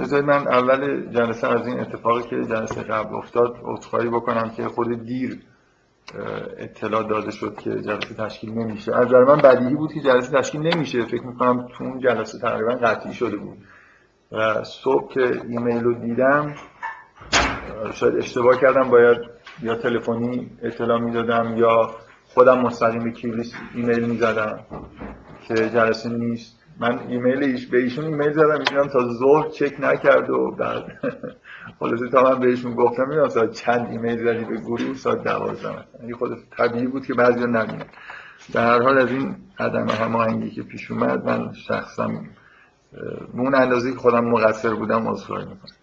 بذارید من اول جلسه از این اتفاقی که جلسه قبل افتاد عذرخواهی بکنم که خود دیر اطلاع داده شد که جلسه تشکیل نمیشه. از نظر من بدیهی بود که جلسه تشکیل نمیشه. فکر میکنم تو اون جلسه تقریبا قطعی شده بود و صبح که ایمیل رو دیدم شاید اشتباه کردم، باید یا تلفنی اطلاع میدادم یا خودم مستقیم به کیولیس ایمیل میزدم که جلسه نیست. من به ایشون ایمیل زدم، ایشون تا ظهر چک نکرد و بعد خلاصه تا من بهشون گفتم میدونم ساعت چند ایمیل زدی به گروه، ساعت 12. یعنی خود طبیعی بود که بعضیا نبینن. در هر حال از این عدم هماهنگی که پیش اومد من شخصا به اون اندازه که خودم مقصر بودم عذرخواهی میکنم.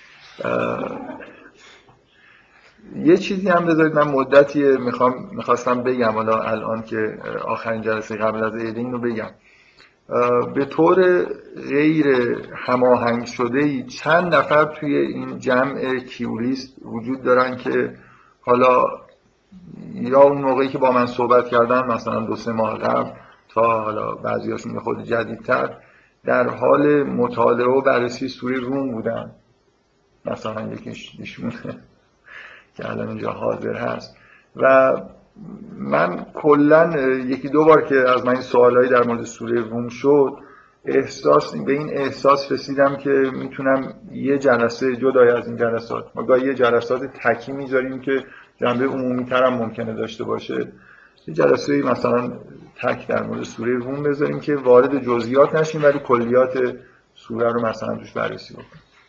یه چیزی هم بذارید من مدتی میخواستم بگم، حالا الان که آخرین جلسه قبل از عید اینو بگم. به طور غیر هماهنگ شده‌ای چند نفر توی این جمع کیولیست وجود دارن که حالا یا اون موقعی که با من صحبت کردن مثلا 2-3 ماه قبل تا حالا بعضیاشون به خود جدیدتر در حال مطالعه و بررسی سوره روم بودن. مثلا یکیش ایشون که الان اینجا حاضر هست و من کلا 1-2 بار که از من این سوالایی در مورد سوره روم شد به این احساس رسیدم که میتونم یه جلسه جدای از این جلسات، ما گاهی یه جلسات تکی میذاریم که جنبه عمومی تر هم ممکنه داشته باشه، یه جلسه مثلا تک در مورد سوره روم بذاریم که وارد جزئیات نشیم ولی کلیات سوره رو مثلا توش بررسی بکنیم.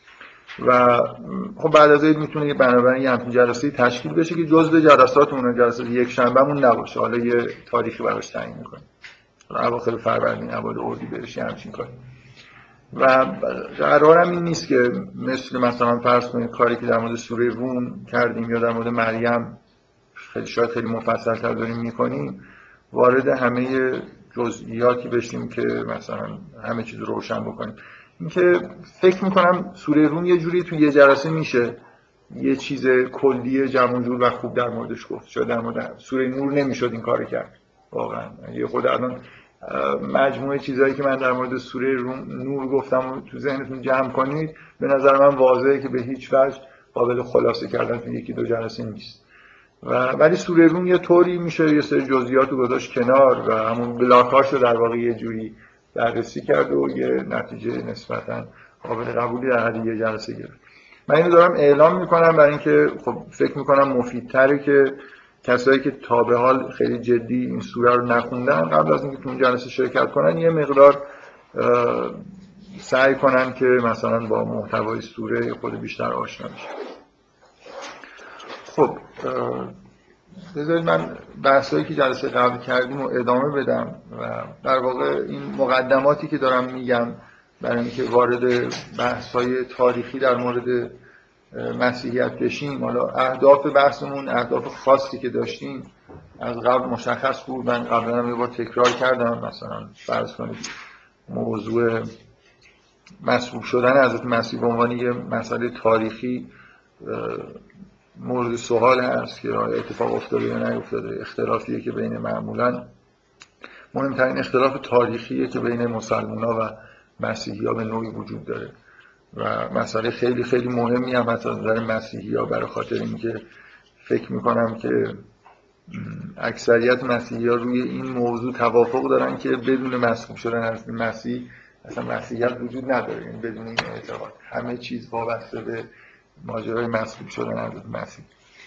و خب بعد از این میتونه بنابراین یه همچین جلسه تشکیل بشه که جزء جلساتمون جلسه یک شنبهمون نباشه، حالا یه تاریخی براش تعیین می‌کنیم، اواخر فروردین اوایل اردیبهشت همچین کاری. و قرارم این نیست که مثلا فرض کنید کاری که در مورد سوره روم کردیم یا در مورد مریم شاید خیلی مفصل‌تر داریم می‌کنیم وارد همه جزئیاتی بشیم که مثلا همه چیز رو روشن بکنیم. اینکه فکر میکنم سوره روم یه جوری تو یه جلسه میشه یه چیز کلی جمع و جور و خوب در موردش گفت. شاید در مورد سوره نور نمیشد این کارو کرد واقعا. یه خود الان مجموعه چیزایی که من در مورد سوره روم نور گفتم تو ذهنتون جمع کنید به نظر من واضحه که به هیچ وجه قابل خلاصه کردن تو 1-2 جلسه نیست. ولی سوره روم یه طوری میشه یه سری جزئیات رو گذاشت کنار و همون بلاکاش رو در واقع یه جوری بررسی کرد و یه نتیجه نسبتاً قابل قبولی در حد یه جلسه گرفت. من اینو دارم اعلام میکنم برای اینکه خب فکر میکنم مفیدتره که کسایی که تا به حال خیلی جدی این سوره رو نخوندن قبل از اینکه تو اون جلسه شرکت کنن یه مقدار سعی کنن که مثلا با محتوای سوره خود بیشتر آشنا بشن. خب بذارید من بحثایی که جلسه قبل کردیم رو ادامه بدم و در واقع این مقدماتی که دارم میگم برای اینکه وارد بحث‌های تاریخی در مورد مسیحیت بشیم. حالا اهداف بحثمون اهداف خاصی که داشتیم از قبل مشخص بود. من قبلا هم یه بار تکرار کردم. مثلا فرض کنید موضوع مسبوق شدن حضرت مسیح به عنوان یه مسئله تاریخی مورد سوال هست که اتفاق افتاده یا نیفتاده. اختلافیه که بین معمولاً مهمترین اختلاف تاریخیه که بین مسلمان‌ها و مسیحی‌ها به نوعی وجود داره و مسئله خیلی خیلی مهمی هم هست از نظر مسیحی‌ها، برای خاطر اینکه فکر می‌کنم که اکثریت مسیحی‌ها روی این موضوع توافق دارن که بدون مسیح شدن از مسیح اصلا مسیحیت وجود نداره. این بدون این اعتقاد همه چیز وابسته به ماجرای مسیح شدن از مسیح.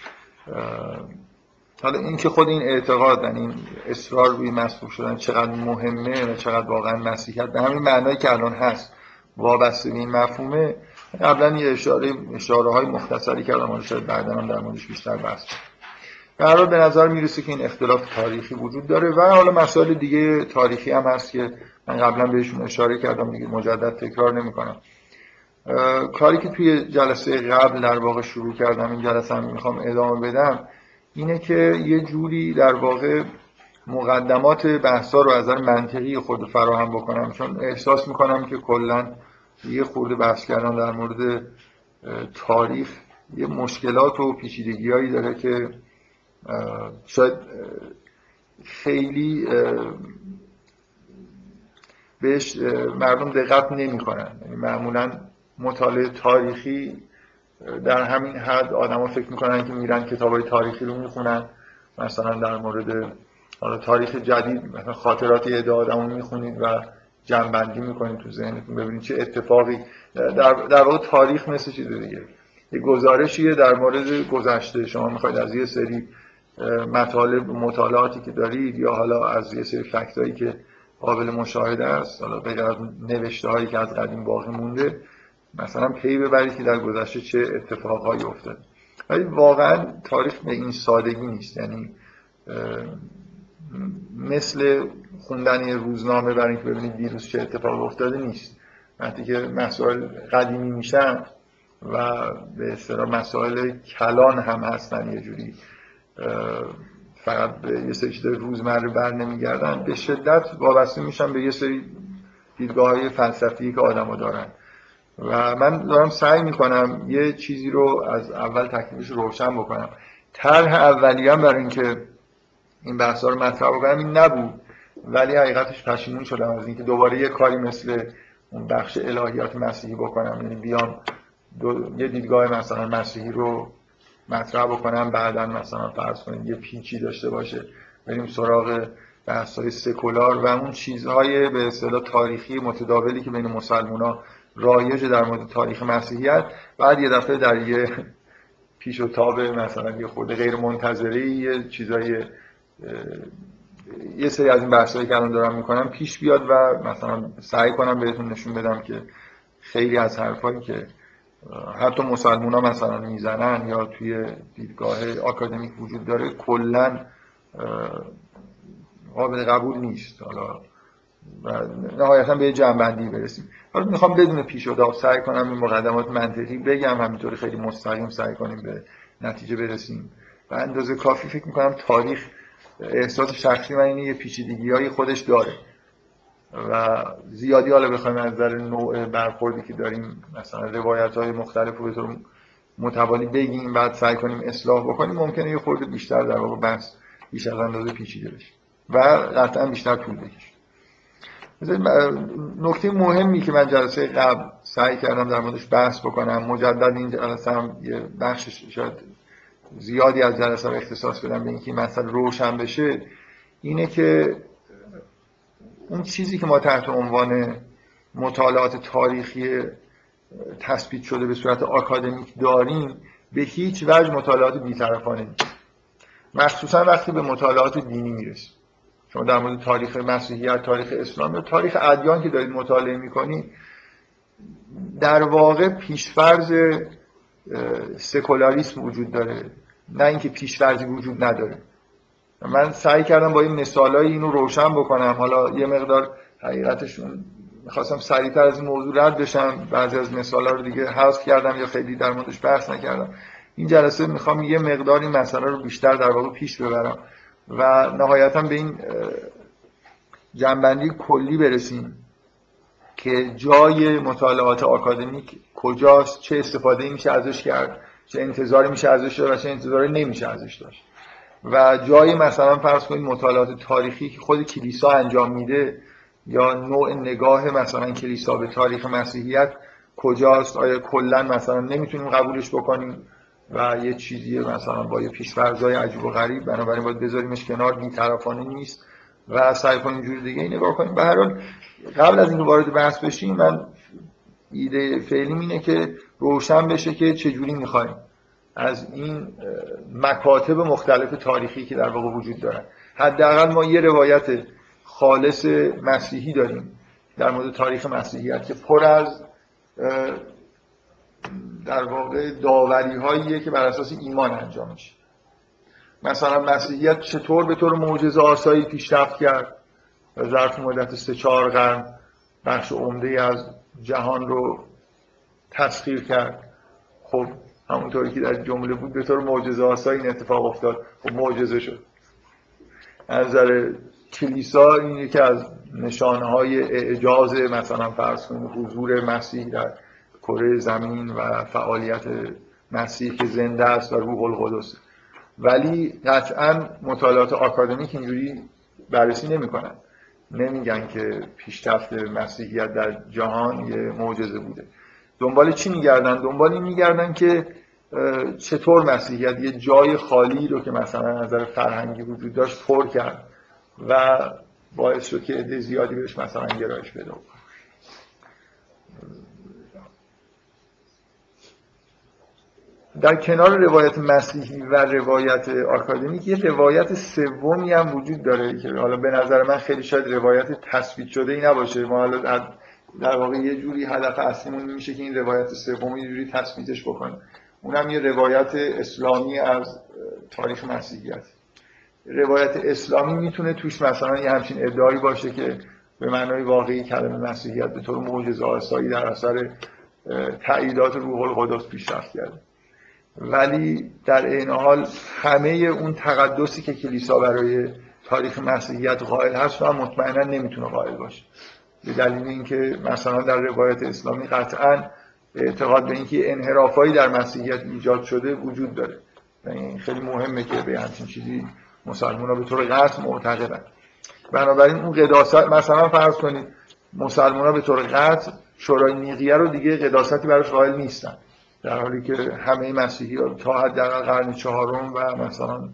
حالا این که خود این اعتقاد، این اصرار روی مسیح شدن چقدر مهمه و چقدر واقعا مسیحیت به همین معنایی که الان هست وابسته به این مفهومه، قبلا یه اشاره‌های مختصری کردم، حالا شاید بعدا هم در موردش بیشتر بحث کنم. در حال به نظر میرسه که این اختلاف تاریخی وجود داره و حالا مسائل دیگه تاریخی هم هست که من قبلا بهشون اشاره کردم دیگه، مجدد تکرار نمی‌کنم. کاری که توی جلسه قبل در واقع شروع کردم این جلسه هم میخوام ادامه بدم اینه که یه جوری در واقع مقدمات بحثا رو از نظر منطقی خود فراهم بکنم، چون احساس میکنم که کلا یه خورده بحث کردن در مورد تاریخ یه مشکلات و پیچیدگی‌هایی داره که شاید خیلی بهش مردم دقت نمی‌کنن. یعنی معمولاً مطالعه تاریخی در همین حد آدما فکر میکنن که میرن کتابای تاریخی رو میخونن، مثلا در مورد تاریخ جدید مثلا خاطرات یه عده آدمو میخونید و جمع‌بندی میکنید تو ذهنتون ببینید چه اتفاقی در واقع تاریخ مثل چیز دیگه، یه گزارشیه در مورد گذشته. شما میخواید از یه سری مطالب مطالعاتی که دارید یا حالا از یه سری فکتایی که قابل مشاهده است، حالا غیر از نوشته‌هایی که از قدیم باقی مونده، مثلا پی ببرید که در گذشته چه اتفاقهایی افتاد. ولی واقعا تاریخ به این سادگی نیست، یعنی مثل خوندن یه روزنامه برای اینکه ببینید دیروز چه اتفاقی افتاده نیست. وقتی که مسائل قدیمی میشن و به اصطلاح مسائل کلان هم هستن، یه جوری فقط به یه سری چیز روزمره بر نمیگردن، به شدت وابسته میشن به یه سری دیدگاه‌های فلسفی که آدم‌ها دارن و من دارم سعی میکنم یه چیزی رو از اول تکلیفش روشن بکنم. طرح اولیه‌ام برای اینکه این بحثا رو مطرح بکنم این نبود، ولی حقیقتش پشیمون شدم از اینکه دوباره یه کاری مثل اون بخش الهیات مسیحی بکنم، یعنی بیام یه دیدگاه مثلا مسیحی رو مطرح بکنم، بعداً مثلا فرض کنید یه پیچی داشته باشه بریم سراغ بحث‌های سکولار و اون چیزهای به اصطلاح تاریخی متداولی که بین مسلمان‌ها رایج در مورد تاریخ مسیحیت، بعد یه دفعه در یه پیش و تاب مثلا یه خورده غیر منتظری یه چیزای یه سری از این بحثایی که الان دارم میکنم پیش بیاد و مثلا سعی کنم بهتون نشون بدم که خیلی از حرفایی که حتی مسلمان‌ها مثلا میزنن یا توی دیدگاه آکادمیک وجود داره کلاً قابل قبول نیست. حالا و نهایتاً به جمع‌بندی برسیم. حالا میخوام بدون پیش و تاب سعی کنم این مقدمات منطقی بگم، همینطوری خیلی مستقیم سعی کنیم به نتیجه برسیم. و اندازه کافی فکر میکنم تاریخ، احساس شخصی من اینه، یه پیچیدگی‌های خودش داره و زیادی حالا بخوایم از نظر نوع برخوردی که داریم مثلا روایت‌های مختلف رو به طور متوالی بگیم بعد سعی کنیم اصلاح بکنیم، ممکنه یه خورده بیشتر در واقع بحث بیش از اندازه پیچیده بشه و قطعا بیشتر طول بکشه. نکته مهمی که من جلسه قبل سعی کردم در موردش بحث بکنم، مجدد این جلسه هم یه بخش شاید زیادی از جلسه رو اختصاص بدم به اینکه مثلا روشن بشه، اینه که اون چیزی که ما تحت عنوان مطالعات تاریخی تثبیت شده به صورت آکادمیک داریم به هیچ وجه مطالعات بی‌طرفانه نیست، مخصوصا وقتی به مطالعات دینی میرسیم. شما در مورد تاریخ مسیحیت، تاریخ اسلام یا تاریخ ادیان که دارید مطالعه میکنید، در واقع پیشفرض سکولاریسم وجود داره، نه اینکه پیشفرضی وجود نداره. من سعی کردم با این مثالای اینو روشن بکنم. حالا یه مقدار حقیقتشون میخواستم سریعتر از این موضوع رد بشم، بعضی از مثالا رو دیگه حذف کردم یا خیلی در موردش بحث نکردم. این جلسه میخوام یه مقدار این مسئله رو بیشتر در واقع پیش ببرم و نهایتا به این جنبندی کلی برسیم که جای مطالعات آکادمیک کجاست، چه استفاده میشه ازش کرد، چه انتظاری میشه ازش داشت و چه انتظاری نمیشه ازش داشت، و جای مثلا فرض کنید مطالعات تاریخی که خود کلیسا انجام میده یا نوع نگاه مثلا کلیسا به تاریخ مسیحیت کجاست، آیا کلا مثلا نمیتونیم قبولش بکنیم و یه چیزی مثلا با یه پیش‌فرض‌های عجیب و غریب، بنابراین باید بذاریمش کنار، بی‌طرفانه نیست و سعی کنیم جور دیگه ای نگاه کنیم. به هر حال قبل از اینکه وارد بحث بشیم، من ایده فعلیم اینه که روشن بشه که چجوری می‌خوایم از این مکاتب مختلف تاریخی که در واقع وجود دارن، حداقل ما یه روایت خالص مسیحی داریم در مورد تاریخ مسیحیت که پر از در واقع داوری‌هاییه که بر اساس ایمان انجام میشه. مثلا مسیحیت چطور به طور معجزه آسایی پیشرفت کرد و ظرف مدت 3-4 قرن بخش عمده از جهان رو تسخیر کرد. خب همونطوری که در جمله بود به طور معجزه آسایی این اتفاق افتاد، خب معجزه شد. از نظر کلیسا این یکی از نشانه‌های اعجاز مثلا فرض کنید حضور مسیح در کره زمین و فعالیت مسیح که زنده است و روح القدس. ولی قطعاً مطالعات آکادمیک اینجوری بررسی نمی‌کنن، نمیگن که پیشرفت مسیحیت در جهان یه معجزه بوده. دنبال چی میگردن؟ دنبال این میگردن که چطور مسیحیت یه جای خالی رو که مثلا از نظر فرهنگی وجود داشت پر کرد و باعث شد که عده زیادی بهش مثلا گرایش پیدا کنه. در کنار روایت مسیحی و روایت آکادمیک یه روایت سومی هم وجود داره که حالا به نظر من خیلی شاید روایت تثبیت شده ای نباشه. ما حالا در واقع یه جوری هدف اصلیمون میشه که این روایت سوم یه جوری تثبیتش بکنیم. اونم یه روایت اسلامی از تاریخ مسیحیت. روایت اسلامی میتونه توش مثلا یه همچین ادعایی باشه که به معنای واقعی کلمه مسیحیت به طور معجزه‌آسایی در اثر تأییدات روح القدس پیشرفت کرده، ولی در این حال همه اون تقدسی که کلیسا برای تاریخ مسیحیت قائل هست و مطمئنا نمیتونه قائل باشه، به دلیل اینکه مثلا در روایت اسلامی قطعاً اعتقاد به اینکه انحرافایی در مسیحیت ایجاد شده وجود داره. یعنی خیلی مهمه که به همچین چیزی مسلمان‌ها به طور قطع معتقدن. بنابراین اون قداست، مثلا فرض کنید مسلمان‌ها به طور قطع شورای نیقیه رو دیگه قداستی براش قائل نیستن، در حالی که همه مسیحی‌ها تا حداقل قرن چهارم و مثلا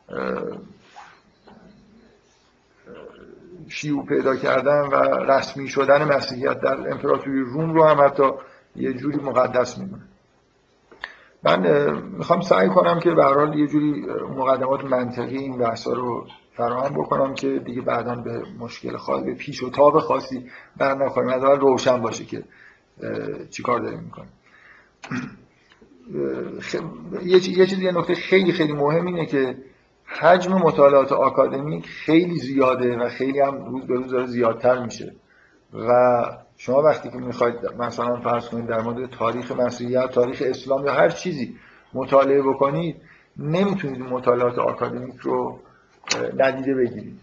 شیوع پیدا کردن و رسمی شدن مسیحیت در امپراتوری روم رو هم حتی یه جوری مقدس می‌دونن. من میخوام سعی کنم که به هر حال یه جوری مقدمات منطقی این بحثا رو فراهم بکنم که دیگه بعداً به مشکل خاصی، به پیش و تاب خاصی برنخوریم، حداقل روشن باشه که چیکار داریم میکنیم. یه نکته خیلی خیلی مهم اینه که حجم مطالعات آکادمیک خیلی زیاده و خیلی هم روز به روز داره زیادتر میشه و شما وقتی که میخواید مثلا فرض کنید در مورد تاریخ مسیحیت، تاریخ اسلام یا هر چیزی مطالعه بکنید، نمیتونید مطالعات آکادمیک رو ندیده بگیرید.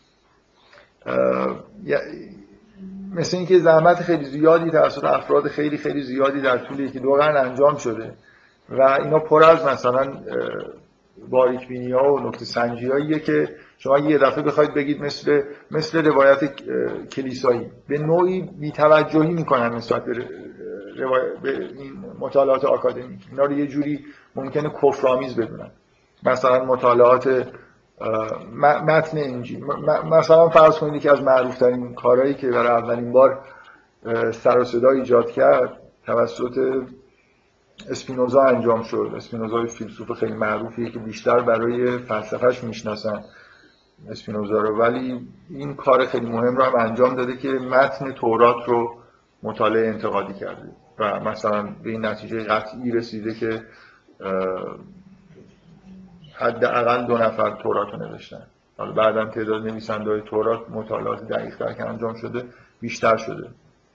مثل اینکه زحمت خیلی زیادی توسط افراد خیلی خیلی زیادی در طول یکی دو قرن انجام شده و اینا پر از مثلا باریکبینی‌ها و نکته سنجی‌هاییه که شما یه دفعه بخواید بگید مثل روایت کلیسایی به نوعی بی‌توجهی میکنن نسبت به این مطالعات آکادمیک. اینا رو یه جوری ممکنه کفرآمیز بدونن. مثلا مطالعات متن انجیل، مثلا فرض کنید که از معروف‌ترین کارهایی که برای اولین بار سر و صدا ایجاد کرد توسط اسپینوزا انجام شد. اسپینوزا فیلسوف خیلی معروفیه که بیشتر برای فلسفه‌اش میشناسن اسپینوزا رو، ولی این کار خیلی مهم رو هم انجام داده که متن تورات رو مطالعه انتقادی کرده و مثلا به این نتیجه قطعی رسیده که حداقل 2 نفر تورات رو نوشتن. حالا بعداً تعداد نویسنده‌های تورات مطالعات دقیق‌تر که انجام شده بیشتر شده.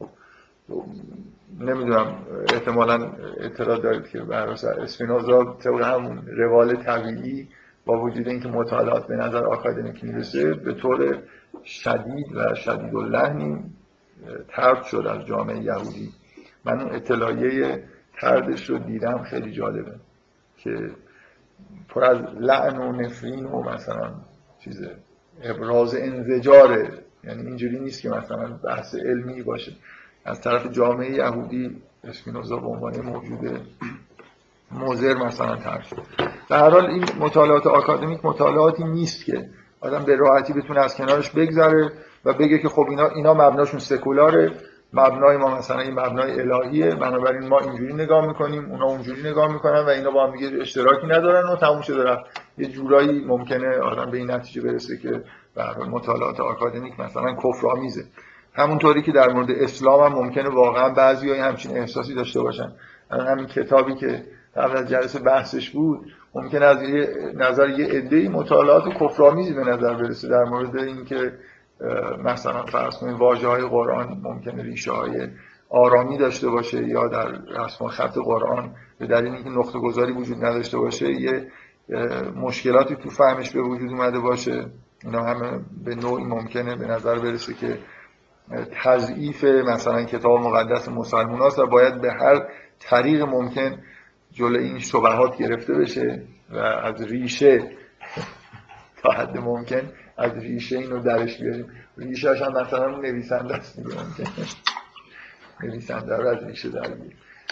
نمیدونم احتمالاً اطلاع دارید که بر اساس اسپینوزا طبق همون روال طبیعی با وجود اینکه مطالعات به نظر آکادمیک میرسه به طور شدید و شدیداللحنی طرد شد از جامعه یهودی. من اون اطلاعیه طردش رو دیدم، خیلی جالبه که پر از لعن و نفرین و مثلا چیز ابراز انزجاره. یعنی اینجوری نیست که مثلا بحث علمی باشه از طرف جامعه یهودی. اسپینوزا به عنوان موجود مضر مثلا طرح شد. در هر حال این مطالعات آکادمیک مطالعاتی نیست که آدم به راحتی بتونه از کنارش بگذره و بگه که خب اینا مبناشون سکولاره، مبنای ما مثلا این مبنای الهیه، بنابراین ما اینجوری نگاه میکنیم اونا اونجوری نگاه میکنن و اینا با هم دیگه اشتراکی ندارن و تموم شده رفت. یه جورایی ممکنه آدم به این نتیجه برسه که به هر حال مطالعات آکادمیک مثلا کفرآمیزه. همونطوری که در مورد اسلام هم ممکنه واقعا بعضی‌ها همچین احساسی داشته باشن. همین کتابی که قبل از جلسه بحثش بود ممکنه از نظر یه عده‌ای مطالعات کفرآمیزی به نظر برسه در مورد اینکه مثلا فرض کنید واژه‌های قرآن ممکنه ریشه‌های آرامی داشته باشه یا در رسم خط قرآن به دلیل اینکه نقطه گذاری وجود نداشته باشه یه مشکلاتی تو فهمش به وجود اومده باشه. اینا همه به نوعی ممکنه به نظر برسه که تضعیف مثلا کتاب مقدس مسلمان هاست و باید به هر طریق ممکن جلوی این شبهات گرفته بشه و از ریشه تا حد ممکن از ریشه اینو درش بیاریم. ریشه‌اش هم مثلا نویسنده است دیگه، ممکنه نویسنده رو از ریشه در بیاریم.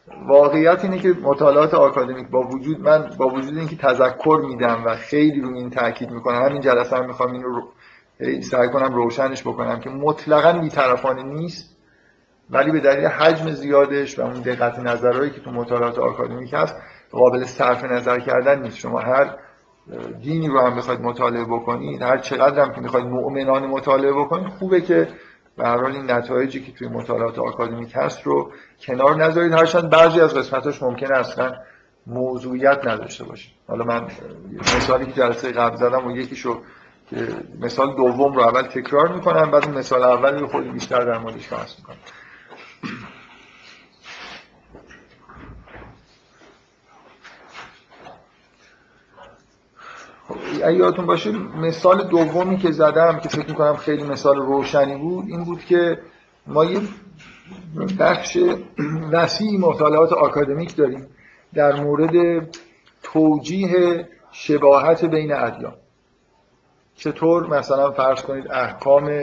واقعیت اینه که مطالعات آکادمیک با وجود اینکه تذکر میدم و خیلی رو این تاکید میکنم، همین جلسه هم میخوام اینو سعی کنم روشنش بکنم که مطلقاً بی‌طرفانه نیست، ولی به دلیل حجم زیادش و اون دقت نظرهایی که تو مطالعات آکادمیک هست قابل صرف نظر کردن نیست. شما هر دینی رو هم بخواید مطالعه بکنید، هر چقدر هم که میخواید مؤمنانه مطالعه بکنید، خوبه که به هر حال این نتایجی که توی مطالعات آکادمیک هست رو کنار نذارید، هرچند بعضی از قسمتاش ممکنه اصلا موضوعیت نداشته باشه. حالا من مثالی که جلسه قبل زدم و یکیشو که مثال دوم رو اول تکرار میکنم، بعد اون مثال اول رو خود بیشتر در موردش بحث میکنم. اگه یادتون باشه مثال دومی که زدم که فکر میکنم خیلی مثال روشنی بود این بود که ما یه بخش وسیع مطالعات آکادمیک داریم در مورد توجیه شباهت بین ادیان. چطور مثلا فرض کنید احکام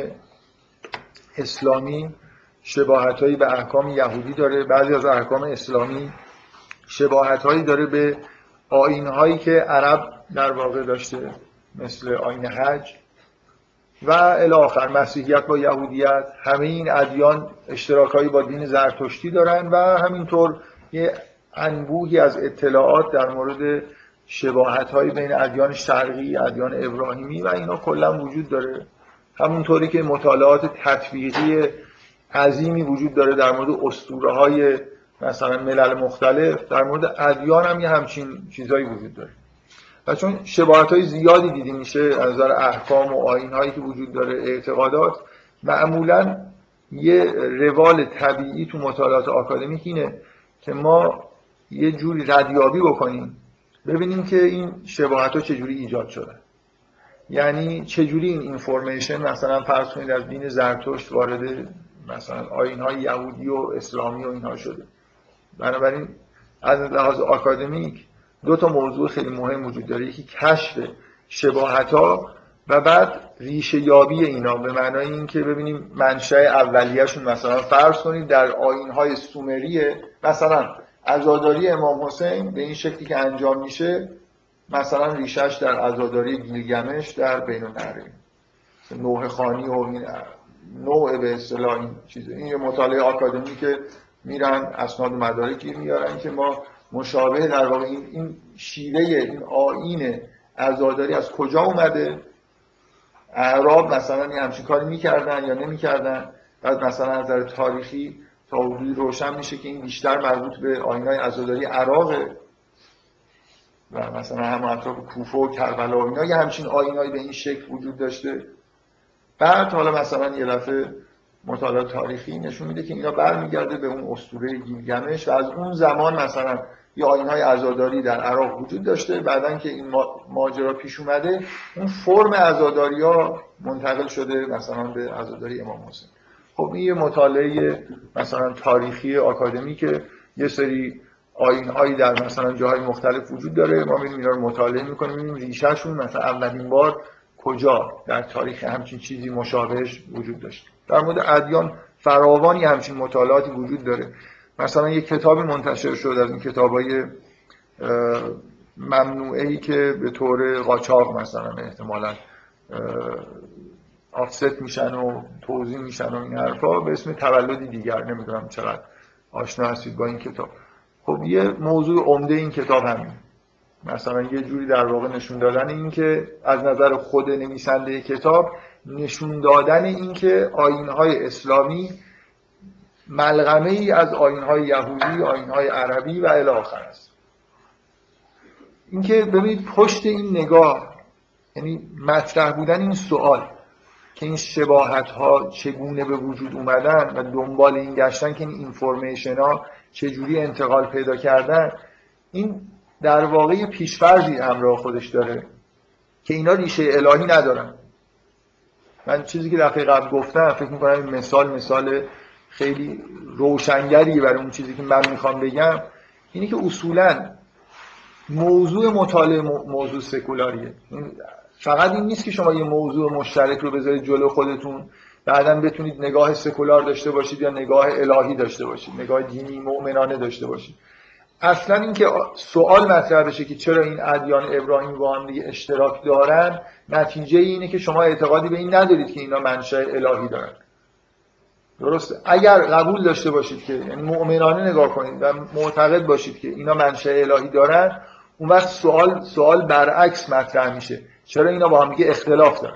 اسلامی شباهتایی به احکام یهودی داره، بعضی از احکام اسلامی شباهتایی داره به آیین‌هایی که عرب در واقع داشته، مثل آیین حج و الی آخر. مسیحیت با یهودیت، همه این ادیان اشتراکایی با دین زرتشتی دارن و همینطور یه انبوهی از اطلاعات در مورد شباهت‌های بین ادیان شرقی، ادیان ابراهیمی و اینا کلا وجود داره. همونطوری که مطالعات تطبیقی عظیمی وجود داره در مورد اسطوره‌های مثلا ملل مختلف، در مورد ادیان هم یه همچین چیزایی وجود داره. و چون شباهت‌های زیادی دیده میشه از نظر احکام و آیین‌هایی که وجود داره، اعتقادات، معمولاً یه روال طبیعی تو مطالعات آکادمیک اینه که ما یه جوری ردیابی بکنیم، ببینیم که این شباهت‌ها چجوری ایجاد شدن. یعنی چجوری این اینفورمیشن مثلا فرض کنید از دین زرتشت وارد مثلا آیین‌های یهودی و اسلامی و اینها شده. بنابراین از لحاظ آکادمیک دو تا موضوع خیلی مهم وجود داره، یکی کشف شباهت‌ها و بعد ریشه یابی اینا، به معنای اینکه ببینیم منشأ اولیه‌شون مثلا فرض کنید در آیین‌های سومریه، مثلا عزاداری امام حسین به این شکلی که انجام میشه مثلا ریشه‌اش در عزاداری گیلگمش در بین النهرین، نوح خانی و این نوع به اصطلاح این چیزه. این یه مطالعه آکادمیکه، میرن اسناد و مدارک گیر میارن که ما مشابه در واقع این شیوه این آیین عزاداری از کجا اومده، اعراب مثلا این همچین کاری میکردن یا نمیکردن. بعد مثلا از نظر تاریخی تا حدودی روشن میشه که این بیشتر مربوط به آیین‌های عزاداری عراقه و مثلا هم اطراف کوفه و کربلا و اینا یه همچین آیین‌هایی به این شکل وجود داشته. بعد حالا مثلا یه دفعه مطالعات تاریخی نشون میده که اینا برمیگرده به اون اسطوره گیلگمش و از اون زمان مثلا یه آیین‌های عزاداری در عراق وجود داشته. بعدن که این ماجرا پیش اومده اون فرم عزاداری‌ها منتقل شده مثلا به عزاداری امام حسین. خب این یه مطالعه مثلا تاریخی آکادمیکه، یه سری آیین‌هایی در مثلا جاهای مختلف وجود داره، ما میریم اینا رو مطالعه می‌کنیم، می‌بینیم ریشه‌شون مثلا اولین بار کجا در تاریخ همچین چیزی مشابهش وجود داشت. در مورد ادیان فراوانی همچین مطالعاتی وجود داره. مثلا یک کتاب منتشر شد از این کتابای ممنوعه‌ای که به طور قاچاق مثلا احتمالاً آفست میشن و توزیع میشن و این حرفا، به اسم تولدی دیگر. نمیدونم چقدر آشنا هستید با این کتاب. خب یه موضوع عمده این کتاب همین، مثلا یه جوری در واقع نشون دادن این که از نظر خود نویسنده کتاب نشون دادن این که آیین‌های اسلامی ملغمه ای از آیین‌های یهودی، آیین‌های عربی و الی آخر است. این که ببینید پشت این نگاه، یعنی مطرح بودن این سوال که این شباهت‌ها چگونه به وجود اومدن و دنبال این گشتن که این اینفورمیشن‌ها چجوری انتقال پیدا کردن، این در واقع پیش‌فرضی همراه خودش داره که اینا ریشه الهی ندارن. من چیزی که دفعه قبل گفتم فکر می‌کنم این مثال خیلی روشنگری برای اون چیزی که من میخوام بگم اینی که اصولاً موضوع مطالعه موضوع سکولاریه. فقط این نیست که شما یه موضوع مشترک رو بذارید جلو خودتون بعداً بتونید نگاه سکولار داشته باشید یا نگاه الهی داشته باشید، نگاه دینی مؤمنانه داشته باشید. اصلا اینکه سوال مطرح بشه که چرا این ادیان ابراهیم با هم دیگه اشتراک دارن، نتیجه اینه که شما اعتقادی به این ندارید که اینا منشأ الهی دارن. درسته؟ اگر قبول داشته باشید که یعنی مؤمنانه نگاه کنید و معتقد باشید که اینا منشأ الهی دارن، اون وقت سوال برعکس مطرح میشه، چرا اینا با هم دیگه اختلاف دارن؟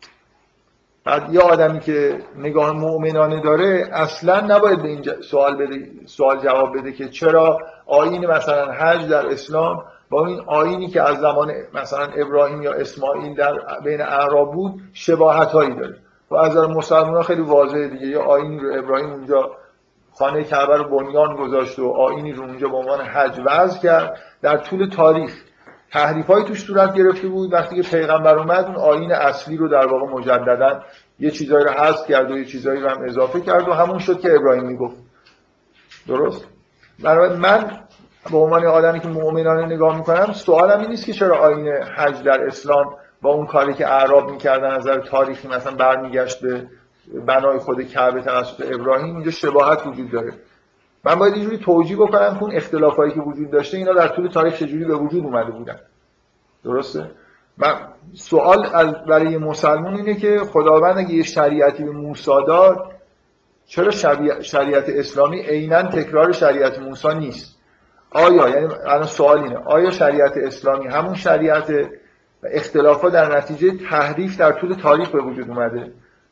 بعد یه آدمی که نگاه مؤمنانه داره اصلا نباید به این سوال جواب بده که چرا آیین مثلا حج در اسلام با این آیینی که از زمان مثلا ابراهیم یا اسماعیل در بین اعراب بود شباهتایی داره. و از نظر مسلمان‌ها خیلی واضحه دیگه، یه آیینی رو ابراهیم اونجا خانه کعبه رو بنیان گذاشت و آیینی رو اونجا به عنوان حج وضع کرد. در طول تاریخ تحریف‌هایی توش صورت گرفته بود، وقتی که پیغمبر اومد اون آیین اصلی رو در واقع مجدداً یه چیزایی رو حذف کرد و یه چیزایی رو هم اضافه کرد و همون شد که ابراهیم میگفت. درست؟ بنابراین من به عنوان آدمی که مؤمنانه نگاه میکنم، سوالم این نیست که چرا آیین حج در اسلام با اون کاری که اعراب میکردن از نظر تاریخی مثلا برمیگشت به بنای خود کعبه توسط ابراهیم، اینجا شباهت وجود داره. من باید اینجوری توجیه بکنم که اون اختلافایی که وجود داشته اینا در طول تاریخ چجوری به وجود اومده بودن. درسته؟ من سوال برای مسلمان اینه که خداوند اگه یه شریعتی به موسی داد، چرا شریعت اسلامی عیناً تکرار شریعت موسی نیست؟ آیا یعنی الان سوال اینه، آیا شریعت اسلامی همون شریعت اختلافات در نتیجه تحریف در طول تاریخ به وجود اومده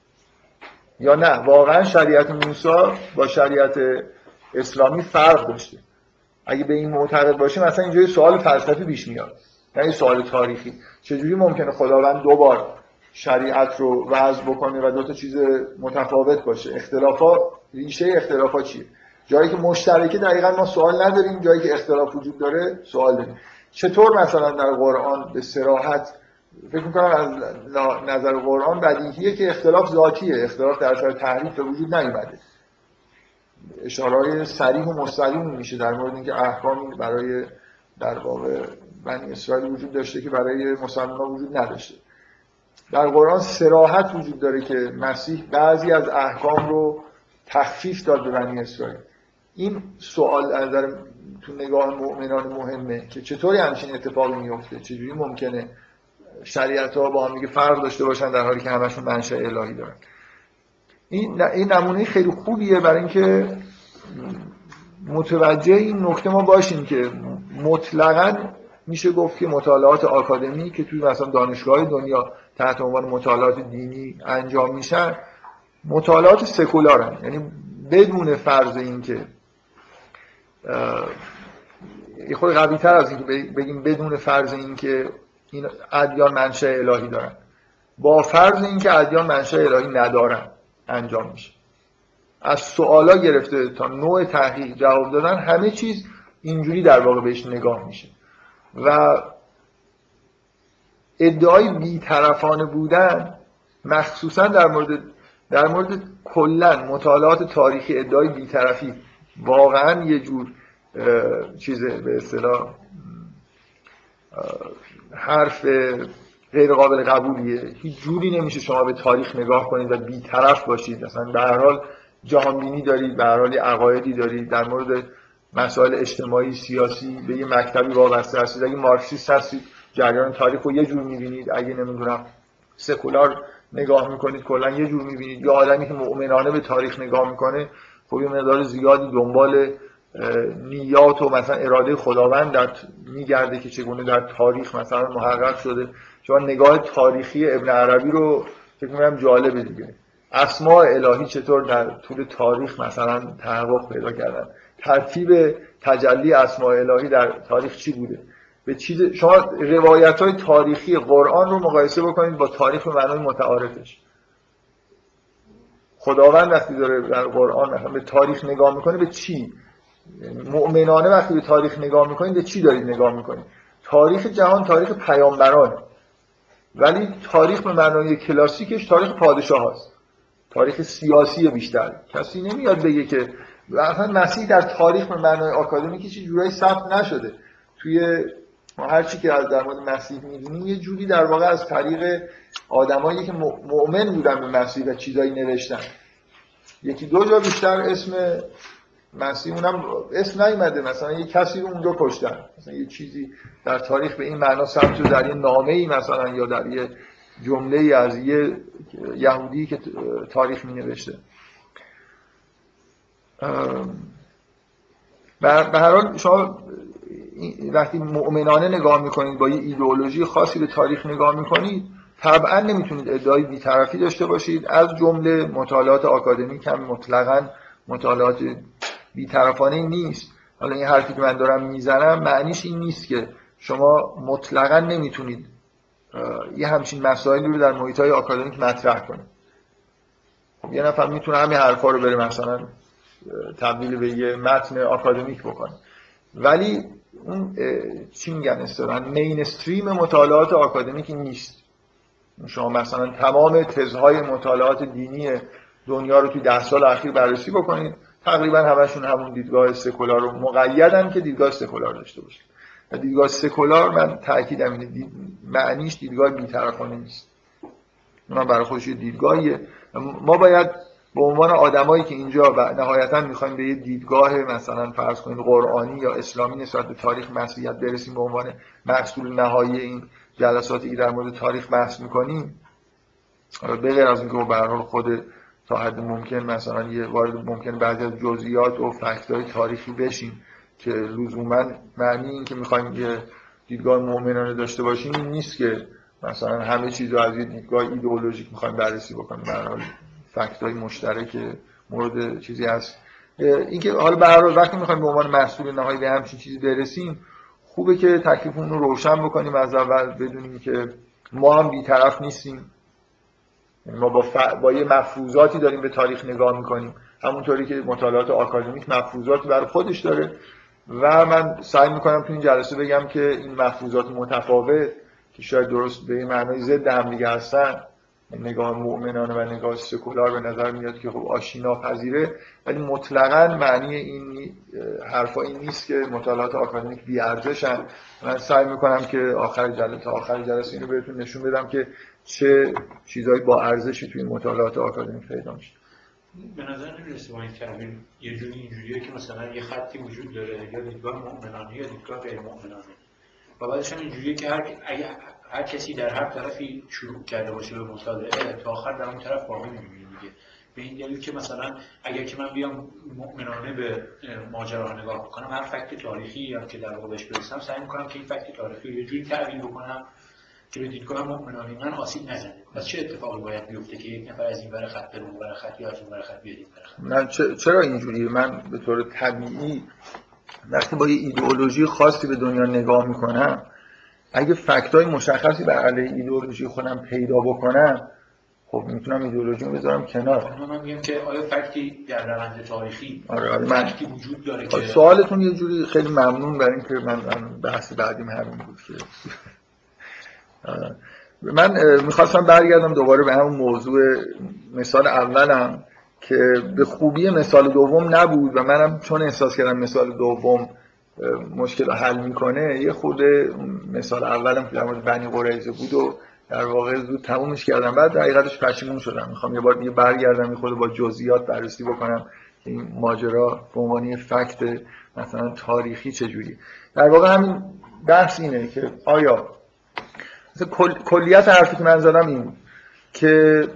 یا نه واقعا شریعت موسی با شریعت اسلامی فرق داشته؟ اگه به این معتقد باشیم مثلا اینجا سوال فلسفی پیش میاد، نه سوال تاریخی. چجوری ممکنه خداوند دوبار شریعت رو وضع بکنه و دو تا چیز متفاوت باشه؟ ریشه اختلافات چیه؟ جایی که مشترکه دقیقاً ما سوال نداریم، جایی که اختلاف وجود داره سوال داریم. چطور مثلا در قرآن به صراحت فکر می‌کنم از نظر قرآن بدیهیه که اختلاف ذاتیه، اختلاف در اثر تحریف به وجود نیومده. اشاره‌های صریح و مستقیم میشه در مورد اینکه احکامی برای در واقع بنی اسرائیل وجود داشته که برای مسلمان‌ها وجود نداشته. در قرآن صراحت وجود داره که مسیح بعضی از احکام رو تخفیف داد به بنی اسرائیل. این سوال از نظر تو نگاه مؤمنان مهمه که چطوری همچین اتفاقی میفته، چجوری ممکنه شریعت‌ها با هم دیگه فرق داشته باشن در حالی که همشون منشأ الهی دارن. این نمونه خیلی خوبیه برای اینکه متوجه این نکته ما باشیم که مطلقاً میشه گفت که مطالعات آکادمی که توی مثلا دانشگاه‌های دنیا تحت عنوان مطالعات دینی انجام میشن مطالعات سکولارن، یعنی بدون فرض این که یه خود قوی‌تر از این که بگیم بدون فرض این که این ادیان منشأ الهی دارن، با فرض این که ادیان منشأ الهی ندارن انجام میشه. از سوالا گرفته تا نوع تحقیق جواب دادن همه چیز اینجوری در واقع بهش نگاه میشه و ادعای بی‌طرفانه بودن مخصوصا در مورد کلا مطالعات تاریخی ادعای بی‌طرفی واقعا یه جور چیزه به اصطلاح حرف غیر قابل قبولیه. هیچ جوری نمیشه شما به تاریخ نگاه کنید و بی‌طرف باشید. مثلا به هر حال جهانبینی دارید، به هر حال عقایدی دارید، در مورد مسائل اجتماعی سیاسی به یه مکتبی وابسته هستید. اگه مارکسیست هستید جریان تاریخ رو یه جور می‌بینید، اگه نمیدونم سکولار نگاه می‌کنید کلا یه جور می‌بینید. یا آدمی که مؤمنانه به تاریخ نگاه می‌کنه خب یه مقدار زیادی دنبال نیات و مثلا اراده خداوند میگرده که چگونه در تاریخ مثلا محقق شده. شما نگاه تاریخی ابن عربی رو فکر می‌کنم جالبه دیگه. اسماء الهی چطور در طول تاریخ مثلا تحقق پیدا کردن، ترتیب تجلی اسماء الهی در تاریخ چی بوده. به چیز شما روایت‌های تاریخی قرآن رو مقایسه بکنید با تاریخ به معنای متعارفش. خداوند وقتی داره در قرآن مثلا به تاریخ نگاه میکنه به چی؟ مؤمنانه وقتی به تاریخ نگاه میکنید به چی دارید نگاه میکنید؟ تاریخ جهان تاریخ پیامبران، ولی تاریخ به معنای کلاسیکش تاریخ پادشاه هست، تاریخ سیاسی بیشتر. کسی نمیاد بگه که مثلا مسیح در تاریخ به معنای آکادمیکی چه جورایی ثبت نشده. توی ما هر چی که از در مورد مسیح می‌دونیم یه جوری در واقع از طریق آدمایی که مؤمن بودن به مسیح و چیزایی نوشتن. یکی دو جا بیشتر اسم مسیح اونم اسم نیومده، مثلا یه کسی رو اونجا کشتن، مثلا یه چیزی در تاریخ به این معنا ثبت شده در یه نامه‌ای مثلا یا در یه جمله‌ای از یه یهودی که تاریخ می‌نوشته. به هر حال شما وقتی مؤمنانه نگاه میکنید، با یه ایدئولوژی خاصی به تاریخ نگاه میکنید، طبعا نمیتونید ادعای بی‌طرفی داشته باشید. از جمله مطالعات آکادمیک هم مطلقاً مطالعات بی‌طرفانه نیست. حالا این حرفی که من دارم میزنم معنیش این نیست که شما مطلقاً نمیتونید یه همچین مسائلی رو در محیط‌های آکادمیک مطرح کنید. یه نفر میتونه همین حرفا رو بره مثلا تبدیل به یه متن آکادمیک بکنه، ولی اون چی میگن اصطلاحاً مینستریم مطالعات آکادمیک نیست. شما مثلا تمام تزهای مطالعات دینی دنیا رو توی 10 سال اخیر بررسی بکنید، تقریبا همشون همون دیدگاه سکولار رو مقیدن که دیدگاه سکولار داشته باشه. و دیدگاه سکولار، من تاکیدم اینه، معنیش دیدگاه بی‌طرفانه نیست. اونم برای خودش دیدگاهیه. ما باید به عنوان آدمایی که اینجا و نهایتاً می‌خوایم به یه دیدگاه مثلا فرض کنید قرآنی یا اسلامی نسبت به تاریخ مسیحیت برسیم، به عنوان محصول نهایی این جلساتی که در مورد تاریخ بحث می‌کنیم، به غیر از اینکه به هر حال خود تا حد ممکن مثلا یه وارد ممکن بعضی از جزئیات و فکت‌های تاریخی بشیم که لزوماً معنی این که می‌خوایم یه دیدگاه مؤمنانه داشته باشیم این نیست که مثلا همه چیز رو از یه دیدگاه ایدئولوژیک می‌خوایم بررسی بکنیم. به هر حال فکت‌های مشترک مورد چیزی هست. اینکه حالا به هر حال وقتی می‌خوایم به عنوان محصول نهایی به همچین چیزی برسیم، خوبه که تکلیفمون رو روشن بکنیم از اول، بدونیم که ما هم بی‌طرف نیستیم. ما با یه مفروضاتی داریم به تاریخ نگاه میکنیم، همونطوری که مطالعات آکادمیک مفروضاتی برای خودش داره و من سعی میکنم تو این جلسه بگم که این مفروضات متفاوت که شاید درست به این معنای ضد هم دیگه هستن، نگاه مؤمنانه و نگاه سکولار به نظر میاد که خب آشتیناپذیره، ولی مطلقاً معنی این حرفا این نیست که مطالعات آکادمیک بی ارزشن. من سعی میکنم که آخر جلسه اینو بهتون نشون بدم که چه چیزایی با ارزشی توی مطالعات آکادمیک پیدا میشه. به نظر نمیرسه با این تعبیر یه جوری اینجوریه که مثلا یه خطی وجود داره، یا دیدگاه مؤمنانه یا دیدگاه غیر مؤمنانه، و بعدش هم اینجوریه که هر کسی در هر طرفی شروع کرده باشه به مطالعه تا آخر در اون طرف باقی میمونه دیگه. به این دلیل که مثلا اگر که من بیام مؤمنانه به ماجرا نگاه کنم، هر فکت تاریخی یا که در واقع بهش برسم سعی می‌کنم که این فکت تاریخی رو یه جوری تعبیر بکنم که به دیدگاه مؤمنانه من آسیب نزنه. پس چه اتفاقی باید بیفته که یک نفر از این ور خط بره اون ور خط یا از اون ور خط بیاد این ور خط؟ نه چرا اینجوریه؟ من به طور طبیعی وقتی با یه ایدئولوژی خاصی به دنیا نگاه میکنم، اگه فکتای مشخصی بر علیه ایدئولوژی خودم پیدا بکنم، خب میتونم ایدئولوژیمو بذارم کنار. من میگم که آیا فکتی در روند تاریخی من فکتی وجود داره که سوالتون یه جوری خیلی ممنون برای اینکه من بحث بعدیم همین بود که من میخواستم برگردم دوباره به همون موضوع مثال اولم که به خوبی مثال دوم نبود و منم چون احساس کردم مثال دوم مشکل رو حل میکنه، یه خورده مثال اولم که در مورد بنی قریظه بود و در واقع زود تمومش کردم، بعد حقیقتش پشیمون شدم. میخوام یه بار دیگه برگردم یه خورده با جزئیات بررسی بکنم که این ماجرا به عنوان فکت مثلا تاریخی چجوری. در واقع همین بحث اینه که آیا کلیت حرفی که من زدم این که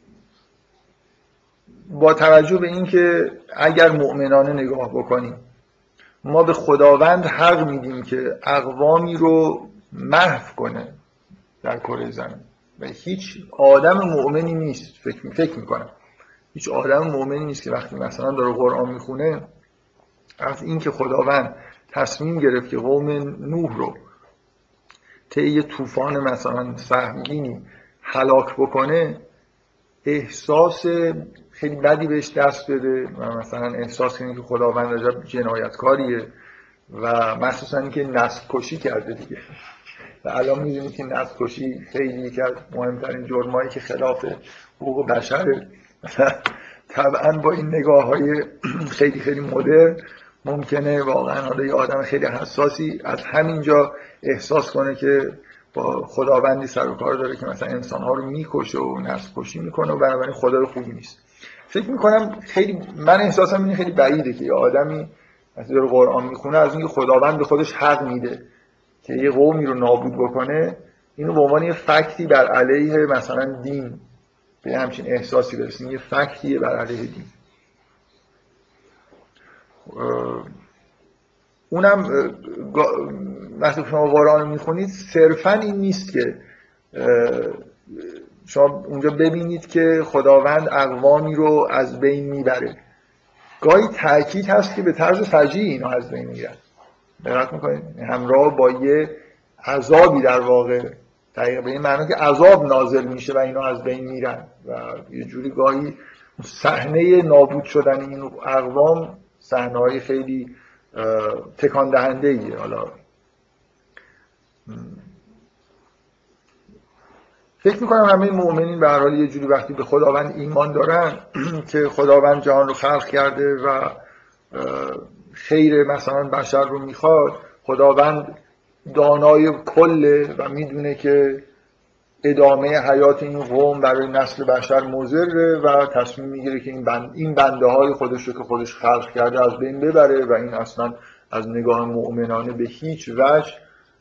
با توجه به این که اگر مؤمنانه نگاه بکنیم ما به خداوند حق میدیم که اقوامی رو محو کنه در کره زمین و هیچ آدم مؤمنی نیست، فکر میکنم هیچ آدم مؤمنی نیست که وقتی مثلا داره قرآن میخونه از این که خداوند تصمیم گرفت که قوم نوح رو طی طوفان مثلا سهمگینی هلاک بکنه احساس خیلی بدی بهش دست بده و مثلا احساس کنه که خداوند عجب جنایتکاریه و مخصوصا اینکه نسل کشی کرده دیگه و الان می‌دونید که نسل کشی خیلی یکی از مهمترین جرمایی که خلاف حقوق بشره. طبعا با این نگاه‌های خیلی خیلی مدرن ممکنه واقعا حالا یه آدم خیلی حساسی از همینجا احساس کنه که با خداوندی سر و کار داره که مثلا انسان‌ها رو میکشه و نسل کشی میکنه و بنابراین خدای خوبی نیست. فکر میکنم خیلی، من احساسم اینه خیلی بعیده که یه آدمی وقتی داره قرآن میخونه از اینکه خداوند به خودش حق میده که یه قومی رو نابود بکنه اینو به عنوان یه فکتی بر علیه مثلا دین به همچین احساسی برسیم، یه فکتیه بر علیه دین. اونم وقتی شما قرآن میخونید صرفا این نیست که شما اونجا ببینید که خداوند اقوامی رو از بین میبره، گاهی تأکید هست که به طرز فجیعی اینا از بین میرن. دقت میکنید همراه با یه عذابی در واقع، دقیقا به این معنی که عذاب نازل میشه و اینا از بین میرن و یه جوری گاهی صحنه نابود شدن این اقوام صحنه‌های خیلی تکان دهنده ایه. حالا فکر میکنم همه مؤمنین به هر حال یه جوری وقتی به خداوند ایمان دارن که خداوند جهان رو خلق کرده و خیر مثلا بشر رو میخواد، خداوند دانای کله و میدونه که ادامه حیات این قوم برای نسل بشر مضره و تصمیم میگیره که این بنده های خودش رو که خودش خلق کرده از بین ببره و این اصلا از نگاه مؤمنانه به هیچ وجه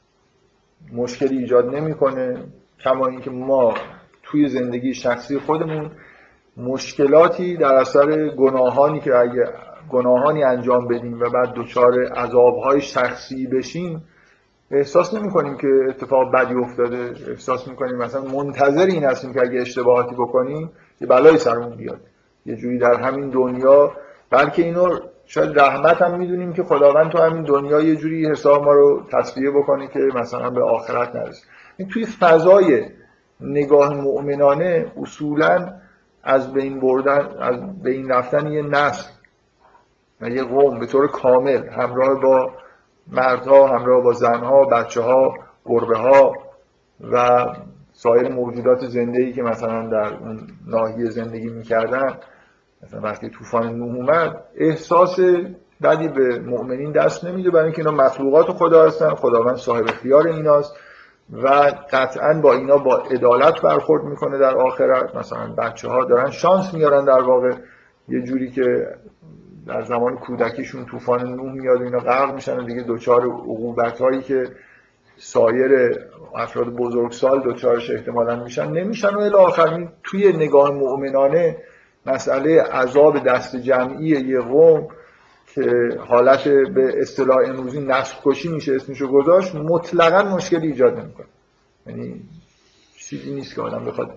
مشکلی ایجاد نمیکنه. کما اینکه ما توی زندگی شخصی خودمون مشکلاتی در اثر گناهانی که اگه گناهانی انجام بدیم و بعد دچار عذاب‌های شخصی بشیم احساس نمی‌کنیم که اتفاق بدی افتاده، احساس می‌کنیم مثلا منتظر این هستیم که اگه اشتباهاتی بکنیم یه بلایی سرمون بیاد یه جوری در همین دنیا، بلکه اینو شاید رحمت هم می‌دونیم که خداوند تو همین دنیا یه جوری حساب ما رو تصفیه بکنه که مثلا به آخرت نرسیم. این توی فضای نگاه مؤمنانه اصولاً از بین بردن، از بین رفتن یه نسل و یه قوم به طور کامل همراه با مردها، همراه با زنها، بچه‌ها، گربه‌ها و سایر موجودات زنده‌ای که مثلا در اون ناحیه زندگی می‌کردن، مثلا وقتی طوفان نوح اومد احساس بدی به مؤمنین دست نمیده، برای اینکه اینا مخلوقات خدا هستن، خداوند صاحب اختیار ایناست و قطعاً با اینا با عدالت برخورد میکنه در آخرت. مثلا بچه‌ها دارن شانس میارن در واقع، یه جوری که در زمان کودکیشون طوفان نوح میاد و اینا غرق میشن و دیگه دوچار عقوبت‌هایی که سایر افراد بزرگسال دوچارش احتمالاً میشن نمیشن و الی آخر. توی نگاه مؤمنانه مسئله عذاب دست جمعی یه قوم که حالت به اصطلاح امروزی نسل کشی میشه اسمشو گذاشت مطلقاً مشکلی ایجاد نمیکنه. یعنی چیزی نیست که آدم بخواد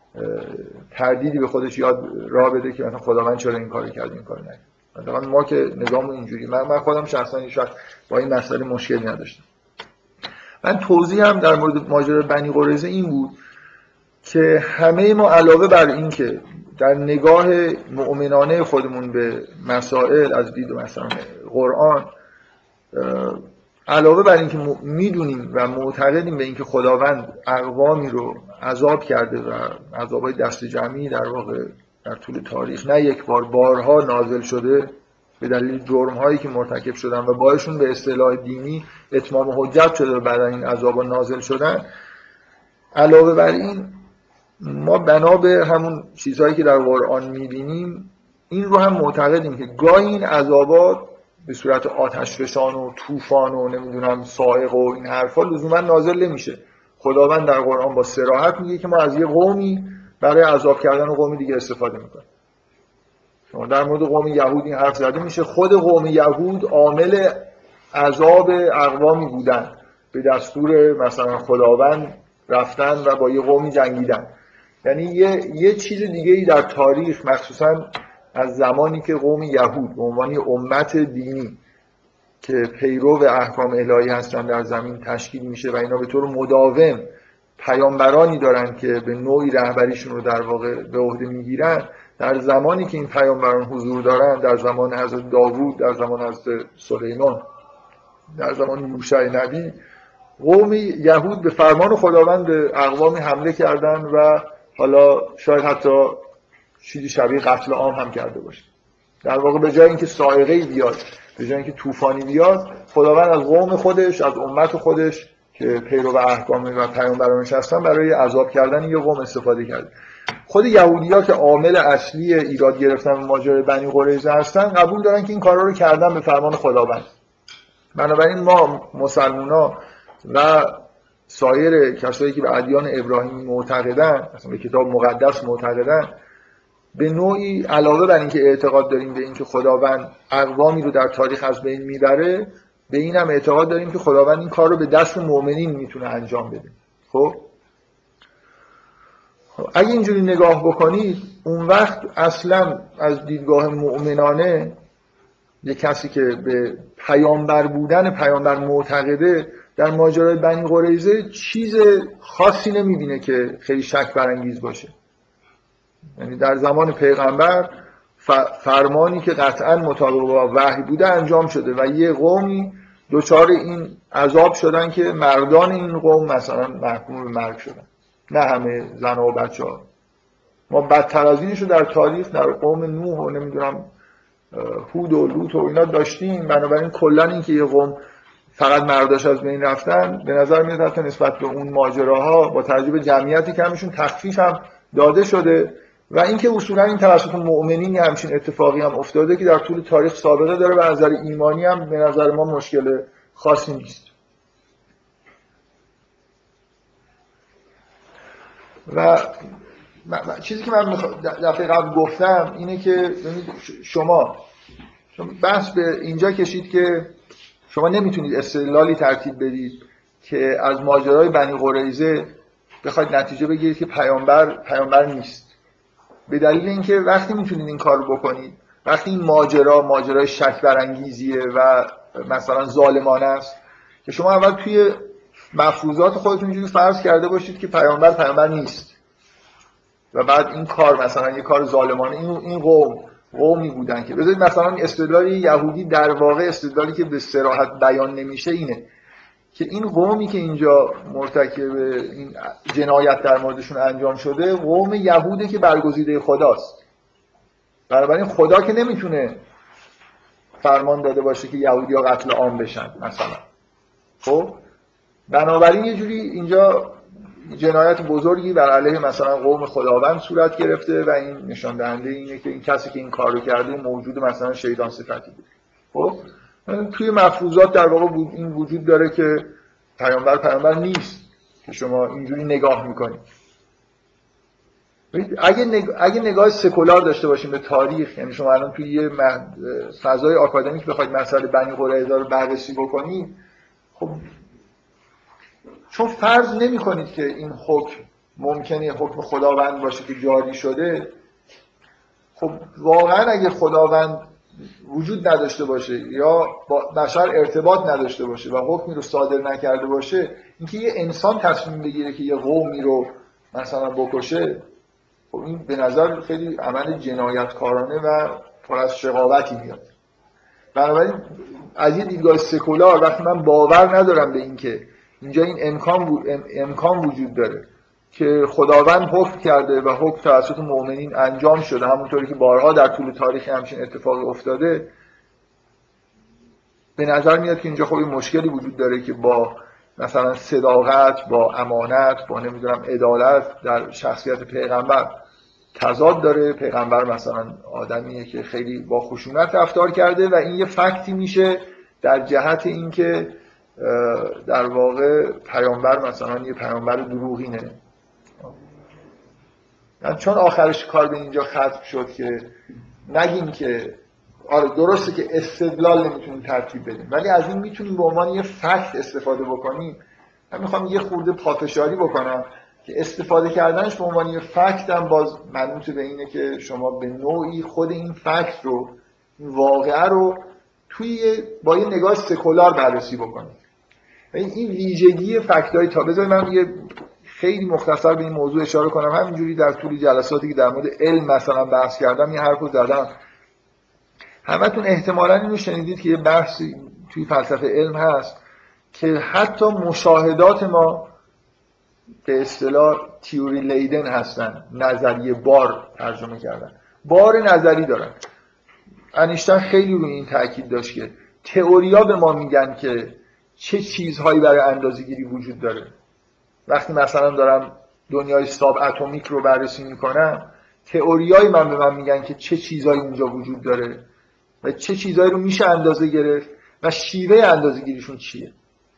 تردیدی به خودش یاد راه بده که مثلا خداوند چرا این کارو کرد این کارو نکرد. مثلا ما که نگاهمون اینجوری، من خودم شخصا هیچ وقت با این مسئله مشکلی نداشتم. من توضیح هم در مورد ماجرای بنی قریظه این بود که همه ما علاوه بر این که در نگاه مؤمنانه خودمون به مسائل از دید مثلا قرآن، علاوه بر این که میدونیم و معتقدیم به این که خداوند اقوامی رو عذاب کرده و عذابای دست جمعی در واقع در طول تاریخ نه یک بار، بارها نازل شده به دلیل جرم‌هایی که مرتکب شدن و باعثشون به اصطلاح دینی اتمام حجت شده و بعد این عذابا نازل شدن، علاوه بر این ما بنا به همون چیزهایی که در قرآن می‌بینیم این رو هم معتقدیم که گاهی این عذابات به صورت آتشفشان و طوفان و نمیدونم صاعقه و این حرفا لزوما نازل نمیشه. خداوند در قرآن با صراحت میگه که ما از یه قومی برای عذاب کردن قوم دیگه استفاده میکنیم. شما در مورد قوم یهود این حرف زده میشه، خود قوم یهود عامل عذاب اقوامی بودن، به دستور مثلا خداوند رفتن و با یه قومی جنگیدن. یعنی یه چیز دیگه ای در تاریخ مخصوصا از زمانی که قوم یهود به عنوان امت دینی که پیرو احکام الهی هستن در زمین تشکیل میشه و اینا به طور مداوم پیامبرانی دارن که به نوعی رهبریشون رو در واقع به عهده میگیرن، در زمانی که این پیامبران حضور دارن، در زمان حضرت داوود، در زمان حضرت سلیمان، در زمان یوشع نبی، قوم یهود به فرمان خداوند به اقوامی حمله کردن و حالا شاید حتی چیزی شبیه قتل عام هم کرده باشه. در واقع به جای اینکه صاعقه‌ای بیاد، به جای اینکه طوفانی بیاد، خداوند از قوم خودش، از امت خودش که پیرو احکام و پیامبرانش هستن برای عذاب کردن یه قوم استفاده کرده. خود یهودی‌ها که عامل اصلی ایراد گرفتن به ماجرای بنی قریظه هستن، قبول دارن که این کارا رو کردن به فرمان خداوند. بنابراین ما مسلمان‌ها و سایر کسایی که به ادیان ابراهیمی معتقدن، مثلا به کتاب مقدس معتقدن، به نوعی علاوه بر اینکه اعتقاد داریم به اینکه خداوند اقوامی رو در تاریخ از بین میبره، به این هم اعتقاد داریم که خداوند این کار رو به دست مؤمنین میتونه انجام بده. خب اگه اینجوری نگاه بکنید، اون وقت اصلا از دیدگاه مؤمنانه یک کسی که به پیامبر بودن پیامبر معتقده در ماجرای بنی قریظه چیز خاصی نمیبینه که خیلی شک برانگیز باشه. یعنی در زمان پیغمبر فرمانی که قطعا مطابق با وحی بوده انجام شده و یه قومی دوچار این عذاب شدن که مردان این قوم مثلا محکوم به مرگ شدن، نه همه زن و بچه ها. ما بدتر از اینشو در تاریخ در قوم نوح و نمیدونم هود و لوط و اینا داشتیم. بنابراین کلا این که یه قوم فقط مرداش از بین رفتن، به نظر میاد حتی نسبت به اون ماجراها با توجه به جمعیتی که همشون تخفیف هم داده شده و اینکه اصولا این توسط مؤمنین همچین اتفاقی هم افتاده که در طول تاریخ سابقه داره و از نظر ایمانی هم به نظر ما مشکل خاصی نیست. و چیزی که من دفعه قبل گفتم اینه که شما بحث به اینجا کشید که شما نمیتونید استدلالی ترتیب بدید که از ماجرای بنی قریظه بخواید نتیجه بگیرید که پیامبر نیست، به دلیل اینکه وقتی میتونید این کار رو بکنید، وقتی این ماجرای شک برانگیزیه و مثلا ظالمانه است که شما اول توی مفروضات خودتون اینجوری فرض کرده باشید که پیامبر نیست و بعد این کار مثلا یه کار ظالمانه، این قومی بودن که بذارید مثلا استدلال یهودی در واقع استدلالی که به صراحت بیان نمیشه اینه که این قومی که اینجا مرتکب این جنایت در موردشون انجام شده قوم یهوده که برگزیده خداست. بنابراین خدا که نمیتونه فرمان داده باشه که یهودی‌ها قتل عام بشن مثلا. خب بنابراین یه جوری اینجا جنایت بزرگی بر علیه مثلا قوم خداوند صورت گرفته و این نشان دهنده اینه که این کسی که این کارو کرده موجود مثلا شیطان صفتی بود. خب توی مفروضات در واقع این وجود داره که پیامبر نیست که شما اینجوری نگاه میکنید. اگه نگاه سکولار داشته باشیم به تاریخ، یعنی شما الان توی یه فضای آکادمیک بخواید مسئله بنی قریظه رو بررسی بکنید، خب چون فرض نمی کنید که این حکم ممکنه حکم خداوند باشه که جاری شده، خب واقعا اگه خداوند وجود نداشته باشه یا با بشر ارتباط نداشته باشه و حکمی رو صادر نکرده باشه، اینکه یه انسان تصمیم بگیره که یه قومی رو مثلا بکشه، خب این به نظر خیلی عمل جنایتکارانه و پر از شقاوتی میاد. بنابراین از یه دیدگاه سکولار وقتی من باور ندارم به این که اینجا این امکان وجود داره که خداوند حکم کرده و حکم توسط مؤمنین انجام شده، همونطوری که بارها در طول تاریخ همچین اتفاقی افتاده، به نظر میاد که اینجا خب مشکلی وجود داره که با مثلا صداقت، با امانت، با نمیدونم عدالت در شخصیت پیغمبر تضاد داره. پیغمبر مثلا آدمیه که خیلی با خشونت رفتار کرده و این یه فکتی میشه در جهت اینکه در واقع پیامبر مثلا یه پیامبر دروغینه. چون آخرش کار به اینجا ختم شد که نگیم که آره درسته که استدلال نمیتونیم ترتیب بدیم، ولی از این میتونیم به عنوان یه فکت استفاده بکنیم. من میخوام یه خورده پافشاری بکنم که استفاده کردنش به عنوان یه فکت هم باز منوط به اینه که شما به نوعی خود این فکت رو، این واقعه رو با یه نگاه سکولار بررسی بکنید. این ویژگی فکت‌های بذارید من یه خیلی مختصر به این موضوع اشاره کنم. همینجوری در طول جلساتی که در مورد علم مثلا بحث کردم یه حرفو زدم. همتون احتمالاً اینو شنیدید که یه بحثی توی فلسفه علم هست که حتی مشاهدات ما به اصطلاح تیوری لیدن هستن، نظریه بار ترجمه کردن، بار نظری دارن. انیشتین خیلی روی این تاکید داشت که تئوریا به ما میگن که چه چیزهایی برای اندازه‌گیری وجود داره. وقتی مثلا دارم دنیای ساب اتمیک رو بررسی میکنم، تئوریای من به من میگن که چه چیزهایی اونجا وجود داره و چه چیزهایی رو میشه اندازه گرفت و شیوه اندازه‌گیریشون چیه.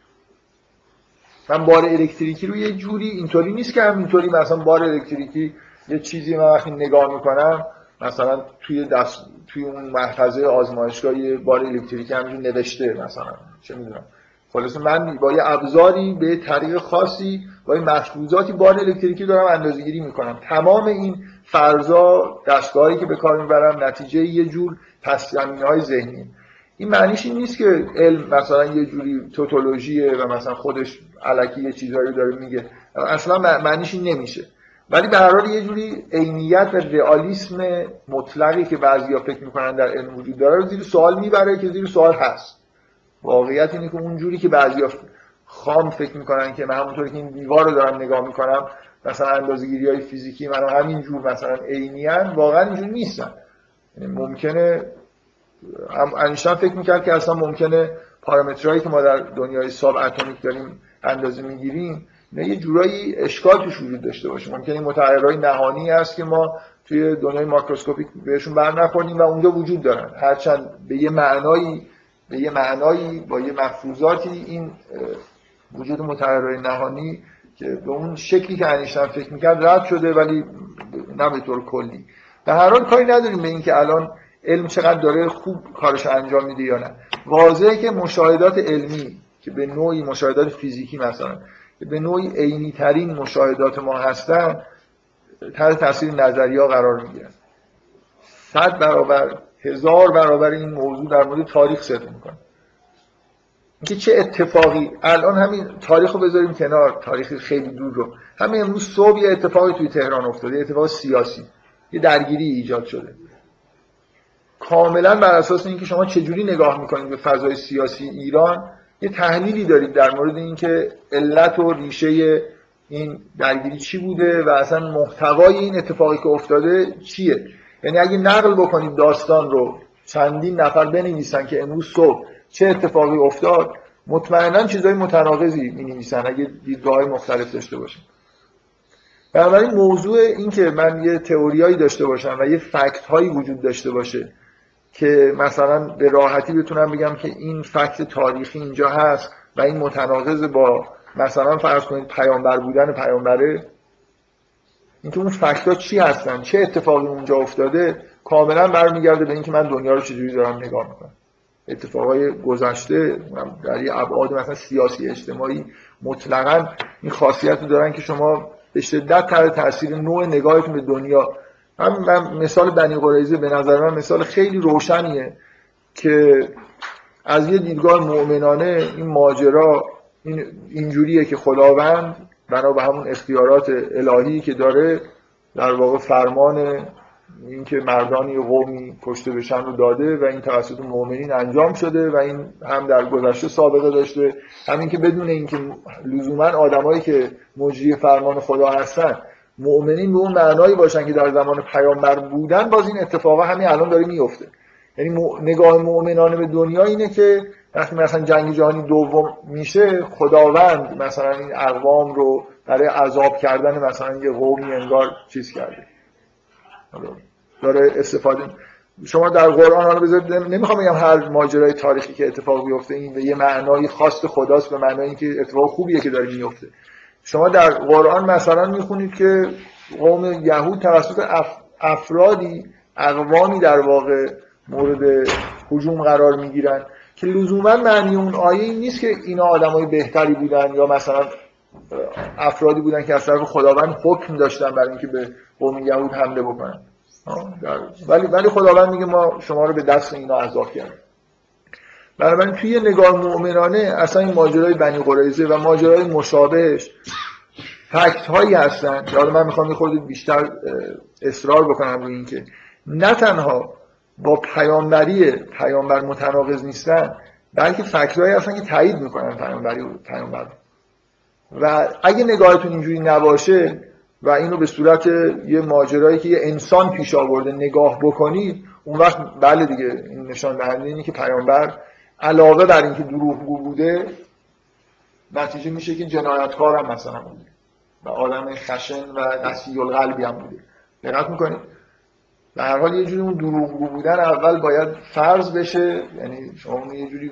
من بار الکتریکی رو یه جوری اینطوری نیست که همینطوری مثلا بار الکتریکی یه چیزی من وقتی نگاه میکنم مثلا توی اون محفظه آزمایشگاهی بار الکتریکی همینجور نوشته مثلا چه میدونم، خلاصه من با یه ابزاری به طریق خاصی با یه مفروضاتی بار الکتریکی دارم اندازه‌گیری میکنم. تمام این فرضا دستگاهی که به کار میبرم نتیجه یه جور پس‌زمینه‌های ذهنی. این معنیش این نیست که علم مثلا یه جوری توتولوژیه و مثلا خودش الکی یه چیزایی داره میگه، اصلا معنیش این نمیشه. ولی به هر حال یه جوری عینیت و رئالیسم مطلقی که بعضیا فکر میکنن در علم وجود داره رو زیر سوال میبره که زیر سوال هست. واقعیت اینه که اونجوری که بعضیا خام فکر میکنن که من همونطوری که این دیوار رو دارم نگاه میکنم مثلا اندازه‌گیری‌های فیزیکی من همینجور مثلا عینیاً، واقعا اینجوری نیستن. یعنی ممکنه انیشتین فکر میکرد که اصلا ممکنه پارامترهایی که ما در دنیای ساب اتمیک داریم اندازه میگیریم یه جورایی اشکال توش وجود داشته باشه. ممکنه این متغیرهای نهانی هست که ما توی دنیای ماکروسکوپیک بهشون بر نخوردیم و اونجا وجود دارن، هرچند به یه معنایی با یه مفروضاتی این وجود متغیرهای نهانی که به اون شکلی که انیشتین فکر میکرد رد شده، ولی نه به طور کلی. به هر حال کاری نداریم به این که الان علم چقدر داره خوب کارش انجام میده یا نه. واضحه که مشاهدات علمی که به نوعی مشاهدات فیزیکی مثلا که به نوعی عینی ترین مشاهدات ما هستن تحت تاثیر نظریه‌ها قرار میگیرن. 100 برابر 1000 برابر این موضوع در مورد تاریخ صدق میکنه. اینکه چه اتفاقی الان همین تاریخ رو بذاریم کنار، تاریخ خیلی دور رو، همین امروز صبح یه اتفاقی توی تهران افتاده، یه اتفاق سیاسی، یه درگیری ایجاد شده. کاملا بر اساس اینکه شما چجوری نگاه میکنید به فضای سیاسی ایران یه تحلیلی دارید در مورد اینکه علت و ریشه این درگیری چی بوده و اصلا محتوای این اتفاقی که افتاده چیه. یعنی اگه نقل بکنید داستان رو، چندین نفر بنویسن که امروز صبح چه اتفاقی افتاد، مطمئنا چیزای متناقضی می‌نویسن اگه دیدگاه‌های مختلف داشته باشن. بنابراین موضوع این که من یه تئوریایی داشته باشم و یه فکت‌هایی وجود داشته باشه که مثلا به راحتی بتونم بگم که این فکت تاریخی اینجا هست و این متناقض با مثلا فرض کنید پیامبر بودن پیامبره، اینکه اون فکت‌ها چی هستن، چه اتفاقی اونجا افتاده، کاملا برمیگرده به اینکه من دنیا رو چجوری دارم نگاه میکنم. اتفاقای گذشته در یه ابعاد مثلا سیاسی اجتماعی مطلقاً این خاصیت رو دارن که شما به شدت تحت تاثیر نوع نگاهتون به دنیا. من مثال بنی قریظه به نظر من مثال خیلی روشنیه که از یه دیدگاه مؤمنانه این ماجرا اینجوریه که خداوند بنا به همون اختیارات الهی که داره در واقع فرمان این که مردانی قومی کشته بشن رو داده و این توسط مؤمنین انجام شده و این هم در گذشته سابقه داشته، همین که بدون اینکه لزوما آدمایی که مجری فرمان خدا هستن مؤمنین به اون معنایی باشن که در زمان پیامبر بودن، باز این اتفاقا همین الان داره میفته. یعنی نگاه مؤمنانه به دنیا اینه که وقتی مثلا جنگ جهانی دوم میشه خداوند مثلا این اقوام رو برای عذاب کردن مثلا یه قومی انگار چیز کرده، داره استفاده. شما در قرآن حالا بذارید، نمیخوام بگم هر ماجرای تاریخی که اتفاق بیفته این به یه معنای خاص خداست، به معنای اینکه اتفاق خوبیه که داره میفته. شما در قرآن مثلا میخونید که قوم یهود توسط افرادی اقوامی در واقع مورد هجوم قرار میگیرن که لزوما معنی اون آیه این نیست که اینا آدمای بهتری بودن یا مثلا افرادی بودن که از طرف خداوند حکم داشتن برای اینکه به قوم یهود حمله بکنن. ولی خداوند میگه ما شما رو به دست اینا عذاب کردیم. بنابراین توی نگاه مؤمنانه اصلا این ماجرای بنی قریظه و ماجرای مشابهش فکت هایی هستن که حالا من میخوام خودت بیشتر اصرار بکنم روی این که نه تنها با پیامبر متناقض نیستن، بلکه فکت هایی هستن که تایید میکنن پیامبر. و اگه نگاهتون اینجوری نباشه و اینو به صورت یه ماجرایی که یه انسان پیش آورده نگاه بکنید، اون وقت بله دیگه این نشان دهنده اینه که پیامبر علاوه بر اینکه دروغگو بوده نتیجه میشه که جنایتکار هم مثلا بوده و آدم خشن و قسی القلبی هم بوده. دقت میکنید؟ به هر حال یه جوری اون دروغگو بودن اول باید فرض بشه، یعنی شما یه جوری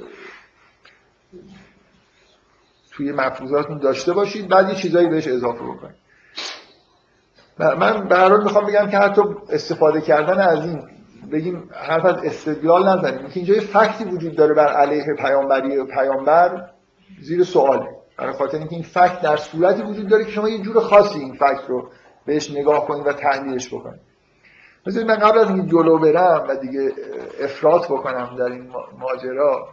توی مفروضاتون داشته باشید بعد یه چیزایی بهش اضافه بکنید. من به هر حال میخوام بگم که حتی استفاده کردن از این بگیم حرف از استدلال نزنیم، اینکه اینجا یه فکتی وجود داره بر علیه پیامبری و پیامبر زیر سواله، برای خاطر اینکه این فکت در صورتی وجود داره که شما یه جور خاصی این فکت رو بهش نگاه کنید و تحلیلش بکنید. مثلا من قبل از اینکه جلو برم و دیگه افراط بکنم در این ماجرا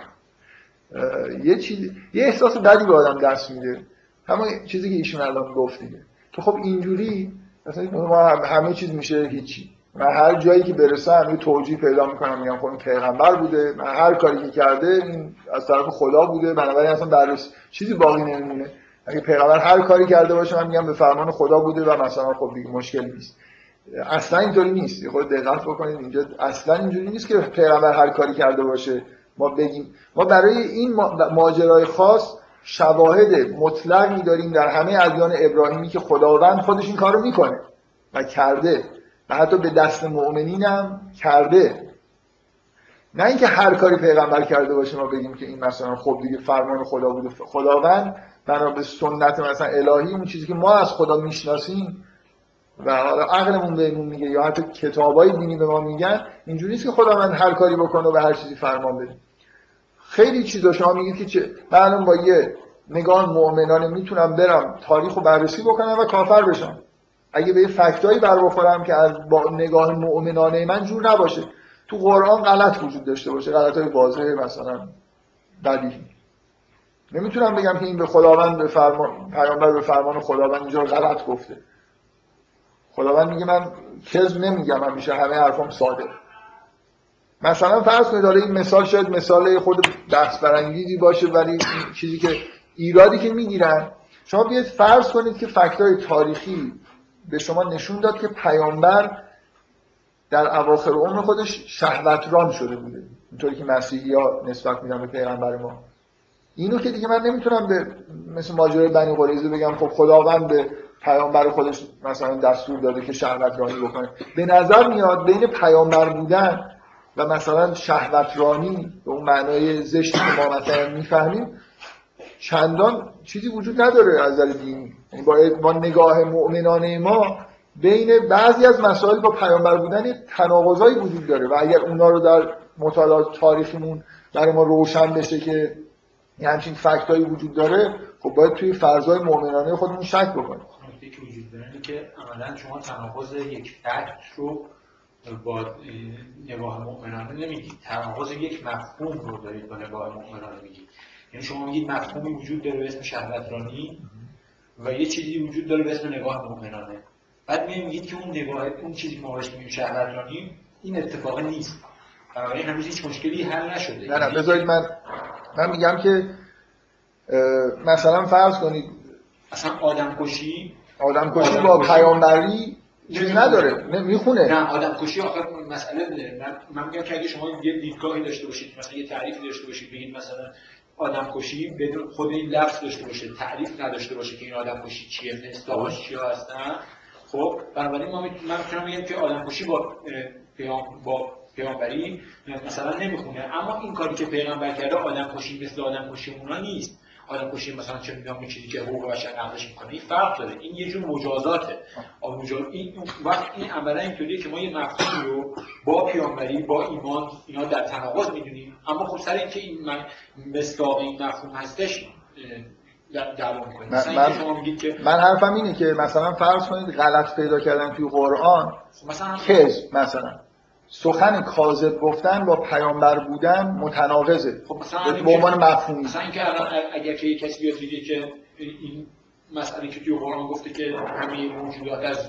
یه احساس بدی به آدم دست میده، همون چیزی که ایشون الان گفت دیگه. تو خب اینجوری مثلا ما همه چیز میشه هیچی، من هر جایی که برسم یه توجیه پیدا میکنم میگم خب این پیغمبر بوده، من هر کاری که کرده این از طرف خدا بوده، بنابراین اصلا برش چیزی باقی نمیمونه. اگه پیغمبر هر کاری کرده باشه من میگم به فرمان خدا بوده و مثلا خب دیگه مشکل نیست. اصلا اینطوری نیست. خود دقت بکنید اینجا اصلا اینجوری نیست که پیغمبر هر کاری کرده باشه ما بگیم. ما برای این ماجرای خاص شواهد مطلقی داریم در همه ادیان ابراهیمی که خداوند خودش این کارو میکنه و کرده و حتی به دست مؤمنین هم کرده. نه اینکه هر کاری پیغمبر کرده باشه ما بگیم که این مثلا خب دیگه فرمان خدا بوده. خداوند بنا به سنت مثلا الهی اون چیزی که ما از خدا میشناسیم و حالا عقلمون بهمون میگه یا حتی کتابای دینی به ما میگن، اینجوری نیست که خداوند هر کاری بکنه و به هر چیزی فرمان بده. خیلی چیزا شما میگید که من با یه نگاه مؤمنانه میتونم برم تاریخو بررسی بکنم و کافر بشم اگه به فکتایی بر بخورم که از با نگاه مؤمنانه من جور نباشه. تو قرآن غلط وجود داشته باشه، غلطای واضحه مثلا بدیهی. نمیتونم بگم که این به خداوند به فرمان پیامبر به فرمان خداوند اینجا غلط گفته. خداوند میگه من کذب نمیگم، همیشه همه حرفام صادق. مثلا فرض کنید این مثال شاید مثال خود بحث برانگیزی باشه، ولی این چیزی که ایرادی که میگیرن، شما بیاید فرض کنید که فکتای تاریخی به شما نشون داد که پیامبر در اواخر عمر خودش شهوتران شده بوده، اینطوری که مسیحی‌ها نسبت میدن به پیغمبر ما. اینو که دیگه من نمیتونم به مثل ماجرای بنی قریظه بگم خب خداوند به پیامبر خودش مثلا دستور داده که شهوترانی بکنه. به نظر میاد بین پیامبر بودن و مثلا شهوترانی به اون معنای زشتی که ما مثلا میفهمیم چندان چیزی وجود نداره از نظر دینی. یعنی باید با نگاه مؤمنانه ما بین بعضی از مسائل با پیامبر بودن تناقضایی وجود داره و اگر اونا رو در مطالعات تاریخیمون برای ما روشن بشه که یه همچین فکتایی وجود داره، خب باید توی فرضای مؤمنانه خودمون شک بکنیم. نکته که وجود داره اینه که عملاً شما تناقض یک فکت رو با نگاه مؤمنانه نمیگید، تناقض یک مفهوم رو دارید با نگاه مؤمنانه میگید. یعنی شما میگید مفهومی وجود داره به اسم شهوترانی و یه چیزی وجود داره به اسم نگاه مؤمنانه. بعد میگید که اون چیزی که ما بهش میگیم شهوترانی این اتفاق نیست. بنابراین هنوز هیچ مشکلی حل نشده. نه بذارید من میگم که مثلا فرض کنید اصلا آدمکشی با پیامبری چیز نداره، میخونه. نه آدمکشی آخر مسئله نداره. من میگم که اگه شما یه دیدگاهی داشته باشید، مثلا یه تعریفی داشته باشید، بگید مثلا آدمکشی بدون خود این لفظ داشته باشه، تعریف نداشته باشه که این آدمکشی چیه، اصطلاحاش چیا هستن، خب بنابراین من میتونم بگم که آدمکشی با پیامبری مثلا نمیخونه. اما این کاری که پیغمبر کرده آدمکشی مثل آدمکشی اونا نیست. آدمکشی مثلا چه میدونم این چیزی که حقوق بشر نقضش میکنه این فرق داره. این یه جور مجازاته. این وقت این عملا اینطوریه که ما یه مفهومی رو با پیامبری با ایمان اینا در تناقض میدونیم، اما خب سر اینکه این مصداق این مفهوم هستش دعوا میکنیم. من حرفم اینه که مثلا فرض کنید غلط پیدا کردن توی قرآن، مثلا کذب، مثلا سخن کاذب گفتن با پیامبر بودن متناقضه. خب مثلا به عنوان مفهومی مثلا اینکه الان اگر که کسی بیاد بگه که این مسئله که توی قرآن گفته که همه موجودات از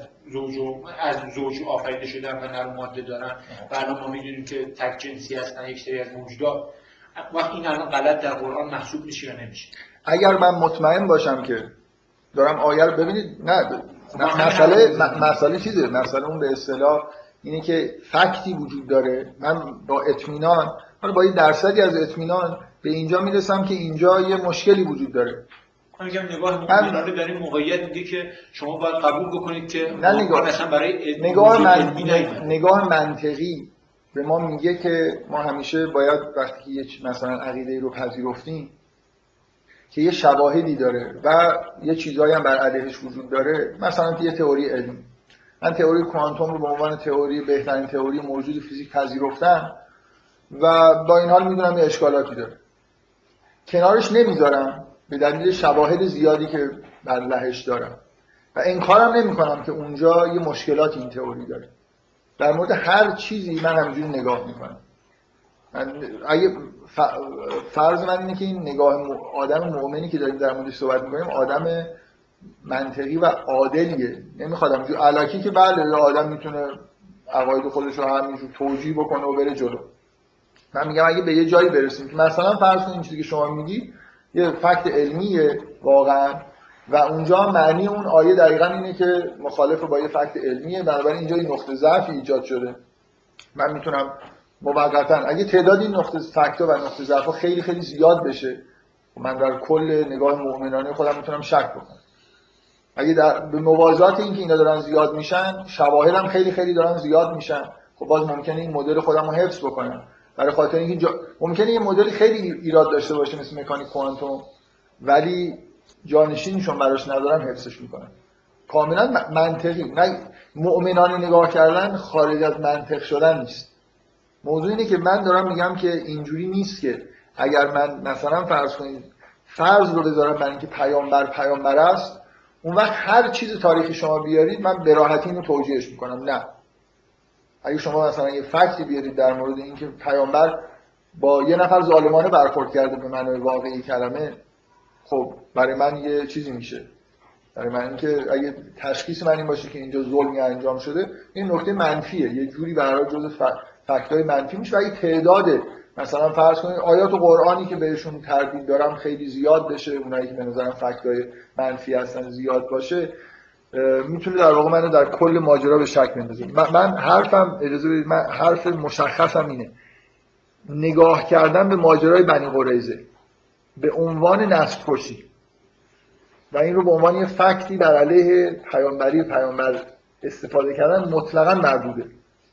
زوج آفریده شدن و نر و ماده دارن و الان ما میدونیم که تک جنسی هستن یک سری از موجودات، وقت این الان غلط در قرآن محسوب میشه یا نمیشه؟ اگر من مطمئن باشم که دارم آیه رو ببینید، نه مسئله چیزه، مسئله اون به اصطلاح اینه که فکتی وجود داره، من با اطمینان، حالا با یه درصدی از اطمینان به اینجا میرسم که اینجا یه مشکلی وجود داره. من میگم نگاه مؤمنانه در این موقعیت میگه که شما باید قبول بکنید که نه نگاه مثلا برای نگاه منطقی به ما میگه که ما همیشه باید وقتی یه مثلا عقیده رو پذیرفتیم که یه شواهدی داره و یه چیزایی هم بر علیهش وجود داره، مثلا یه تئوری علمی، من تئوری کوانتوم رو به عنوان تئوری بهترین تئوری موجود فیزیک پذیرفتم و با این حال میدونم یه اشکالاتی داره، کنارش نمیذارم به دلیل شواهد زیادی که بر لهش دارم و انکارم نمیکنم که اونجا یه مشکلاتی این تئوری داره. در مورد هر چیزی من همینجوری نگاه میکنم. اگه فرض من اینه که این نگاه آدم مؤمنی که داریم در موردش صحبت میکنیم آدم منطقی و عادلیه، نمیخواد همینجور الکی که بله آدم میتونه عقاید خودش رو همینجور توجیه بکنه و بره جلو. من میگم اگه به یه جایی برسیم که مثلا فرض کنید این چیزی که شما میگی یه فکت علمیه واقعا و اونجا معنی اون آیه دقیقاً اینه که مخالف با یه فکت علمیه، بنابراین اینجا یه نقطه ضعفی ایجاد شده، من میتونم موقتا اگه تعداد این نقطه فکت‌ها و نقطه ضعف‌ها خیلی خیلی زیاد بشه من در کل نگاه مؤمنانه خودم میتونم شک بکنم. اگه به موازات این که اینا دارن زیاد میشن شواهد هم خیلی خیلی دارن زیاد میشن، خب باز ممکنه این مدل خودم رو حفظ بکنم برای خاطر اینکه ممکنه یه مدل خیلی ایراد داشته باشه مثل مکانیک کوانتوم ولی جانشینشون براش ندارم حفظش میکنم. کاملا منطقی، نه مؤمنانه نگاه کردن خارج از منطق شدن نیست. موضوع اینه که من دارم میگم که اینجوری نیست که اگر من مثلا فرض کنید فرض رو بذارم برای اینکه پیامبر است اون وقت هر چیز تاریخی شما بیارید من به راحتی اینو توجیهش میکنم. نه، اگه شما مثلا یه فکتی بیارید در مورد اینکه پیامبر با یه نفر ظالمانه برخورد کرده به معنای واقعی کلمه، خب برای من یه چیزی میشه، برای من اینکه اگه تشخیص من این باشه که اینجا ظلمی انجام شده این نکته منفیه، یه جوری برای جزء فکت‌های منفی میشه و اگه تعداد مثلا فرض کنید آیات قرآنی که بهشون تردید دارم خیلی زیاد بشه، اونایی که به نظرم فکت‌های منفی هستن زیاد باشه، میتونه در واقع منو در کل ماجرا به شک بندازه. من حرفم اجازه بدید، من حرف مشخصم اینه، نگاه کردن به ماجرای بنی قریظه به عنوان نسل‌کشی و این رو به عنوان یه فکتی بر علیه پیامبر استفاده کردن مطلقاً مردوده،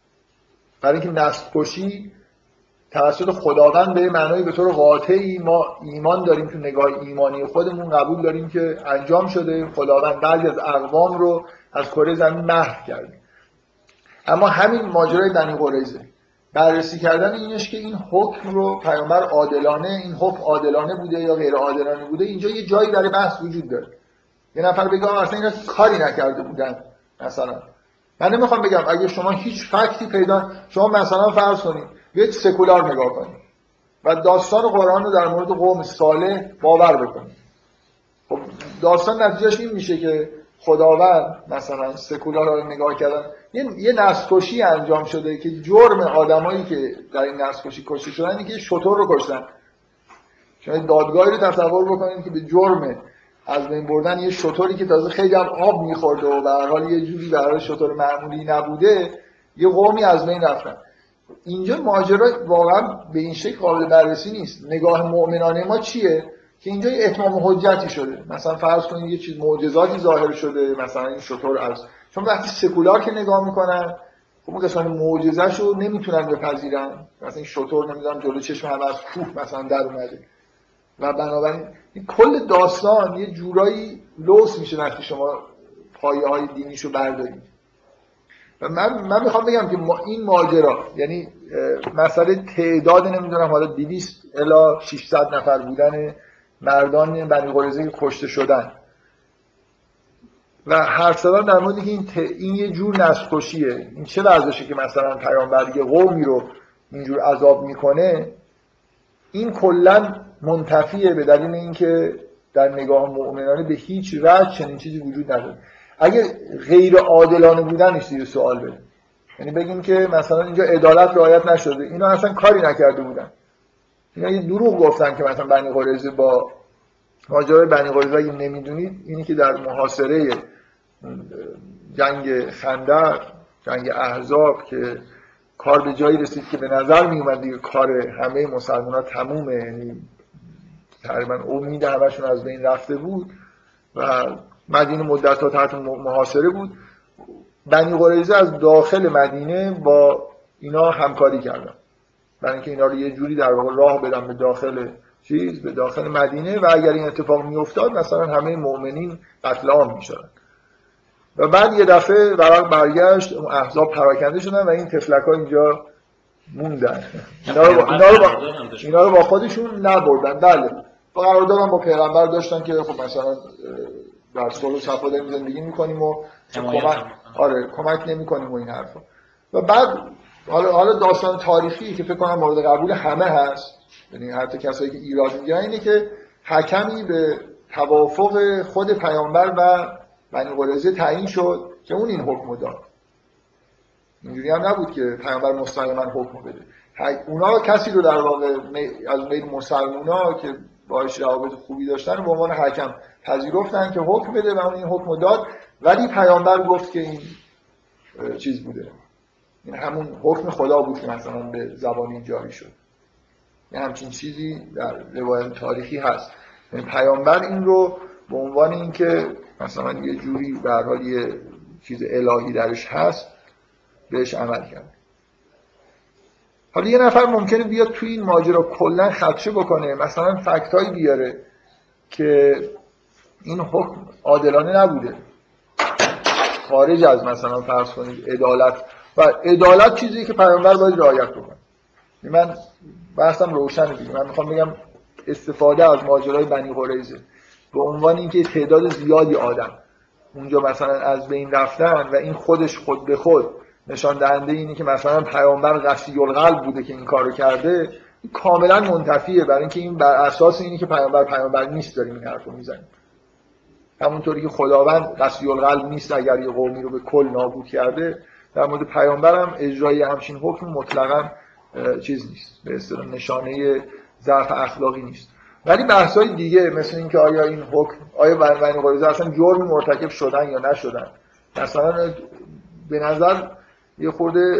برای اینکه نسل‌کشی توسط خداوند به معنای به طور قاطعی ما ایمان داریم تو نگاه ایمانی خودمون قبول داریم که انجام شده، خداوند بعضی از اقوام رو از کره زمین محو کرده. اما همین ماجرای بنی قریظه بررسی کردن اینش که این حکم رو پیامبر عادلانه، این حکم عادلانه بوده یا غیر عادلانه بوده، اینجا یه جایی برای بحث وجود داره. یه نفر بگه اصلا اینا کاری نکرده بودن، مثلا من نمیخوام بگم اگه شما هیچ فکتی پیدا، شما مثلا فرض کنید بیاید سکولار نگاه کنید و داستان قرآن رو در مورد قوم صالح باور بکنید، خب داستان نتیجهش این میشه که خداوند مثلا سکولار رو نگاه کردن یه نسل‌کشی انجام شده که جرم آدمایی که در این نسل‌کشی کشته شدن اینه که شتر رو کشتن. شما دادگاهی رو تصور بکنید که به جرم از بین بردن یه شتری که تازه خیلی هم آب می‌خورده و به هر حال یه جوری برای شتر معمولی نبوده یه قومی از بین رفتن. اینجا ماجرا واقعا به این شکل قابل بررسی نیست. نگاه مؤمنانه ما چیه که اینجا یه اتمام حجتی شده، مثلا فرض کنید یه چیز معجزاتی ظاهر شده، مثلا این شتر از چون وقتی سکولار که نگاه میکنن خب اون قسمت معجزه‌شو نمیتونن بپذیرن، مثلا این شتر نمیدونم جلو چشم همه از کوه مثلا در اومده و بنابراین این کل داستان یه جورایی لوس میشه وقتی شما پایه‌های دینیشو بردارید. و من میخوام بگم که این ماجرا یعنی مسئله تعداد نمیدونم حالا 200 الی 600 نفر بودن مردان بنی قریظه که کشته شدن و حرف زدن در مورد که این یه جور نسل‌کشیه، این چه ورزشه که مثلا پیامبر یه قومی رو اینجور عذاب میکنه، این کلا منتفیه به دلیل اینکه در نگاه مؤمنانه به هیچ وجه چنین چیزی وجود نداره. اگه غیر عادلانه بودنش زیر سوال بره، یعنی بگیم که مثلا اینجا عدالت رعایت نشده، اینا اصلا کاری نکرده بودن، اینا یه دروغ گفتن که مثلا بنی قریظه با ماجرای بنی قریظه اگه نمیدونید اینی که در محاصره جنگ خندق جنگ احزاب که کار به جایی رسید که به نظر می اومد دیگه کار همه مسلمان‌ها تمومه، یعنی تقریبا امید همشون از بین رفته بود و مدینه مدت‌ها تحت محاصره بود. بنی قریظه از داخل مدینه با اینا همکاری کردن برای اینکه اینا رو یه جوری در واقع راه بدن به داخل مدینه و اگر این اتفاق میافتاد مثلا همه مؤمنین قتل عام میشدن. و بعد یه دفعه ورق برگشت، اون احزاب پراکنده شدن و این تفلک‌ها اینجا موندن. اینا رو با خودشون نبردن. بله قرارداد با پیغمبر داشتن که خب مثلا در صلح و صفا داریم زندگی میکنیم و کمک نمیکنیم و این حرفا. و بعد حالا داستان تاریخی که فکر کنم مورد قبول همه هست، یعنی حتی کسایی که ایراد میگیرن، اینه که حکمی به توافق خود پیامبر و بنی قریظه تعیین شد که اون این حکم داد. اینجوری هم نبود که پیامبر مستقیما حکم بده. اونا کسی رو در واقع از بین مسلمونا که باهاش روابط خوبی داشتن به عنوان حکم پذیرفتن که حکم بده و اون این حکم داد، ولی پیامبر گفت که این چیز بوده، این همون حکم خدا بود که مثلا به زبانی جاری شد. یه همچین چیزی در روایت تاریخی هست. یعنی پیامبر این رو به عنوان اینکه مثلا یه جوری به هر حال یه چیز الهی درش هست بهش عمل کرد. حالا یه نفر ممکنه بیاد توی این ماجرا کلا خدشه بکنه، مثلا فکتایی بیاره که این حکم عادلانه نبوده، خارج از مثلا فرض کنید عدالت، و عدالت چیزی که پیامبر باید رعایت بکنه. من بحثم روشنه دیگه. من میخوام بگم استفاده از ماجرای بنی قریظه به عنوان اینکه تعداد زیادی آدم اونجا مثلا از بین رفتن و این خودش خود به خود نشان دهنده اینه که مثلا پیامبر قسی القلب بوده که این کارو کرده، کاملا منتفیه، برای اینکه این بر اساس اینه که پیامبر نیست داریم این حرفو میزنیم. همونطوری که خداوند قسی القلب نیست اگر یه قومی رو به کل نابود کرده، در مورد پیامبرم اجرای همچین حکم مطلقاً چیز نیست، به اصطلاح نشانه ضعف اخلاقی نیست. ولی بحث‌های دیگه مثل اینکه آیا این حکم، آیا بنی قریظه اصلا جرم مرتکب شدن یا نشدن، مثلا به نظر یه خورده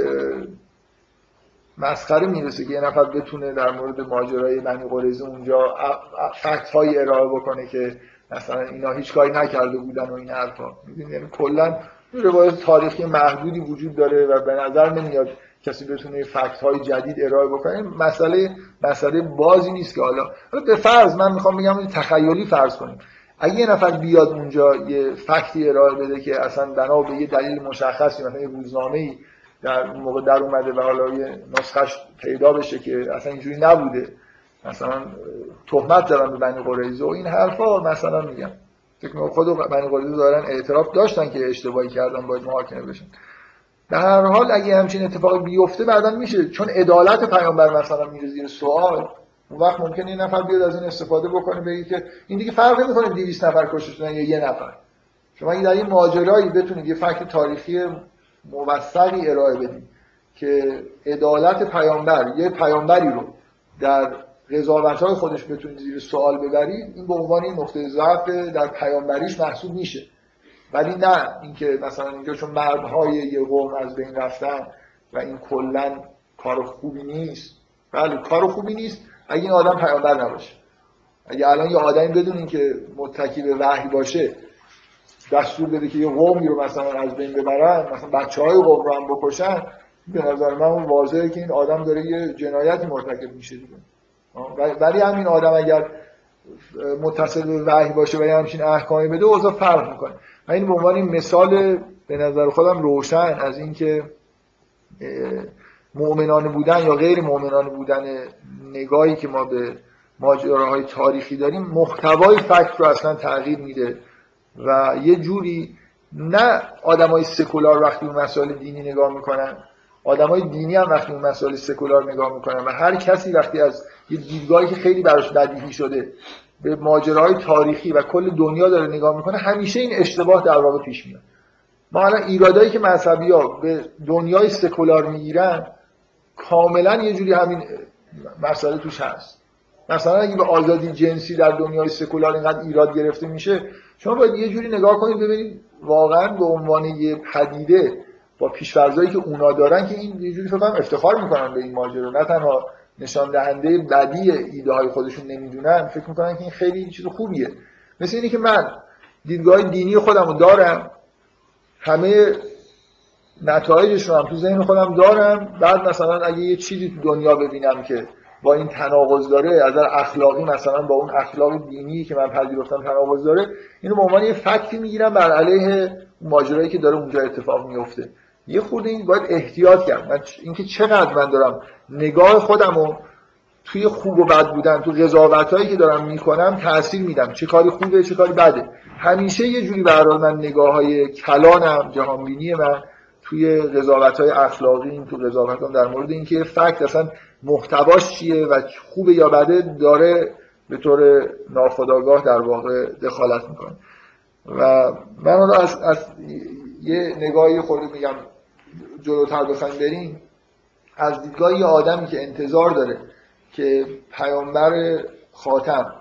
مسخره میرسه که یه نفر بتونه در مورد ماجرای بنی قریظه اونجا فکت‌های ارائه بکنه که مثلا اینا هیچ کاری نکرده بودن و این حرفا. می‌دونید یعنی کلاً روایت تاریخی محدودی وجود داره و به نظر نمیاد کسی بتونه فکت‌های جدید ارائه بکنه. مسئله بازی نیست که حالا به فرض، من میخوام بگم تخیلی فرض کنیم اگه یه نفر بیاد اونجا یه فکتی ارائه بده که اصلا بنا به یه دلیل مشخصی، مثلا یه روزنامه‌ای در موقع در اومده و حالا یه نسخش پیدا بشه که اصلا اینجوری نبوده، مثلا تهمت زدن به بنی قریظه و این حرفا، مثلا میگم فکر کنم خود بنی قریظه دارن اعتراف داشتن که اشتباهی کردن باید محاکمه بشن. در هر حال اگه همچین اتفاقی بیفته بعداً میشه، چون عدالت پیامبر مثلا میره زیر سوال، اون وقت ممکنه یه نفر بیاد از این استفاده بکنه بگه که این دیگه فرق نمیکنه 200 نفر کشته شدن یا یه نفر. شما اگه در این ماجرایی بتونید یه فکت تاریخی موثقی ارائه بدید که عدالت پیامبر، یه پیامبری رو در قضاوت‌های خودش بتونید زیر سوال ببرید، این به عنوان نقطه ضعف در پیامبریش محسوب میشه. ولی نه اینکه مثلا اینجا چون مردهای یه قوم از بین رفتن و این کلا کار خوبی نیست. بله کار خوبی نیست اگه این آدم پیامبر نباشه. اگه الان یه آدمی بدونین که متکی به وحی باشه دستور بده که یه قومی رو مثلا از بین ببرن، مثلا بچه‌های قوم رو هم بکشن، به نظر من اون واضحه که این آدم داره یه جنایتی مرتکب میشه دیگه. ولی همین آدم اگر متصل به وحی باشه و همچین احکامی بده اوضاع فرق میکنه. من این به عنوان مثال به نظر خودم روشن از اینکه مؤمنانه بودن یا غیر مؤمنانه بودن نگاهی که ما به ماجراهای تاریخی داریم محتوای فکت رو اصلا تغییر میده و یه جوری نه آدمای سکولار وقتی به مسائل دینی نگاه میکنن، آدمای دینی هم وقتی به مسائل سکولار نگاه میکنن و هر کسی وقتی از یه دیدگاهی که خیلی براش بدیهی شده به ماجراهای تاریخی و کل دنیا داره نگاه میکنه، همیشه این اشتباه در واقع پیش میاد. ما الان ایرادایی که مذهبی‌ها به دنیای سکولار میگیرن کاملا یه جوری همین مسئله توش هست. مثلا اگه به آزادی جنسی در دنیای سکولار اینقدر ایراد گرفته میشه، شما باید یه جوری نگاه کنید ببینید واقعا به عنوان یه پدیده با پیش‌فرضایی که اونا دارن که این یه جوری فکر کنم افتخار میکنن به این ماجرا، نه تنها نشان دهنده بدی ایده های خودشون نمیدونن، فکر میکنن که این خیلی چیز خوبیه. مثل اینی که من دیدگاه دینی خودمو دارم، همه نتایجش رو هم تو ذهن خودم دارم، بعد مثلا اگه یه چیزی تو دنیا ببینم که با این تناقض داره، از نظر اخلاقی مثلا با اون اخلاق دینی که من پذیرفتم تناقض داره، اینو به عنوان یه فکتی میگیرم بر علیه ماجرایی که داره اونجا اتفاق میفته. یه خورده این باید احتیاط کرد. من اینکه چقدر من دارم نگاه خودمو توی خوب و بد بودن، تو قضاوتایی که دارم میکنم تأثیر میدم، چه کاری خوبه چه کاری بده. همیشه یه جوری به هر حال من نگاه‌های کلانم، جهانبینی من توی قضاوت‌های اخلاقی، تو قضاوتام در مورد اینکه فکت اصلا محتواش چیه و خوبه یا بده داره به طور ناخودآگاه در واقع دخالت میکنه. و من حالا از یه نگاهی خورده میگم جلوتر بخوایم بریم، از دیدگاه یه آدمی که انتظار داره که پیامبر خاتم،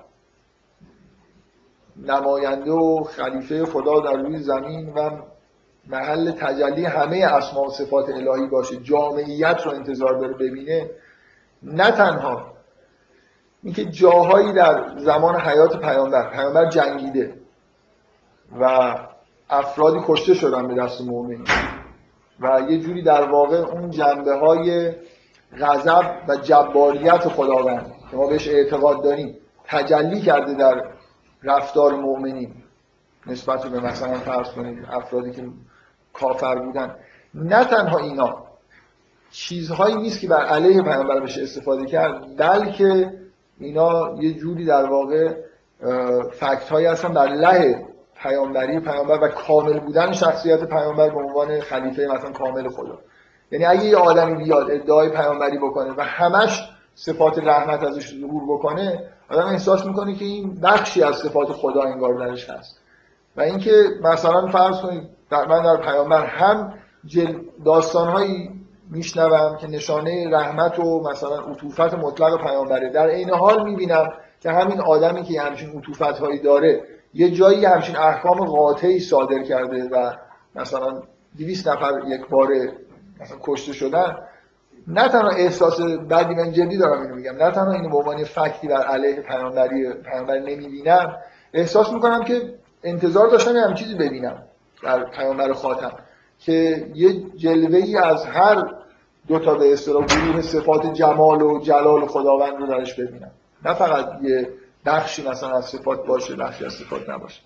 نماینده و خلیفه خدا در روی زمین و محل تجلی همه اسما و صفات الهی باشه، جامعیت رو انتظار داره ببینه، نه تنها اینکه جاهایی در زمان حیات پیامبر جنگیده و افرادی کشته شدن به دست مؤمنین و یه جوری در واقع اون جنبه‌های غضب و جباریت خداوند که ما بهش اعتقاد داریم تجلی کرده در رفتار مؤمنین نسبت به مثلا فرض کنید افرادی که کافر بودن، نه تنها اینا چیزهایی نیست که بر علیه پیامبر بشه استفاده کرد، بلکه اینا یه جوری در واقع فکت هایی هستن بر علیه پیامبر و کامل بودن شخصیت پیامبر به عنوان خلیفه مثلا کامل خدا. یعنی اگه یه آدمی بیاد ادعای پیامبری بکنه و همش صفات رحمت ازش ظهور بکنه، آدم احساس میکنه که این بخشی از صفات خدا انگار درش هست. و اینکه مثلا فرض کنید من در پیامبر هم داستانهایی میشنوم که نشانه رحمت و مثلا عطوفت مطلق پیامبره، در عین حال میبینم که همین آدمی که همچین عطوفت‌هایی داره یه جایی همچین احکام قاطعی صادر کرده و مثلا 200 نفر یک باره مثلا کشته شدن، نه تنها احساس بدی، من جدی دارم اینو میگم، نه تنها اینو به عنوان فکتی بر علیه پیامبر نمیبینم، احساس میکنم که انتظار داشتم همین چیزی ببینم در پیامبر خاتم که یه جلوه‌ای از هر دو تا به اصطلاح گروه صفات جمال و جلال خداوند رو درش ببینم، نه فقط یه بخشی مثلا از صفات باشه بخشی از صفات نباشه.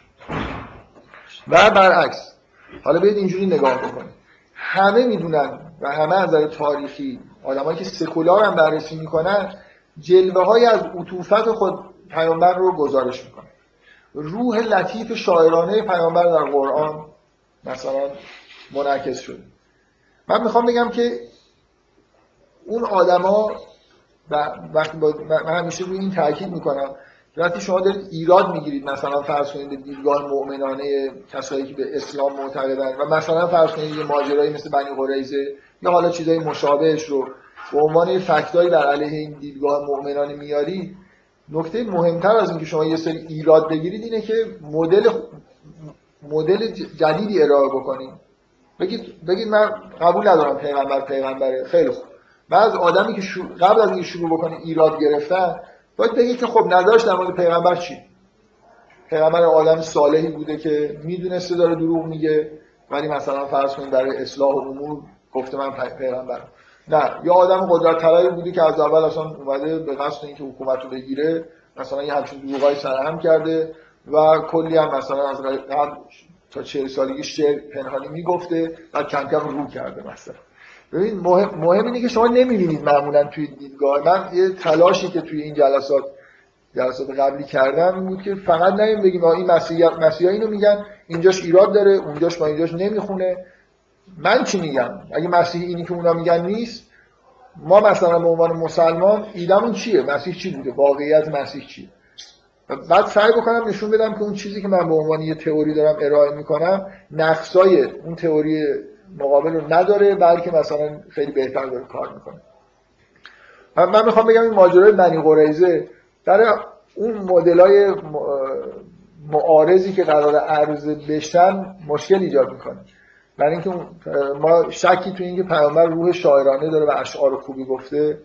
و برعکس حالا بیاید اینجوری نگاه بکنید، همه میدونن و همه از نظر تاریخی آدمایی که سکولار هم بررسی میکنن جلوه‌های از عطوفت خود پیامبر رو گزارش میکنن. روح لطیف شاعرانه پیامبر در قرآن مثلا منعکس شده. من میخوام بگم که اون آدما وقتی من همیشه روی این تاکید میکنم وقتی شما دارید ایراد میگیرید مثلا فرض کنید به دیدگاه مؤمنانه کسایی که به اسلام معتقدن و مثلا فرض کنید یه ماجرایی مثل بنی قریظه یا حالا چیزای مشابهش رو به عنوان فکتایی بر علیه این دیدگاه مؤمنانه میاری، نکته مهمتر از اینکه شما یه سری ایراد بگیرید اینه که مدل جدیدی ارائه بکنید. بگید من قبول ندارم پیغمبره، خیلی خوب. بعض آدمی که قبل از اینکه شروع بکنه ایراد گرفتن باید بگید که خب نظرش در مورد پیغمبر چی؟ پیغمبر آدم صالحی بوده که میدونسته داره دروغ میگه ولی مثلا فرض کنید برای اصلاح امور گفته من پیغمبرم. نه، یا آدم قدرت طلبی بوده که از اول اصلا اومده به قصد اینکه حکومت رو بگیره مثلا یه همچین دروغای سرهم کرده و کلی هم مثلا از تا 40 سالگی شعر پنهانی میگفته بعد کم کم رو کرده مثلا. ببین مهم اینه که شما نمیبینید معمولا توی دیدگاه من یه تلاشی که توی این جلسات قبلی کردم این بود که فقط نمیم بگیم این مسیحا اینو میگن اینجاش ایراد داره اونجاش با اینجاش نمیخونه. من چی میگم؟ اگه مسیحی اینی که اونا میگن نیست، ما مثلا به عنوان مسلمان ایدمون چیه؟ مسیح چی بوده؟ واقعیت مسیح چیه؟ بعد سعی بکنم نشون بدم که اون چیزی که من به عنوان یه تئوری دارم ارائه میکنم نقصای اون تئوری مقابل رو نداره، بلکه مثلا خیلی بهتر داره کار میکنه. من میخوام بگم این ماجرای بنی قریظه در اون مدلای معارضی که قرار عرضه بشن مشکل ایجاد میکنه. برای اینکه ما شکی تو اینکه پیامبر روح شاعرانه داره و اشعار خوبی گفته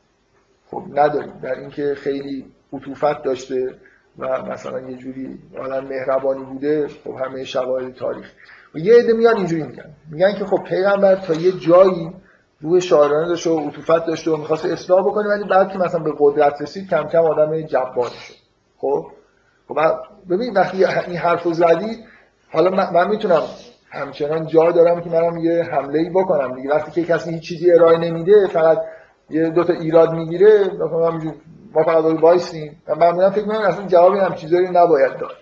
خب نداریم، در اینکه خیلی عطوفت داشته و مثلا یه جوری آدم مهربانی بوده خب همه شواهد تاریخ. و یه عده میان اینجوری میگن که خب پیغمبر تا یه جایی روح شاعرانه داشته و عطوفت داشته و می‌خواست اصلاح بکنه، ولی بعد که مثلا به قدرت رسید کم کم آدم جبار شد. خب ببین وقتی این حرفو زدی، حالا من میتونم همچنان جا دارم که منم یه حمله‌ای بکنم دیگه. وقتی که کسی هیچ چیزی ارائه نمیده، فقط یه دو تا ایراد میگیره، مثلا ما فقط وایسیم. من معمولا فکر می‌کنم اصلا جوابی هم چیزایی نباید داد.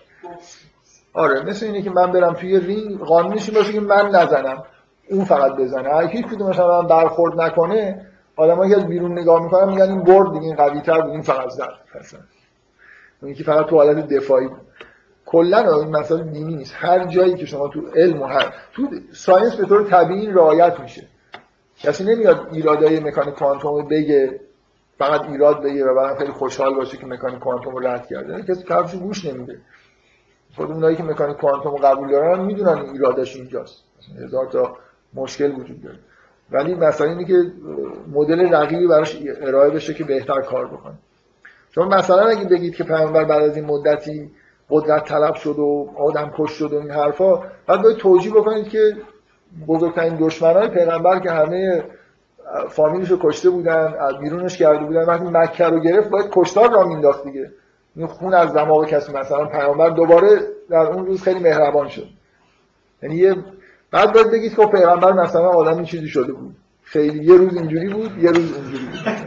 آره، مثل اینه که من برم توی رینگ، قانونش این باشه که من نزنم، اون فقط بزنه. اگه هیچ کدوم مثلا من برخورد نکنه، آدمایی که از بیرون نگاه میکنن میگن این برد دیگه، این قوی‌تر بود، این فقط زد. مثلا اون که فقط تو حالت دفاعی بود. کلا این مسئله دینی نیست. هر جایی که شما تو علم و تو ساینس به طور طبیعی رعایت میشه. کسی نمیاد ایرادای مکانیک کوانتوم بگه، فقط ایراد بگه و بعدم خیلی خوشحال باشه که مکانیک کوانتوم رو رد کرده. کسی حرفشو گوش نمیده. خود اونایی که مکانیک کوانتوم رو قبول دارن میدونن ایرادش اینجاست. هزار تا مشکل وجود داره. ولی مثلا اینه که مدل رقیبی براش ارائه بشه که بهتر کار بکنه. چون مثلا اگه بگید که پیامبر بعد از این مدتی قدرت طلب شد و آدم کش شد و این حرفا، بعد باید توجیه بکنید که بزرگترین دشمنای پیغمبر که همه فامیلشو کشته بودن، بیرونش کرده بودن، وقتی مکه رو گرفت باید کشتار را مینداخت دیگه. این خون از دماغ کسی، مثلا پیامبر دوباره در اون روز خیلی مهربان شد. یعنی بعد باید بگید که پیغمبر مثلا آدمی چیزی شده بود، خیلی یه روز اینجوری بود یه روز اونجوری بود.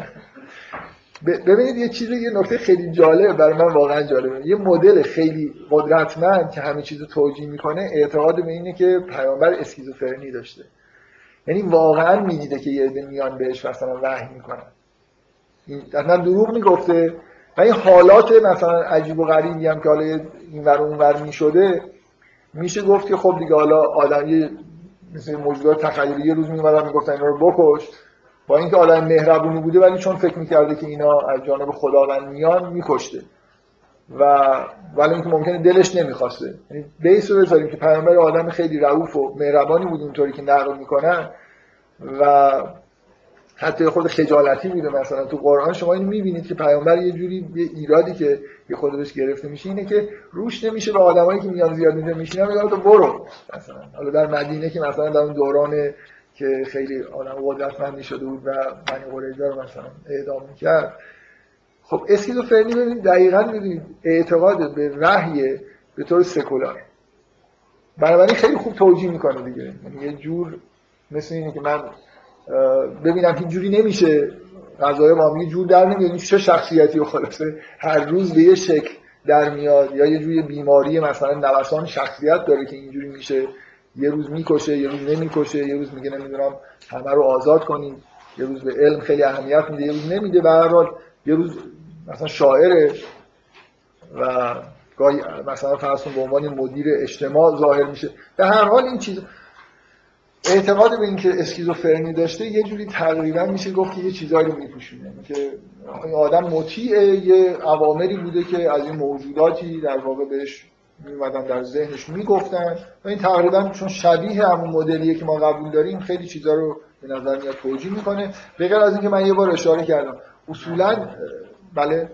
ببینید یه نکته خیلی جالب برای من، واقعا جالبه. یه مدل خیلی قدرتمند که همه چیزو توجیه میکنه اعتقاد به اینه که پیامبر اسکیزوفرنی داشته. یعنی واقعا میدیده که یه عده میان بهش مثلا وحی میکنن، این اصلا دروغ میگفته. و این حالات مثلا عجیب و غریبی هم که حالا اینور اونور میشده، میشه گفت که خب دیگه حالا آدمی مثل موجودات تخیلی یه روز میومدن میگفتن اینا رو بکش، با اینکه آدم مهربونی بوده ولی چون فکر میکرده که اینا از جانب خداوند میان میکشته، ولی اینکه ممکنه دلش نمیخواسته. یعنی بیس رو بذاریم که پیامبر آدم خیلی رئوف و مهربانی بود اونطوری که نقل میکنن و حتی خود خجالتی بوده. مثلا تو قرآن شما اینو میبینید که پیامبر یه جوری یه ایرادی که یه خودش گرفته میشه اینه که روش نمیشه به آدمایی که میان زیاد میشه میشینن میگن تو برو. مثلا حالا در مدینه که مثلا در اون دوران که خیلی آدم قدرتمندی شده بود و بنی قریظه رو مثلا اعدام میکرد. خب اسکیزوفرنی ببینید دقیقاً میدونید اعتقاد به وحی به طور سکولار، بنابراین خیلی خوب توجیه میکنه دیگه. یعنی یه جور مثل اینه که من ببینم که اینجوری نمیشه، قضایا با هم یه جور در نمیاد، این چه شخصیتی و خلاصه هر روز به یه شکل در میاد، یا یه جوری بیماری مثلا نوسان شخصیت داره که اینجوری میشه، یه روز میکشه یه روز نمیکشه، یه روز میگه نمیدونم همه رو آزاد کنید، یه روز به علم خیلی اهمیت میده یه روز نمیده، به هر حال یه روز مثلا شاعره و گاهی مثلا فرض کن به عنوان مدیر اجتماع ظاهر میشه. به هر حال این چیز اعتقاد به اینکه اسکیزوفرنی داشته یه جوری تقریبا میشه گفت که یه چیزایی رو میپوشونه، که این آدم مطیع یه اوامری بوده که از این موجوداتی در واقع بهش میومدن در ذهنش میگفتن و این تقریبا چون شبیه همون مدلیه که ما قبول داریم خیلی چیزا رو به نظر میاد توجیه میکنه. به غیر از اینکه من یه بار اشاره کردم اصولا بله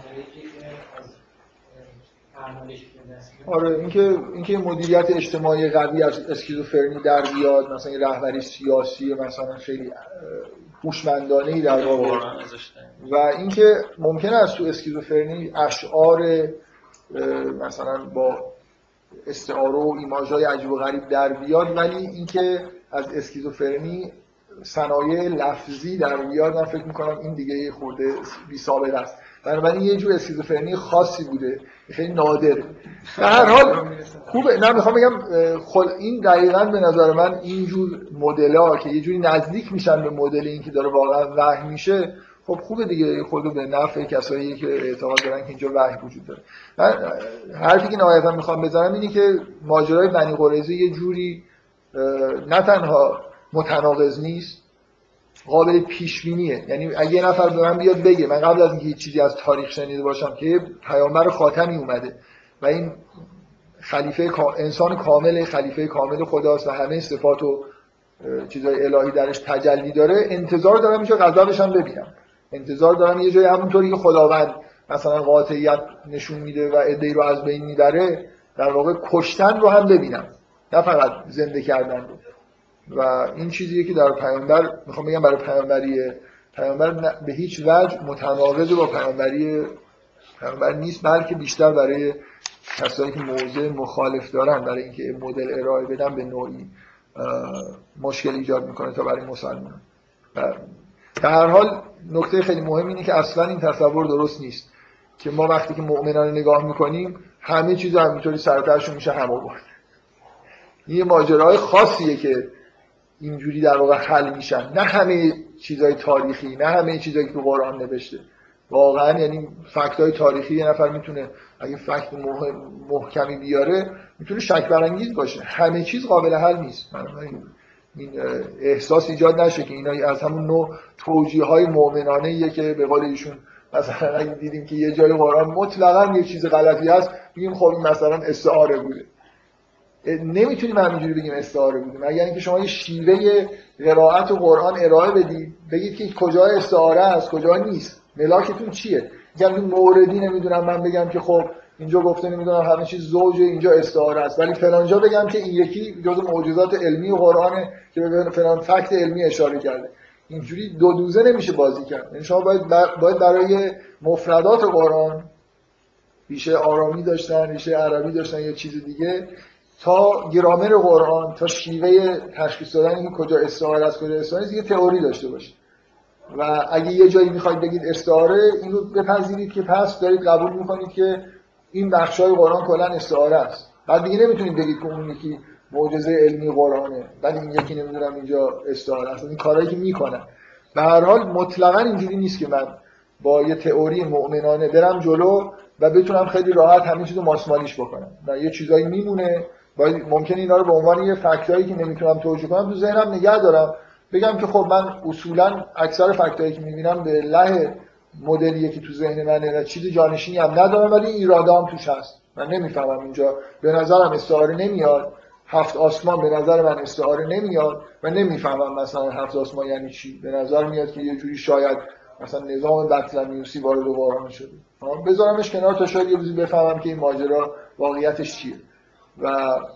آره اینکه مدیریت اجتماعی قوی از اسکیزوفرنی در بیاد، مثلا یه رهبری سیاسی مثلا خیلی هوشمندانه‌ای در واقع، و اینکه ممکنه از تو اسکیزوفرنی اشعار مثلا با استعاره و ایماژهای عجیب و غریب در بیاد، ولی اینکه از اسکیزوفرنی صنایع لفظی در بیاد من فکر می‌کنم این دیگه خورده بی سابقه است. بنابراین یه جور اسکیزوفرنی خاصی بوده، خیلی نادره. در هر حال خوبه، نه میخوام بگم این دقیقاً به نظر من این جور مدل‌ها که یه جوری نزدیک میشن به مدل این که داره واقعا وحی میشه، خب خوبه دیگه، خود به نفع کسایی که اعتقاد دارن که اینجا وحی وجود داره. من حرفی که نهایتاً میخوام بزنم اینه که ماجرای بنی قریظه یه جوری نه تنها متناقض نیست، قابل پیش بینیه. یعنی اگه یه نفر به من بیاد بگه من قبل از اینکه هیچ چیزی از تاریخ شنیده باشم که پیامبر خاتمی اومده و این انسان کامل، خلیفه کامل خداست و همه صفات و چیزای الهی درش تجلی داره، انتظار دارم اینجا غضبش هم ببینم. انتظار دارم یه جایی همونطوری که خداوند مثلا قاطعیت نشون میده و عده‌ای رو از بین میبره، در واقع کشتن رو هم ببینم، نه فقط زنده کردن رو. و این چیزیه که در پیامبر میخوام بگم، برای پیامبر به هیچ وجه متناقض با پیامبر نیست، بلکه بیشتر برای کسایی که موضع مخالف دارن، برای اینکه مدل ارائه بدن به نوعی مشکل ایجاد میکنه تا برای مسلمانان. در هر حال نکته خیلی مهم اینه که اصلا این تصور درست نیست که ما وقتی که مؤمنان نگاه میکنیم همه چیز همینطوری سرتاشون میشه هم آورد. این ماجراهای خاصیه که اینجوری در واقع حل میشن، نه همه چیزای تاریخی، نه همه چیزایی که تو قرآن نوشته. واقعا یعنی فکتای تاریخی یه نفر میتونه اگه فکت محکمی بیاره میتونه شک برانگیز باشه، همه چیز قابل حل نیست. این احساس ایجاد نشه که اینا از همون نوع توجیه‌های مؤمنانه‌ایه که به قول ایشون مثلا اگه دیدیم که یه جای قرآن مطلقاً یه چیز غلطی هست میگیم خب این مثلا استعاره بوده. نمیتونیم همینجوری بگیم استعاره بوده، مگر اینکه شما یه شیوه قرائت و قرآن ارائه بدید، بگید که کجا استعاره است کجا نیست، ملاکتون چیه. میگم این موردی نمیدونم من بگم که خب اینجا گفته نمیدونم همه چیز زوجه اینجا استعاره است، ولی فلانجا بگم که این یکی جزو معجزات علمی قرآنه که به فلان فکت علمی اشاره کرده. اینجوری دو دوزه نمیشه بازی کرد. یعنی شما باید برای مفردات قرآن ریشه آرامی داشتن، ریشه عربی داشتن یا چیز دیگه، تا گرامر قرآن، تا شیوه تشخیص دادن این کجا استعاره است کجا استعاره است یه تئوری داشته باشید. و اگه یه جایی میخواید بگید استعاره، اینو بپذیرید که پس دارید قبول میکنید که این بخشای قرآن کلا استعاره است. بعد دیگه نمیتونید بگید که اون یکی معجزه علمی قرآنه، بعد این یکی نمیدونم اینجا استعاره است. این کارهایی که میکنن به هر حال مطلقاً اینجوری نیست که من با یه تئوری مؤمنانه برم جلو و بتونم خیلی راحت همین چیزو ماسمالیش بکنم. نه، یه چیزایی میمونه، باید ممکنه اینا رو به عنوان یه فکتایی که نمیتونم توجیه کنم تو ذهنم نگه دارم، بگم که خب من اصولاً اکثر فکتایی که میبینم به له مدلیه که تو ذهن منه و چیز جانشینی هم ندارم، ولی ایرادام توش هست. من نمیفهمم اینجا به نظرم استعاره نمیاد، هفت آسمان به نظر من استعاره نمیاد و نمیفهمم مثلا هفت آسمان یعنی چی. به نظر میاد که یه جوری شاید مثلا نظام بطلمیوسی وارد قرآن شده. بذارمش کنار تا شاید یه روزی بفهمم که این ماجرا واقعیتش چیه. و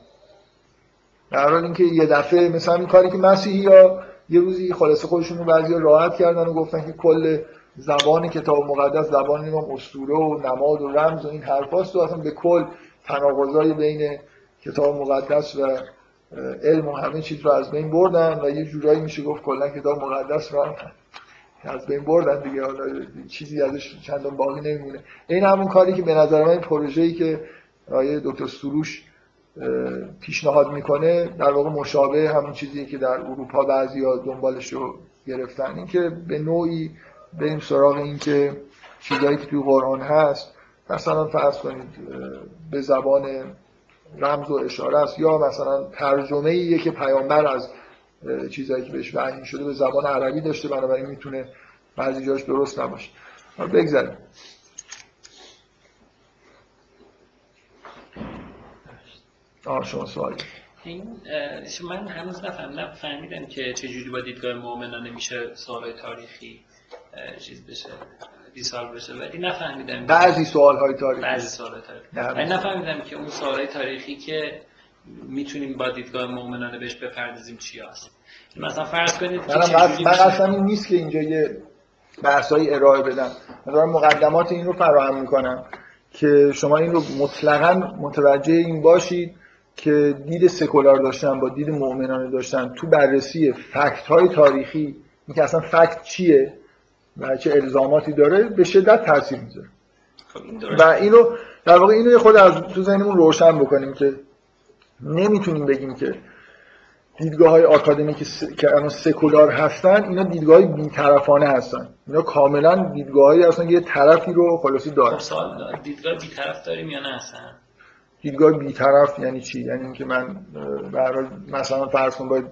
در حال اینکه یه دفعه مثلا این کاری که مسیحی‌ها یه روزی خلاصه خودشون رو بعضیا راحت کردن و گفتن که کل زبان کتاب مقدس زبان نمیدونم اسطوره و نماد و رمز و این حرفاست و اصلا به کل تناقضای بین کتاب مقدس و علم و همه چیز رو از بین بردن و یه جورایی میشه گفت کلا کتاب مقدس رو از بین بردن دیگه. حالا چیزی ازش چندان باقی نمیمونه. این همون کاری که به نظر من پروژه‌ای که آقای دکتر سروش پیشنهاد میکنه در واقع مشابه همون چیزیه که در اروپا بعضیا دنبالش رو گرفتن، این که به نوعی بریم سراغ این که چیزایی که توی قرآن هست مثلا فرض کنید به زبان رمز و اشاره است یا مثلا ترجمه‌ایه که پیامبر از چیزایی که بهش وحی شده به زبان عربی داشته، بنابراین میتونه بعضی جاش درست نباشه. بگذاریم. شما سوالی؟ من هنوز نفهمیدم که چجوری با دیدگاه مؤمنانه میشه سوالای تاریخی چیز بشه دیسال بشه، ولی نفهمیدم بعضی سوالهای تاریخی من نفهمیدم که اون سوالای تاریخی که میتونیم با دیدگاه مؤمنانه بهش بپردازیم چی هست. مثلا فرض کنید که من اصلا این نیست که اینجا یه بحثایی ارائه بدم، من دارم مقدمات این رو فراهم میکنم که شما این رو مطلقاً متوجه این باشید که دید سکولار داشتن با دید مؤمنانه داشتن تو بررسی فکت‌های تاریخی، این که اصلا فکت چیه و چه الزاماتی داره، به شدت تاثیر میذاره. و اینو در واقع اینو خود از تو ذهنمون روشن بکنیم که نمیتونیم بگیم که دیدگاه‌های آکادمیکی که الان سکولار هستن اینا دیدگاه‌های بی‌طرفانه هستن. اینا کاملا دیدگاه‌هایی هستن یه طرفی رو خلاصی داره. دیدگاه بی‌طرف داریم یا نه اصلا؟ دیدگاه بی‌طرف یعنی چی؟ یعنی اینکه من به هر حال مثلا فرض کنم باید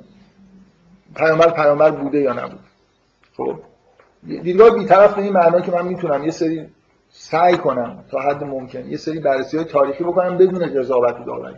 پیامبر بوده یا نبود. خب دیدگاه بی‌طرف به این معنی که من میتونم یه سری سعی کنم تا حد ممکن یه سری بررسی‌های تاریخی بکنم بدون قضاوت داوری.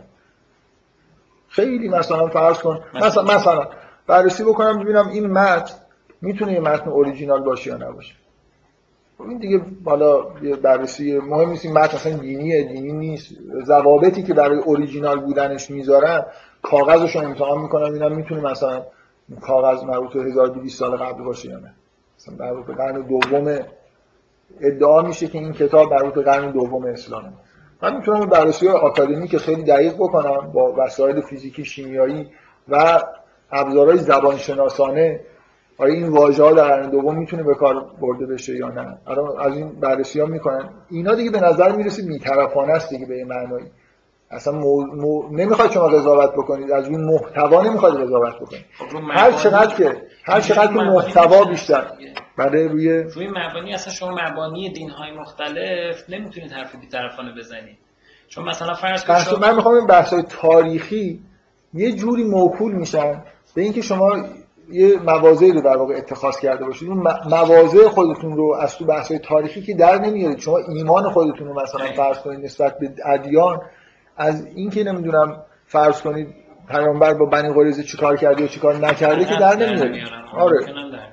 خیلی مثلا فرض کن مثلا بررسی بکنم ببینم این متن میتونه یه متن اوریجینال باشه یا نباشه. این دیگه حالا یه بررسی مهم نیست این متن مثلا دینی نیست، ضوابطی که برای اوریجینال بودنش میذارن کاغذش رو امتحان میکنم ببینم میتونه مثلا کاغذ مربوط به 1200 سال قبل باشه یا نه. مثلا مربوط به قرن دوم ادعا میشه که این کتاب مربوط به قرن دوم اسلامه. من میتونم بررسی آکادمیک خیلی دقیق بکنم با وسایل فیزیکی، شیمیایی و ابزارهای زبانشناسانه آیا این واژه‌ها در قرن دوم میتونه به کار برده بشه یا نه. الان از این بررسی‌ها میکنن. اینا دیگه به نظر میرسه بی‌طرفانه است دیگه به این معنی. اصلا نمیخواد شما قضاوت بکنید، از اون محتوا نمیخواد قضاوت بکنید. هر چقدر که محتوا بیشتر بله روی مبانی اصلا شما مبانی دین‌های مختلف نمیتونید حرف بی‌طرفانه بزنید. چون مثلا فرض کنید من میخوام این بحث‌های تاریخی یه جوری موکول میشن به اینکه شما یه مواضعی رو در واقع اتخاذ کرده باشید. اون مواضع خودتون رو از تو بحث‌های تاریخی که در نمیارید. شما ایمان خودتون رو مثلا فرض کنید نسبت به ادیان از اینکه نمیدونم فرض کنید پیامبر با بنی قریظه چیکار کرده یا چیکار نکرده که در نمیارید. آره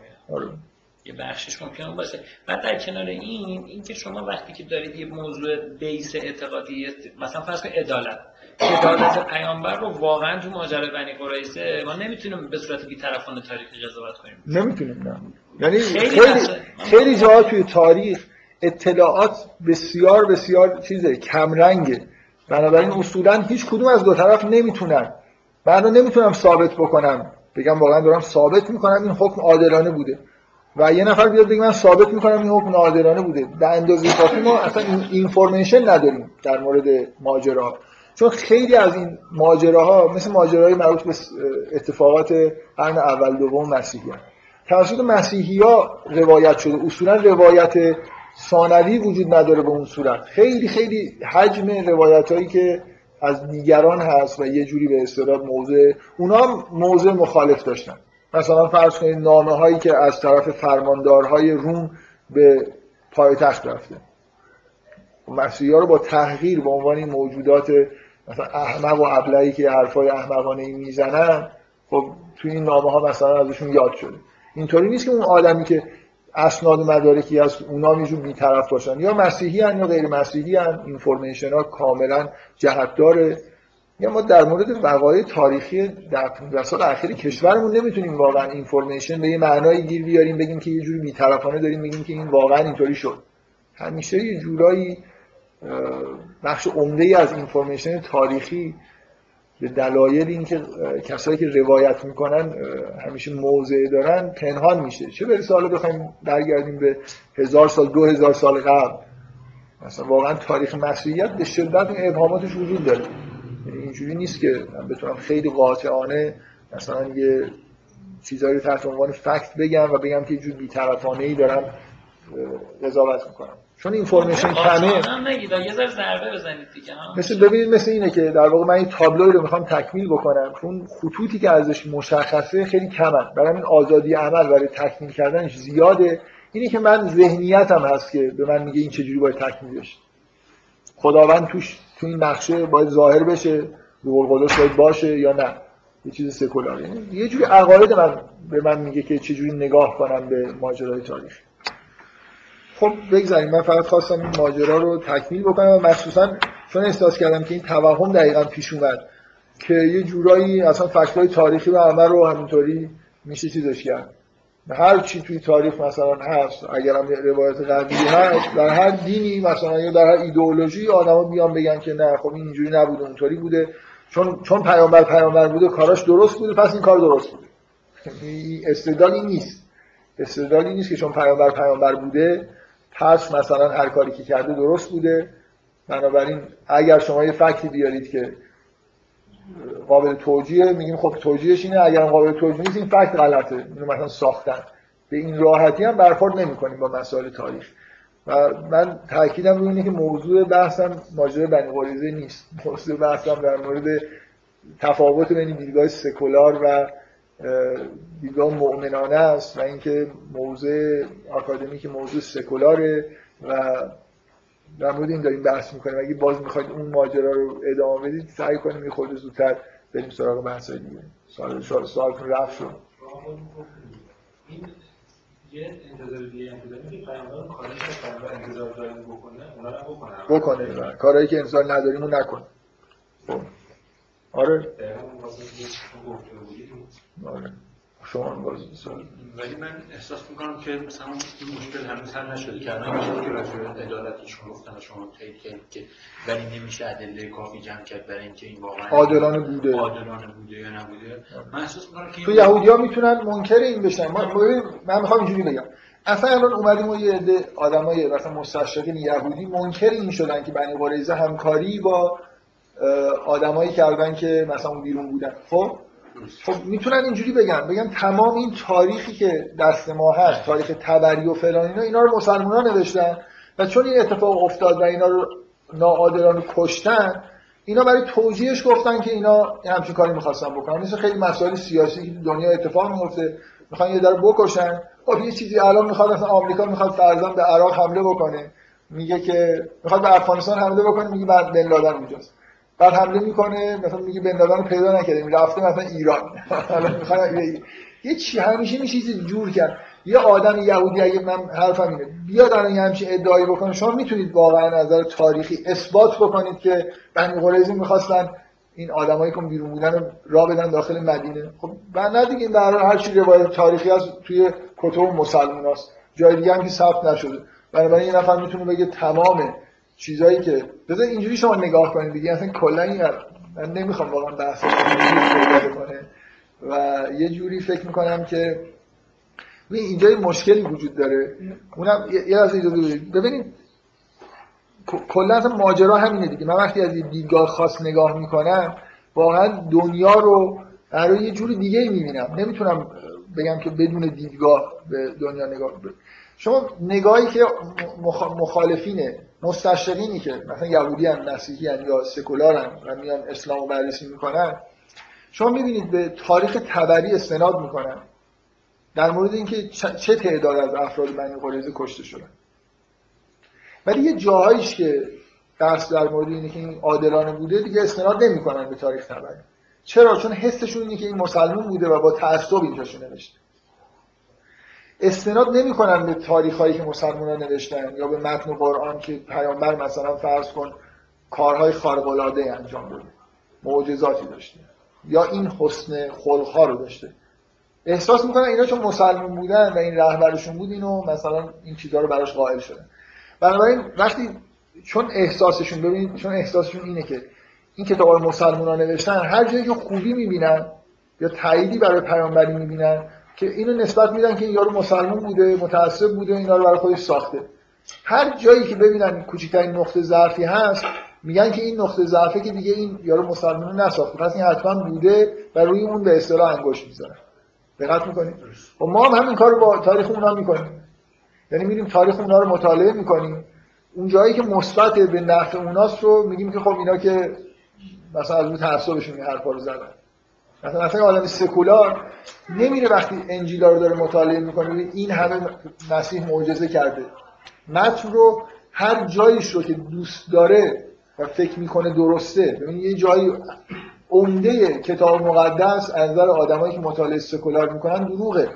یه بخشش ممکنه باشه. بعد در کنار این که شما وقتی که دارید یه موضوع بیس اعتقادی مثلا فرض کنید عدالت پیامبر رو واقعا تو ماجرای بنی قریظه ما نمیتونیم به صورت بی‌طرفانه تاریخی قضاوت کنیم. نمیتونیم نه. یعنی خیلی جاها توی تاریخ اطلاعات بسیار چیزه کم رنگه. بنابراین اصولا هیچ کدوم از دو طرف نمیتونن. من نمیتونم ثابت بکنم بگم واقعا دارم ثابت میکنم این حکم عادلانه بوده و یه نفر بیاد بگه من ثابت میکنم این حکم عادلانه بوده. به اندازه کافی ما اصلا اینفورمیشن نداریم در مورد ماجرا. چون خیلی از این ماجراها مثل ماجراهای مربوط به اتفاقات قرن اول دوم مسیحی هست. توسط مسیحی‌ها روایت شده. اصولا روایت ثانوی وجود نداره به اون صورت. خیلی حجم روایتایی که از دیگران هست و یه جوری به اصطلاح موضع مخالف داشتن. مثلا فرض کنید نامه‌هایی که از طرف فرماندارهای روم به پایتخت رفته. مسیحی‌ها رو با تحقیر به عنوان موجودات مثلا احمق و ابلهی که حرفای احمقانه‌ای میزنن خب توی این نامه‌ها مثلا ازشون یاد شده. اینطوری نیست که اون آدمی که اسناد و مدارکی از اونا میشون بی‌طرف باشن یا مسیحی ان یا غیر مسیحی ان. اینفورمیشن ها کاملا جهت داره. یا ما در مورد وقایع تاریخی در 15 سال اخیر کشورمون نمیتونیم واقعا اینفورمیشن به یه معنای گیر بیاریم بگیم که یه جوری بی‌طرفانه داریم بگیم که این واقعا اینطوری شد. همیشه یه جورایی بخش عمده‌ای از اینفورمیشن تاریخی به دلایل اینکه کسایی که روایت میکنن همیشه موضع دارن پنهان میشه. چه برسه حالا بخوایم برگردیم به 1000 سال 2000 سال قبل. مثلا واقعا تاریخ مسیحیت به شدت این ابهاماتش وجود داره. یعنی اینجوری نیست که من بتونم خیلی قاطعانه مثلا یه چیزایی رو تحت عنوان فکت بگم و بگم که یه جور بی‌طرفانه‌ای دارم قضاوت میکنم. چون اینفورمیشن کمه. نگید یه ذره ضربه بزنید دیگه. ببینید مثل اینه که در واقع من این تابلوی رو میخوام تکمیل بکنم. چون خطوطی که ازش مشخصه خیلی کمن. برای این آزادی عمل برای تکمیل کردنش زیاده. اینه که من ذهنیتم هست که به من میگه این چجوری باید تکمیل بشه. خداوند تو این نقشه باید ظاهر بشه، روح القدس باید باشه یا نه. یه چیز سکولار. یه جوری عقاید به من میگه که چجوری نگاه کنم به ماجرای تاریخ. خب بگذاریم. من فقط خواستم این ماجرا رو تکمیل بکنم و مخصوصا چون احساس کردم که این توهم دقیقاً پیش اومد که یه جورایی اصلا فکت‌های تاریخی و عمل رو همینطوری میشه چیزش کرد. هر چی توی تاریخ مثلا هست، اگرم روایت قبلی هست، در هر دینی مثلا یا در هر ایدئولوژی آدما بیان بگن که نه خب این اینجوری نبوده اونطوری بوده، چون پیامبر بوده کاراش درست بوده پس این کار درست بوده. استدلالی نیست که چون پیامبر بوده پس مثلا هر کاری که کرده درست بوده. بنابراین اگر شما یه فکتی بیارید که قابل توجیه میگیم خب توجیهش اینه، اگر قابل توجیه نیست این فکت غلطه، اینو مثلا ساختن. به این راحتی هم برخورد نمی‌کنیم با مسائل تاریخ. و من تاکیدم روی اینه که موضوع بحثم ماجرای بنی قریظه نیست. موضوع بحثم در مورد تفاوت بین دیدگاه سکولار و دیدگاه مؤمنانه است و اینکه موضوع آکادمیک موضوع سکولاره و در مورد این داریم بحث میکنیم. اگه باز میخواید اون ماجرا رو ادامه بدید سعی کنیم یه خورده زودتر بریم سراغ بحث‌های دیگه. سوالتون رفت شد. این یه انتظار دیگه هم داریم که پیامبر کاری که پیامبر انتظار داره بکنه اونا رو بکنه. کارهایی که انتظار نداریم رو نکنه. خب آره آره شما باز سوال. ولی من احساس میکنم که مثلا این مشکل هنوز حل نشده که الان چیزی که راجع به عدالتشون گفتن و شما تایید کردید که ولی نمیشه ادله کافی جمع کرد برای اینکه این واقعا عادلانه بوده یا نبوده. من احساس میکنم که تو یهودی‌ها میتونن منکر این بشن. من میخوام اینجوری بگم اصلا الان اومدیم و یه عده آدمای مثلا مستشرقین یهودی منکر این شدن که بنی قریظه همکاری با آدمایی کردن که مثلا اون بیرون بودن. خب میتونن اینجوری بگن تمام این تاریخی که دست ما هست، تاریخ تبری و فلان اینا رو مسلمان‌ها نوشتن و چون این اتفاق افتاد و اینا رو ناعادلانه کشتن، اینا برای توجیهش گفتن که اینا همچین کاری می‌خواستن بکنن. مثل خیلی مسائل سیاسی که دنیا اتفاق میفته، می‌خوان یه در بکشن. خب یه چیزی الان می‌خواد مثلا آمریکا می‌خواد فرضاً به عراق حمله بکنه، میگه که می‌خواد به افغانستان حمله بکنه، میگه بعد بن لادن اونجاست. بعد حمله میکنه مثلا میگه بن لادن رو پیدا نکردیم رفته مثلا ایران. حالا میخواد یه چی همیشه میشه چیزی جور کرد. یه آدم یهودی اگه من حرفم اینه بیاد الان یه همچین ادعایی بکنه، شما میتونید واقعا از نظر تاریخی اثبات بکنید که بنی قریظه میخواستن این آدمایی که بیرون بودن رو راه بدن داخل مدینه؟ خب نه دیگه، این در هر چیزی روایت تاریخی هست توی کتب مسلماناست، جای دیگه هم که ثبت نشده. بنابراین یه نفر میتونه بگه تمام چیزایی که بذار اینجوری شما نگاه کنید دیگه، اصلا کلا این من نمیخوام واقعا بحث کنه و یه جوری فکر میکنم که اینجا یه مشکلی وجود داره. اونم یه از اجازه بدید ببینید کلا اصلا ماجرا همینه دیگه. من وقتی از یه دیدگاه خاص نگاه میکنم واقعا دنیا رو برای یه جوری دیگه میبینم. نمیتونم بگم که بدون دیدگاه به دنیا نگاه کنم. شما نگاهی که مخالفینه مستشرقینی که مثلا یهودی ان، مسیحی ان یا سکولارن و میان اسلامو بررسی میکنن، شما میبینید به تاریخ تبری استناد میکنن در مورد اینکه چه تعداد از افراد بنی قریظه کشته شدن. ولی یه جاهایش که بحث در مورد اینه که این عادلانه بوده دیگه استناد نمیکنن به تاریخ تبری. چرا؟ چون حسشون اینه که این مسلمان بوده و با تعصب اینجاشو نوشته. استناد نمی‌کنن به تاریخایی که مسلمان‌ها نوشتن یا به متن قرآن که پیامبر مثلا فرض کن کارهای خارق‌العاده انجام داده، معجزاتی داشته یا این حسن خلق‌ها رو داشته. احساس می‌کنن اینا چون مسلمان بودن و این رهبرشون بود اینو مثلا این چیزا رو براش قائل شدن. بنابراین وقتی چون احساسشون اینه که این کتابا رو مسلمان‌ها نوشتن، هر جایی که خوبی می‌بینن یا تاییدی برای پیامبری می‌بینن که اینو نسبت میدن که این یارو مسلمان بوده، متعصب بوده، اینا رو برای خودش ساخته. هر جایی که ببینن کوچکترین نقطه ضعفی هست میگن که این نقطه ضعفه که دیگه این یارو مسلمان رو نساخته، پس این حتما بوده و روی اون به اصطلاح انگشت میذارن. دقت میکنید؟ و ما هم همین کارو با تاریخ اونها میکنیم. یعنی میریم تاریخ اونها رو مطالعه میکنیم، اون جایی که مثبت به نفع اوناست رو میگیم که خب اینا که مثلا از اون تعصبشون این حرفا رو زدن. مثلا آدم سکولار نمیره وقتی انجیلا رو داره مطالعه میکنه این همه مسیح معجزه کرده، متن رو هر جایش رو که دوست داره و فکر میکنه درسته. ببین یه جایی عمده کتاب مقدس از نظر آدمایی که مطالعه سکولار میکنن دروغه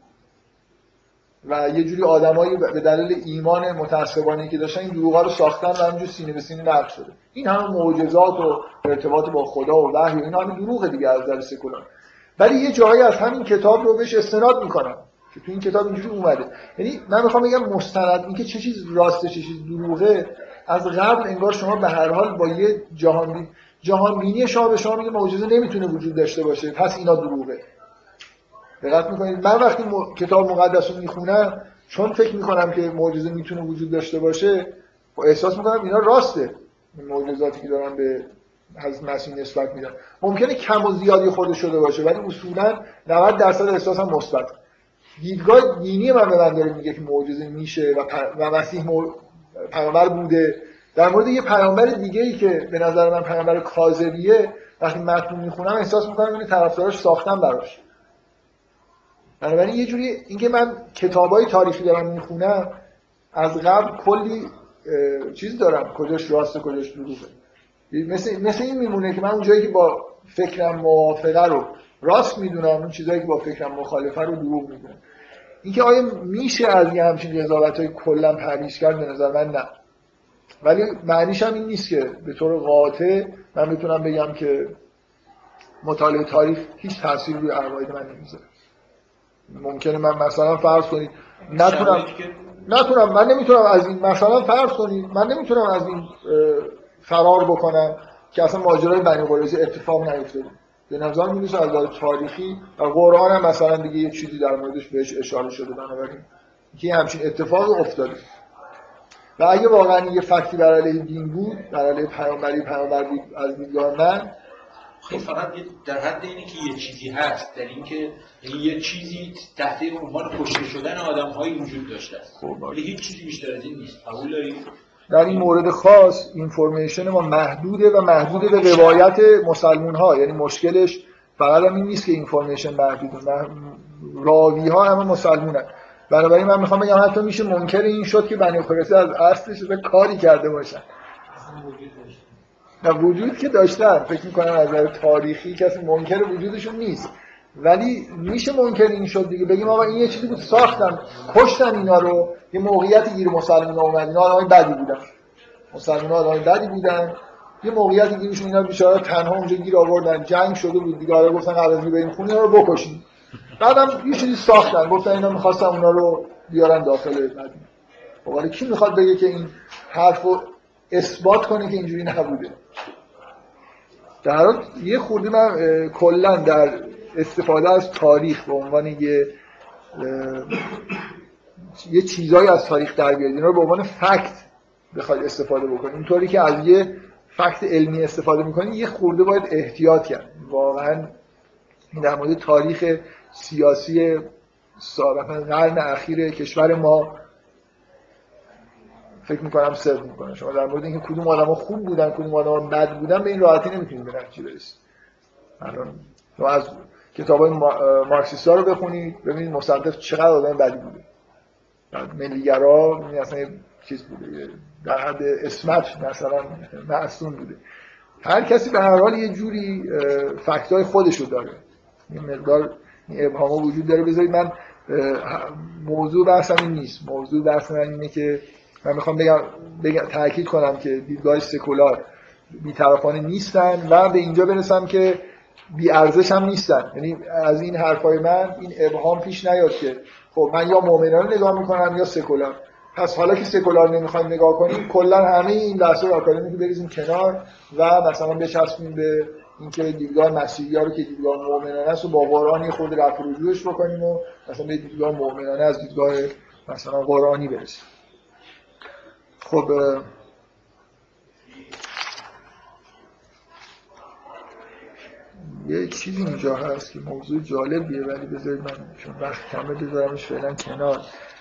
و یه جوری آدمایی به دلیل ایمان متعصبانه که داشتن این دروغا رو ساختن و همینجور سینه به سینه نقل شده. این همه معجزات و ارتباط با خدا و وحی و این همه دروغه دیگه از نظر سکولار. ولی یه جایی از همین کتاب رو بهش استناد میکنن که تو این کتاب اینجوری اومده. یعنی من میخوام بگم مستند اینکه چه چیز راسته چه چیز دروغه از قبل انگار شما به هر حال با یه جهانبینی شما به شما میگه معجزه نمیتونه وجود داشته باشه پس اینا دروغه. دقت میکنید؟ من وقتی کتاب مقدس رو میخونم چون فکر میکنم که معجزه میتونه وجود داشته باشه احساس میکنم اینا راسته، این معجزاتی که دارن به حضرت مسیح نسبت میدن. ممکنه کم و زیادی خورده شده باشه ولی اصولا 90% احساسم مثبت. دیدگاه دینی من به من داره میگه که معجزه میشه و مسیح پیامبر بوده. در مورد یه پیامبر دیگه‌ای که به نظر من پیامبر کاذبیه وقتی متن میخونم احساس میکنم این طرفداراش ساختن براش. بنابراین یه جوری اینکه من کتابای تاریخی دارم میخونم از قبل کلی چیز دارم کجاش راسته کجاش دروغه. مثل این میمونه که من اون جایی که با فکرم موافقه رو راست میدونم، اون چیزایی که با فکرم مخالفه رو دروغ میدونم. اینکه آیا میشه از یه همچین قضاوت‌های کلا پرهیز کرد؟ به نظر من نه. ولی معنیش هم این نیست که به طور قاطع من بتونم بگم که مطالعه تاریخ هیچ تأثیری روی عقاید من نمیذاره. ممکنه من مثلا فرض کنید من نمیتونم از این مثلا فرض کنید من نمیتونم از این فرار بکنم که اصلا ماجرای بنی قریظه اتفاق نیفتاده. به نظر میاد از نظر تاریخی و قرآن هم مثلا دیگه یه چیزی در موردش بهش اشاره شده، بنابراین که همچین اتفاق افتاده. و اگه واقعا یه فکتی بر علیه دین بود، بر علیه پیامبر بود از دیدگاه من، خیلی فقط در حد اینه که یه چیزی هست، در این که یه چیزی تحت عنوان کشته شدن آدم‌هایی وجود داشته است، ولی هیچ چیزی بیشتر از این نیست. قبول دارید؟ در این مورد خاص اینفورمیشن ما محدوده و محدوده به روایت مسلمان‌ها. یعنی مشکلش فقط هم این نیست که اینفورمیشن محدوده، راوی‌ها همه مسلمانن. بنابراین من میخوام بگم حتی میشه منکر این شد که بنی قریظه از اصلش به کاری کرده باشن. نه وجود که داشتن، فکر میکنم از نظر تاریخی کسی منکر وجودشون نیست، ولی میشه منکر این شد دیگه، بگیم آقا این یه چیزی بود ساختن کشتن اینا رو، یه موقعیتی گیر مسلمان‌ها اومد، اینا آدمای بدی بودن، مسلمان‌ها آدمای بدی بودن، یه موقعیتی گیرشون اینا بیچاره تنها اونجا گیر آوردن، جنگ شده بود دیگه، آره گفتن قبل از بریم خونه رو بکشیم، بعدم یه چیزی ساختن گفتن اینا می‌خواستن اونا رو بیارن داخل مدینه. ولی کی میخواد بگه که این حرفو اثبات کنه که اینجوری نبوده؟ در حال یه خورده من کلا در استفاده از تاریخ به عنوان یه چیزایی از تاریخ در بیارید، اینا رو به عنوان فکت بخواید استفاده بکنید، اینطوری که از یه فکت علمی استفاده میکنید، یه خورده باید احتیاط کرد. واقعا در مورد تاریخ سیاسی قرن اخیر کشور ما فکر میکنم صدق میکنه. شما در مورد اینکه کدوم آدم‌ها خوب بودن کدوم آدم‌ها بد بودن به این راحتی نمیتونید به نتیجه برسید. الان شما از کتابای مارکسیستا رو بخونید ببینید مصدق چقدر آدم بدی بوده. ملیگرا اصلا یه چیز بوده، در حد اسمت مثلا معصوم بوده. هر کسی به هر حال یه جوری فکتای خودشو داره، یه مقدار این ابهام‌ها وجود داره. بذارید من موضوع بحثم این نیست، موضوع بحث من اینه که من میخوام بگم تاکید کنم که دیدگاه سکولار بی‌طرفانه نیستن و به اینجا برسم که بی ارزش هم نیستن. یعنی از این حرفای من این ابهام پیش نیاد که خب من یا مؤمنانه نگاه میکنم یا سکولار، پس حالا که سکولار نمیخوایم نگاه کنیم کلا همه این بحث‌های آکادمیک رو بریزیم کنار و مثلا بچسبیم به اینکه دیدگاه مسیحی‌ها رو که دیدگاه مؤمنانه است و با قرآن خود رفع و رجوعش بکنیم و مثلا به دیدگاه مؤمنانه از دیدگاه مثلا قرآنی برسیم. خب یه چیزی اینجا هست که موضوع جالبیه، ولی بذارید من چون وقت کمه بذارمش فعلا کنار.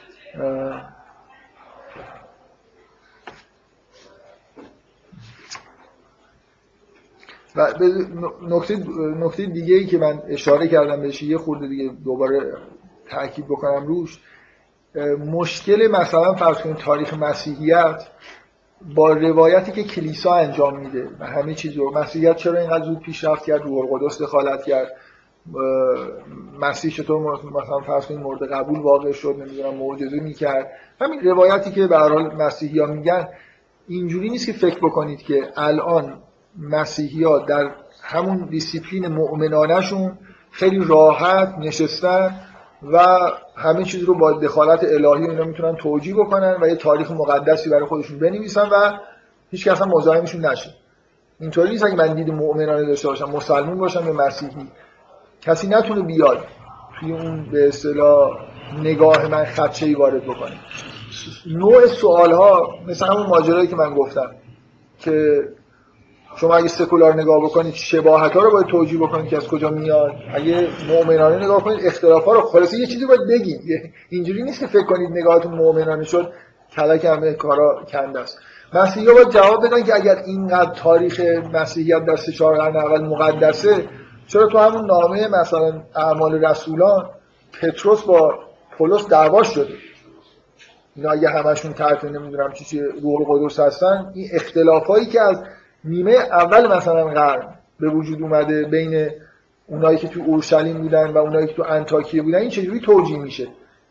و نکته دیگه ای که من اشاره کردم بهش یه خورده دیگه دوباره تاکید بکنم روش، مشکل مثلا فرض کنید تاریخ مسیحیت با روایتی که کلیسا انجام میده و همه چیز رو، مسیحیت چرا اینقدر زود پیشرفت کرد، روح القدس دخالت کرد، مسیح چطور مثلا فرض کنید مورد قبول واقع شد، نمیدونم معجزه میکرد، همین روایتی که به هر حال مسیحی‌ها میگن. اینجوری نیست که فکر بکنید که الان مسیحی‌ها در همون دیسیپلین مؤمنانه‌شون خیلی راحت نشستن و همه چیز رو با دخالت الهی اینا میتونن توجیه بکنن و یه تاریخ مقدسی برای خودشون بنویسن و هیچ کس هم مزاحمشون نشه. اینطوری نیست که من دید مؤمنانه داشته باشم، مسلمان باشم به مسیحی، کسی نتونه بیاد توی اون به اصطلاح نگاه من خدشه‌ای وارد بکنه. نوع سوال‌ها مثل همون ماجرایی که من گفتم که شما اگه سکولار نگاه بکنید شباهت‌ها رو باید توجیه بکنید که از کجا میاد، اگه مؤمنانه نگاه کنید اختلاف‌ها رو، خلاصه یه چیزی باید بگید. اینجوری نیست که فکر کنید نگاهتون مؤمنانه شد کلک همه کارا کنده است. مسیحی‌ها باید جواب بدن که اگر اینقدر تاریخ مسیحیت در 3-4 قرن اول مقدسه، چرا تو همون نامه مثلا اعمال رسولان پتروس با پولس دعوا شده؟ اینا اگه همشون تحت نمیدونم چی روح القدس هستن، این اختلافایی که از نیمه اول مثلا قرن به وجود اومده بین اونایی که تو اورشلیم بودن و اونایی که تو انطاکیه بودن، این چجوری توجیه میشه؟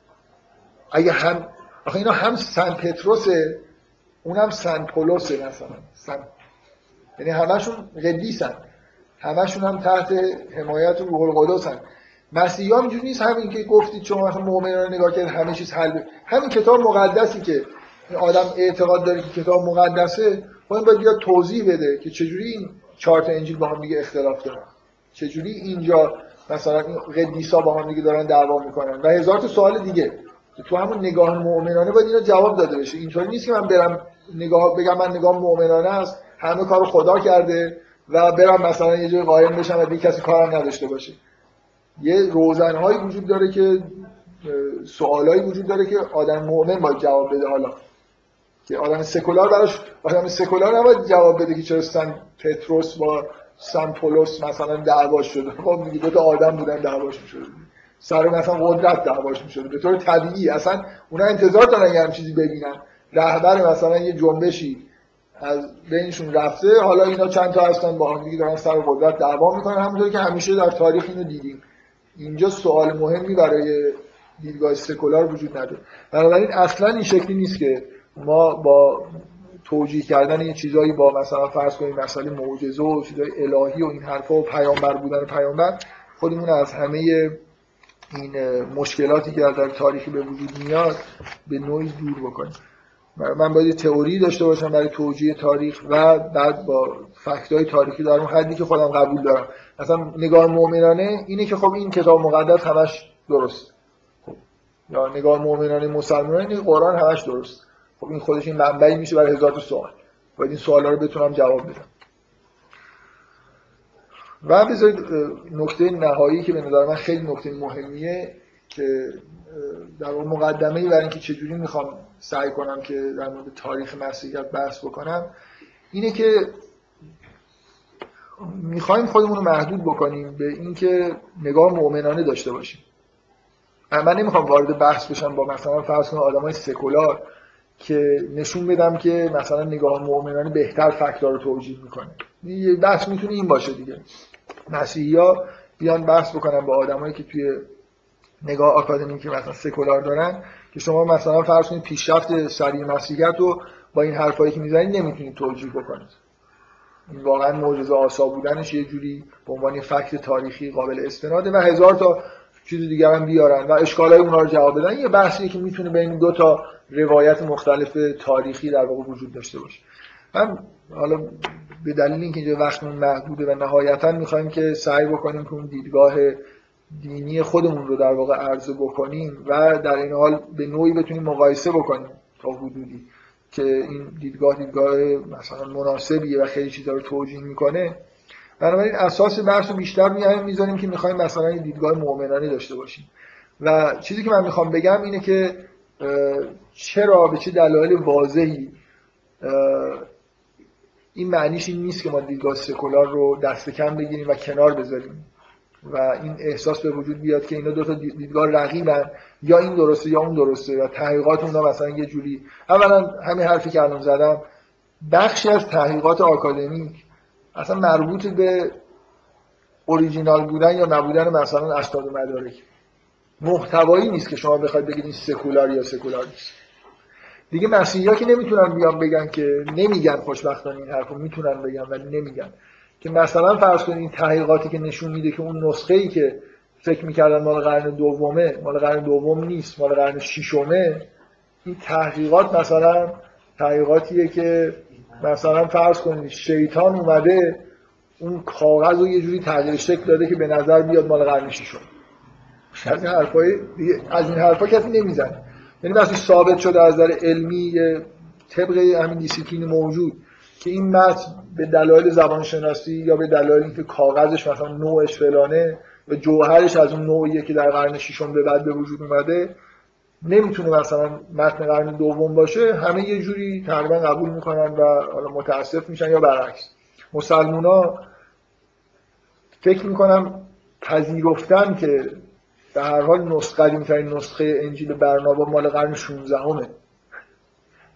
اگه هم آخه اینا هم سن پتروسه، اونم سن پولوسه مثلا یعنی همشون قدیسن، همشون هم تحت حمایت روح القدسن. مسیحی هم اینجوری نیست همین که گفتید شما مثلا مؤمنان رو نگاه کردید همه چیز حل همین کتاب مقدسی که این آدم اعتقاد داره که کتاب مقدسه، باید بیاد توضیح بده که چجوری این 4 تا انجیل با هم دیگه اختلاف دارن، چجوری اینجا مثلا این قدیسا با هم دیگه دارن دعوا میکنن و هزار تا سوال دیگه تو همون نگاه مؤمنانه باید اینا جواب داده بشه. اینطوری نیست که من برم بگم من نگاه مؤمنانه است، همه کارو خدا کرده و برم مثلا یه جای قایم بشم و دیگه کسی کارم نداشته باشه. یه روزنهایی وجود داره که سوالایی وجود داره که آدم مؤمن باید جواب بده. حالا که آدم سکولار براش آدم سکولار نباید جواب بده که چرا سن پتروس با سن پولس مثلا دعوا شده. خب دیگه دو تا آدم بودن دعواشون شده، سر مثلا قدرت دعواشون شده به طور طبیعی. اصلا اونا انتظار دارن یه چیزی ببینن، رهبر مثلا یه جنبشی از بینشون رفته، حالا اینا چند تا هستن با هم دیگه دارن سر قدرت دعوا میکنن، همونطوری که همیشه در تاریخ اینو دیدیم. اینجا سوال مهمی برای دیدگاه سکولار وجود نداره. بنابراین اصلا این شکلی نیست که ما با توجیه کردن این چیزایی با مثلا فرض کنیم مسئله معجزه و چیزای الهی و این حرفا و پیامبر بودن پیامبر خودمون از همه این مشکلاتی که در تاریخ به وجود میاد به نوعی دور بکنیم. من باید تئوری داشته باشم برای توجیه تاریخ و بعد با فکت‌های تاریخی در اون حدی که خودم قبول دارم. مثلا نگاه مؤمنانه اینه که خب این کتاب مقدس همش درست، خب یا نگاه مؤمنانه مسلمانانه این قرآن همش درست. خب این خودش این منبعی میشه برای هزار تا سوال، باید این سوالا رو بتونم جواب بدم. و بذارید نکته نهایی که به نظر من خیلی نکته مهمیه که در اون مقدمه‌ای برای اینکه چجوری میخوام سعی کنم که در مورد تاریخ مسیحیت بحث بکنم اینه که میخوایم خودمون رو محدود بکنیم به اینکه نگاه مؤمنانه داشته باشیم. من نمیخوام وارد بحث بشم با مثلا فرض کنید آدمای سکولار که نشون بدم که مثلا نگاه مؤمنانه بهتر فکت‌ها رو توجیه میکنه. یه بحث میتونه این باشه دیگه، مسیحی‌ها بیان بحث بکنن با آدمایی که توی نگاه آکادمیک مثلا سکولار دارن که شما مثلا فرض کنید پیشرفت سریع مسیحیت رو با این حرفایی که میزنید نمیتونید توجیه بکنید. این واقعا معجزه آسا بودنش یه جوری به عنوان فکت تاریخی قابل استناده و هزار تا چیز دیگه هم بیارن و اشکالای اونها رو جواب بدن. یه بحثیه که میتونه بین دو تا روایت مختلف تاریخی در واقع وجود داشته باشه. من حالا به دلیل اینکه اینجا وقتمون محدوده و نهایتاً می‌خوایم که سعی بکنیم که اون دیدگاه دینی خودمون رو در واقع عرضه بکنیم و در این حال به نوعی بتونیم مقایسه بکنیم تا حدودی که این دیدگاه مثلا مناسبیه و خیلی چیزا رو توجیه میکنه. بنابراین اساس بحث رو بیشتر میذاریم که میخوایم مثلا این دیدگاه مؤمنانه داشته باشیم و چیزی که من میخوام بگم اینه که چرا به چه دلایل واضحی این معنیش این نیست که ما دیدگاه سکولار رو دست کم بگیریم و کنار بذاریم و این احساس به وجود بیاد که اینا دو تا دیدگاه رقیبن، یا این درسته یا اون درسته و تحقیقات اونها مثلا یه جوری. اولا همین حرفی که الان زدم، بخشی از تحقیقات آکادمیک اصلا مربوط به اوریجینال بودن یا نبودن مثلا اسناد و مدارک، محتوایی نیست که شما بخواید بگید این سکولار یا سکولار نیست. دیگه مسیحی‌ها که نمیتونن بیان بگن که نمیگن، خوشبختانه این حرفو میتونن بگن ولی نمیگن که مثلا فرض کنید این تحقیقاتی که نشون میده که اون نسخه‌ای که فکر می‌کردن مال قرن دومه مال قرن دوم نیست، مال قرن ششمه. این تحقیقات مثلا تحقیقاتی که مثلا فرض کنید شیطان اومده اون کاغذ رو یه جوری تغییر شکل داده که به نظر بیاد مال قرن ششم. از این حرفا کسی نمیزنه. یعنی وقتی ثابت شده از نظر علمی طبق همین دیسیپلین موجود که این متن به دلایل زبانشناسی یا به دلایل اینکه کاغذش مثلا نوعش فلانه و جوهرش از اون نوعیه که در قرن ششم به بعد به وجود اومده نمیتونه مثلا متن قرن دوم باشه، همه یه جوری تقریبا قبول میکنن و حالا متاسف میشن. یا برعکس مسلمونا فکر میکنم پذیرفتن که به هر حال قدیمی‌ترین نسخه انجیل برنابا مال قرن 16 همه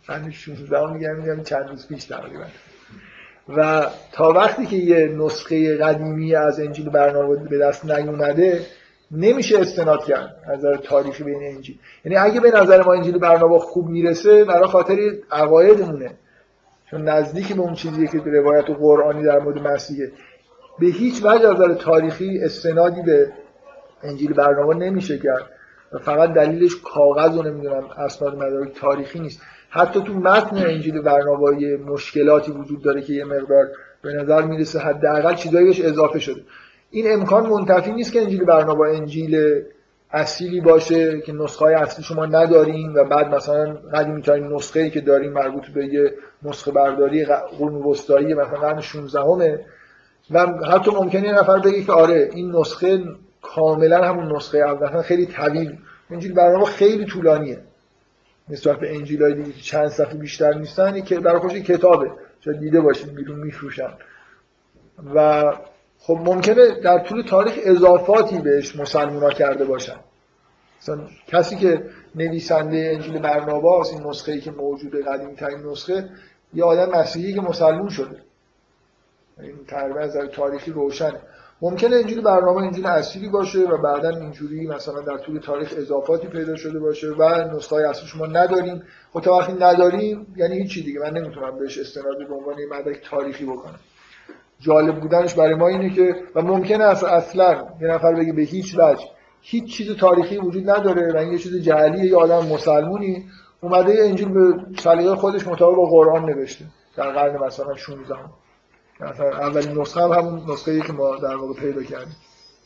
قرن 16 میگم چند روز پیش تقریبا. و تا وقتی که یه نسخه قدیمی از انجیل برنابا به دست نیومده نمیشه استناد کرد از نظر تاریخی بین انجیل. یعنی اگه به نظر ما انجیل برنابا خوب میرسه برای خاطر عقایدمونه، چون نزدیک به اون چیزیه که روایت قرآنی در مورد مسیحه. به هیچ وجه از نظر تاریخی استنادی به انجیل برنابا نمیشه کرد و فقط دلیلش کاغذ و نمیدونم اسناد مدارک تاریخی نیست. حتی تو متن انجیل برنابا مشکلاتی وجود داره که یه مقدار به نظر میرسه حداقل چیزایی بهش اضافه شده. این امکان منتفی نیست که انجیل برنابا انجیل اصیلی باشه که نسخه‌های اصلی شما ندارین و بعد مثلا قدیمی‌ترین نسخه‌ای که دارین مربوط به یه نسخه برداری قرون وسطایی مثلا قرن 16 و حتی ممکنه یه نفر بگه که آره این نسخه کاملا همون نسخه اول، خیلی طویل. انجیل برنابا خیلی طولانیه نسبت به انجیل‌های دیگه که چند صفحه بیشتر نیستن، که برای خودش کتابه، شاید دیده باشید بیرون میفروشن و خب ممکنه در طول تاریخ اضافاتی بهش مسلمونا کرده باشن. مثلا کسی که نویسنده انجیل برنابا این نسخه‌ای که موجوده قدیمی ترین نسخه یه آدم مسیحی که مسلمون شده، این تقریبا از تاریخی روشنه. ممکنه انجیل برنابا انجیل اصلی باشه و بعداً اینجوری مثلا در طول تاریخ اضافاتی پیدا شده باشه و نسخه‌های اصلی شما نداریم. خب تا وقتی نداریم یعنی هیچی دیگه، من نمیتونم بهش استناد به عنوان یه مدرک تاریخی بکنم. جالب بودنش برای ما اینه که و ممکنه اصلا یه نفر بگه به هیچ وجه هیچ چیز تاریخی وجود نداره و این یه چیز جعلیه، یه آدم مسلمونی اومده انجیل به سلیقه خودش مطابق با قرآن نوشته در قرن مثلا 16. مثلا اولین نسخه هم همون نسخه‌ای که ما در واقع پیدا کردیم.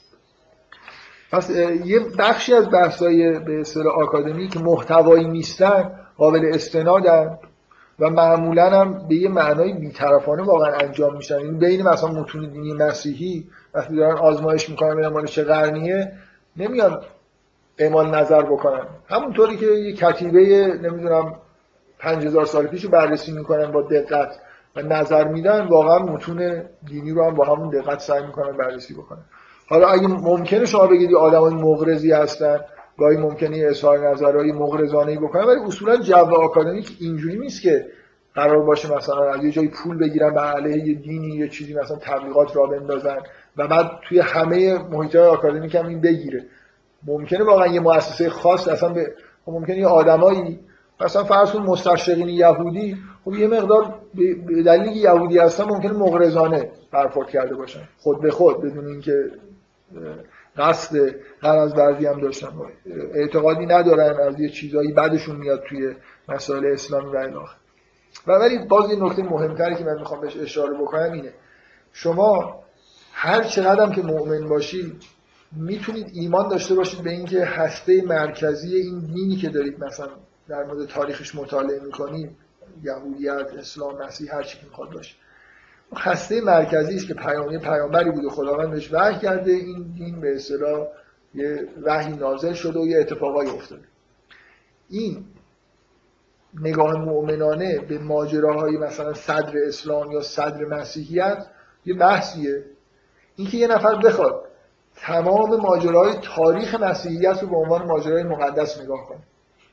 پس یه بخشی از بحث‌های به اصطلاح آکادمی که محتوایی نیستن قابل استنادن و معمولاً هم به یه معنای بی‌طرفانه واقعا انجام میشن. این بین مثلا متون دینی مسیحی وقتی دارن آزمایش میکنن ببینن مال چه قرنیه نمیان اعمال نظر بکنن، همونطوری که یه کتیبه نمیدونم 5000 سال پیشو بررسی میکنن با دقت و نظر میدن، واقعا متون دینی رو هم با همون دقت سعی میکنن بررسی بکنن. حالا اگه ممکنه شما بگید آدمای مغرضی هستن، گاهی ممکنه اظهار نظرهای مغرضانه‌ای بکنن، ولی اصولا جو آکادمیک اینجوری نیست که قرار باشه مثلا از یه جایی پول بگیرن به علیه یه دینی یه چیزی مثلا تبلیغات را بندازن و بعد توی همه محیط‌های آکادمیک هم این بگیره. ممکنه واقعا یه مؤسسه خاص اصلا ممکنه یه آدمایی مثلا فرض کن مستشرقین یهودی خب یه مقدار به دلیلی که یهودی هستن ممکنه مغرضانه برخورد کرده باشن خود به خود بدون اینکه قصد غرض‌ورزی هم داشتن، اعتقادی ندارن از یه چیزایی بعدشون میاد توی مسائل اسلامی و الاخر. ولی باز یه نکته مهمتری که من میخوام بهش اشاره بکنم اینه شما هر چقدر که مؤمن باشید میتونید ایمان داشته باشید به اینکه هسته مرکزی این دینی که دارید مثلا در مورد تاریخش مطالعه میکنید، یهودیت، اسلام، مسیح، هر چی که میخواد باشه، هسته مرکزی است که پیامبری بوده خداوند بهش وحی کرده، این دین به اصطلاح یه وحی نازل شده و یه اتفاقایی افتاده. این نگاه مؤمنانه به ماجراهای مثلا صدر اسلام یا صدر مسیحیت یه بحثیه. اینکه یه نفر بخواد تمام ماجراهای تاریخ مسیحیت رو به عنوان ماجرای مقدس نگاه کنه،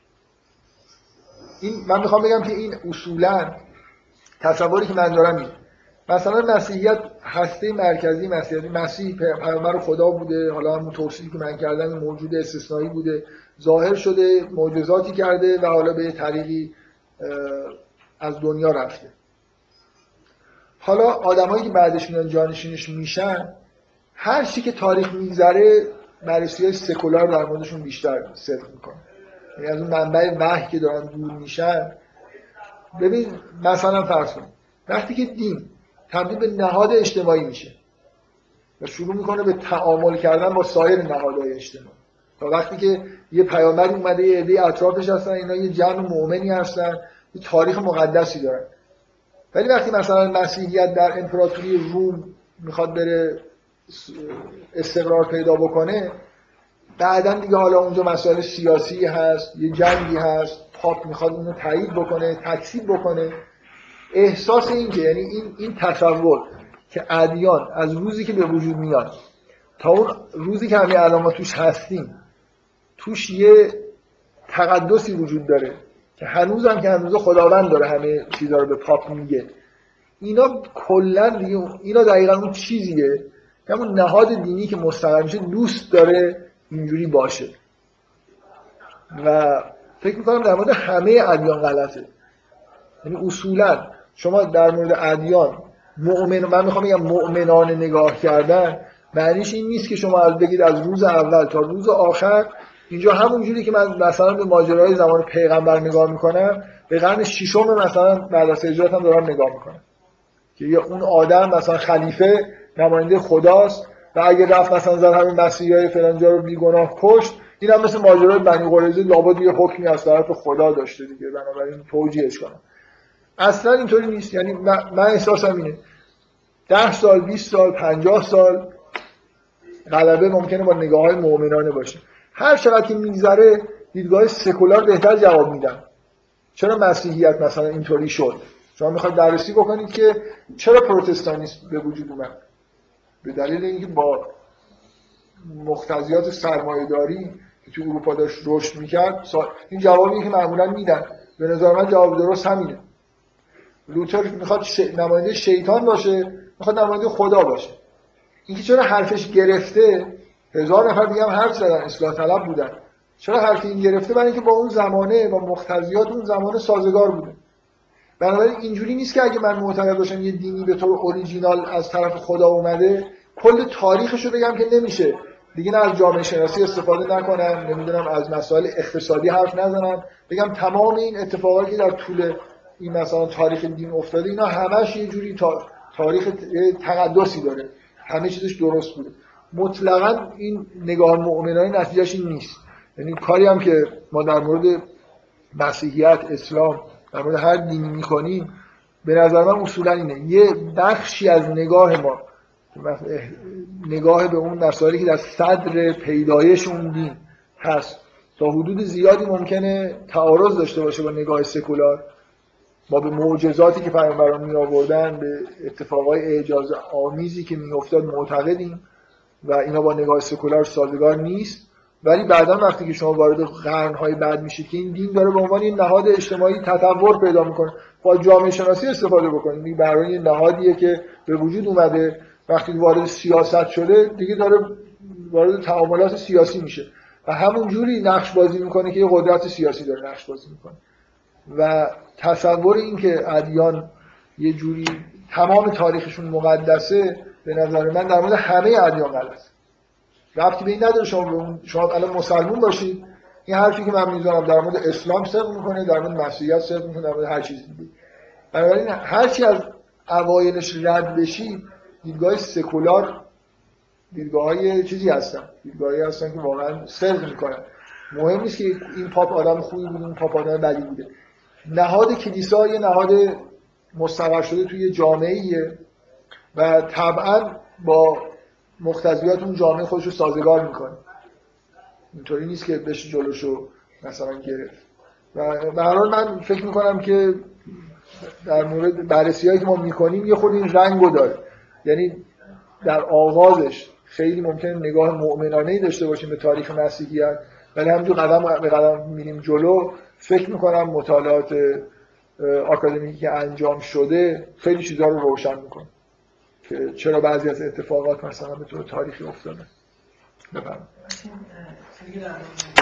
این من میخوام بگم که این اصولاً تصوری که من دارم اینه. مثلا مسیحیت هسته مرکزی مسیح پیامبر خدا بوده، حالا همون توصیفی که من کردم موجود استثنایی بوده، ظاهر شده، معجزاتی کرده و حالا به طریقی از دنیا رفته. حالا آدمایی که بعدش میان جانشینش میشن، هر چی که تاریخ میگذره بررسی‌های سکولار در موردشون بیشتر صدق میکنه، یعنی از اون منبع وحی که دارن دور میشن. ببین مثلا فرض کن وقتی که دین تبدیل به نهاد اجتماعی میشه و شروع میکنه به تعامل کردن با سایر نهادهای اجتماعی، تا وقتی که یه پیامبر اومده یه عده اطرافش هستن، اینا یه جمع مؤمنی هستن، یه تاریخ مقدسی دارن. ولی وقتی مثلا مسیحیت در امپراتوری روم میخواد بره استقرار پیدا بکنه، بعدن دیگه حالا اونجا مسائل سیاسی هست، یه جنگی هست، پاپ میخواد اونو تایید بکنه، تکذیب بکنه. احساس این که یعنی این تصور که ادیان از روزی که به وجود میاد تا اون روزی که همین الان ما توش هستیم توش یه تقدسی وجود داره که هنوزم که هنوز خداوند داره همه چیزا رو به پاپ میگه، اینا کلا دیگه اینا دقیقاً اون چیزیه که همون نهاد دینی که مستقر میشه دوست داره اینجوری باشه و فکر میکنم در مورد همه ادیان غلطه. یعنی اصولا شما در مورد ادیان من میخوام بگم مؤمنانه نگاه کردن معنیش این نیست که شما بگید از روز اول تا روز آخر اینجا همون جوری که من مثلا به ماجرای زمان پیغمبر نگاه میکنم به قرن ششم مثلا بعد از هجرت هم دارم نگاه میکنم که اون آدم مثلا خلیفه نماینده خداست و اگه رفت مثلا زن همین مسیحیای فلانجا رو بیگناه کشت، این هم مثل ماجرای بنی قریظه لابد یه حکمی از طرف خدا داشته دیگه، بنابراین توجیهش کنم. اصلا اینطوری نیست. یعنی من احساسم اینه 10 سال 20 سال 50 سال غلبه ممکنه با نگاه‌های مؤمنانه باشه، هر چقدر که میگذره دیدگاه سکولار بهتر جواب میدن. چرا مسیحیت مثلا اینطوری شد؟ شما میخواید بررسی بکنید که چرا پروتستانیسم به وجود اومد. به دلیل اینکه با مقتضیات سرمایه‌داری که تو اروپا داشت رشد میکرد. این جوابیه که معمولا میدن. به نظر من جواب درست همینه. لوتر میخواد نماینده شیطان باشه، میخواد نماینده خدا باشه. اینکه چرا حرفش گرفته، 1000 نفر دیگه هم حرف زدن، اصلاح طلب بودن. چرا حرف این گرفته؟ برای اینکه با اون زمانه، با مقتضیات اون زمانه سازگار بوده. بنابراین اینجوری نیست که اگه من معتقد باشم یه دینی به طور اوریجینال از طرف خدا اومده، کل تاریخشو بگم که نمیشه. دیگه نه از جامعه شناسی استفاده نکنم، نمیدونم از مسائل اقتصادی حرف نزنم، بگم تمام این اتفاقاتی که در طول این مثلا تاریخ دین افتاده اینا همش یه جوری تاریخ تقدسی داره، همه چیزش درست بوده. مطلقاً این نگاه مؤمنانه نتیجهش این نیست. یعنی کاری هم که ما در مورد مسیحیت، اسلام، در مورد هر دینی میکنیم به نظر من اصولا اینه یه بخشی از نگاه ما، نگاه به اون مسائلی که در صدر پیدایش اون دین هست، تا حدود زیادی ممکنه تعارض داشته باشه با نگاه سکولار. ما به معجزاتی که پیامبران می آوردن، به اتفاقای اعجاز آمیزی که می افتاد معتقدیم و اینا با نگاه سکولار سازگار نیست. ولی بعدا وقتی که شما وارد قرن‌های بعد میشید که این دین داره به عنوان این نهاد اجتماعی تطور پیدا میکنه، با جامعه شناسی استفاده بکنید. این برای این نهادیه که به وجود اومده، وقتی وارد سیاست شده دیگه داره وارد تعاملات سیاسی میشه و همون جوری نقش بازی میکنه که یه قدرت سیاسی داره نقش بازی میکنه. و تصور این که ادیان یه جوری تمام تاریخشون مقدسه به نظر من در مورد همه ادیان غلطه. ربطی به این نداره شما الان مسلمون باشید، این حرفی که من میزنم در مورد اسلام صدق میکنه، در مورد مسیحیت صدق میکنه، در مورد هر چیز دیگه. بنابراین هر چی از اوایلش رد بشی، دیدگاه سکولار دیدگاه‌های چیزی هستن، دیدگاهی هستن که واقعا صدق میکنن. مهم نیست که این پاپ آدم خوبی بود، این پاپ آدم بدی بوده. نهاد کلیسا یه نهاد مستقر شده توی جامعه‌ایه و طبعاً با مقتضیات اون جامعه خودش رو سازگار میکنه. اینطوری نیست که بشه جلوشو مثلا گرفت. و به هر حال من فکر میکنم که در مورد بررسی‌هایی که ما میکنیم یه خود این رنگو داره. یعنی در آغازش خیلی ممکنه نگاه مؤمنانه‌ای داشته باشیم به تاریخ مسیحیت، ولی همینجور قدم به قدم میریم جلو فکر میکنم مطالعات آکادمیکی که انجام شده خیلی چیزا رو روشن میکنه که چرا بعضی از اتفاقات مثلا به طور تاریخی افتاده. بفرمایید. چیزی در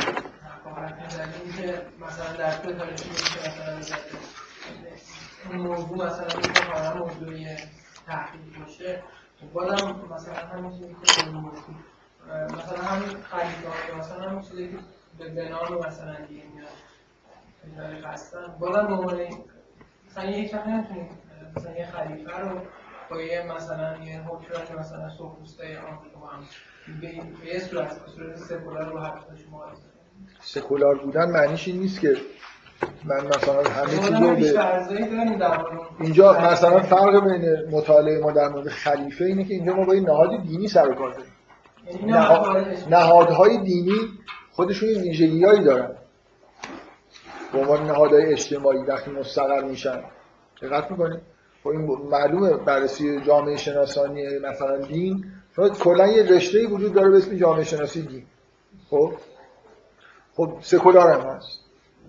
که مثلا در طول تاریخ میشه مثلا این موضوع مثلا کاملا موضوعی تحقیق باشه، بازم مثلا همین چیزی که مثلا همین خلیفه‌ها مثلا همین چیزی که به بنام مثلا دین یا تاریخ هستن، بازم به عنوان مثلا یک وقت نمیتونید مثلا یه خلیفه رو با یه مثلا یه حکمران مثلا سوفیستای آمریکا با هم به یه صورت سکولار رو حرف شما سکولار بودن معنیش این نیست که من مثلا همه چیز رو اینجا مثلا فرق بین مطالعه ما در مورد خلیفه اینه که اینجا ما با این نهاد دینی سر و کار داریم. نهادهای دینی خودشون ویژگی‌هایی دارن به عنوان نهادهای اجتماعی وقتی مستقر میشن. دقت میکنید؟ خب این معلومه بررسی جامعه شناسانی مثلا دین کلا یه رشته‌ای وجود داره به اسم جامعه شناسی دین. خب سکولار هم هست.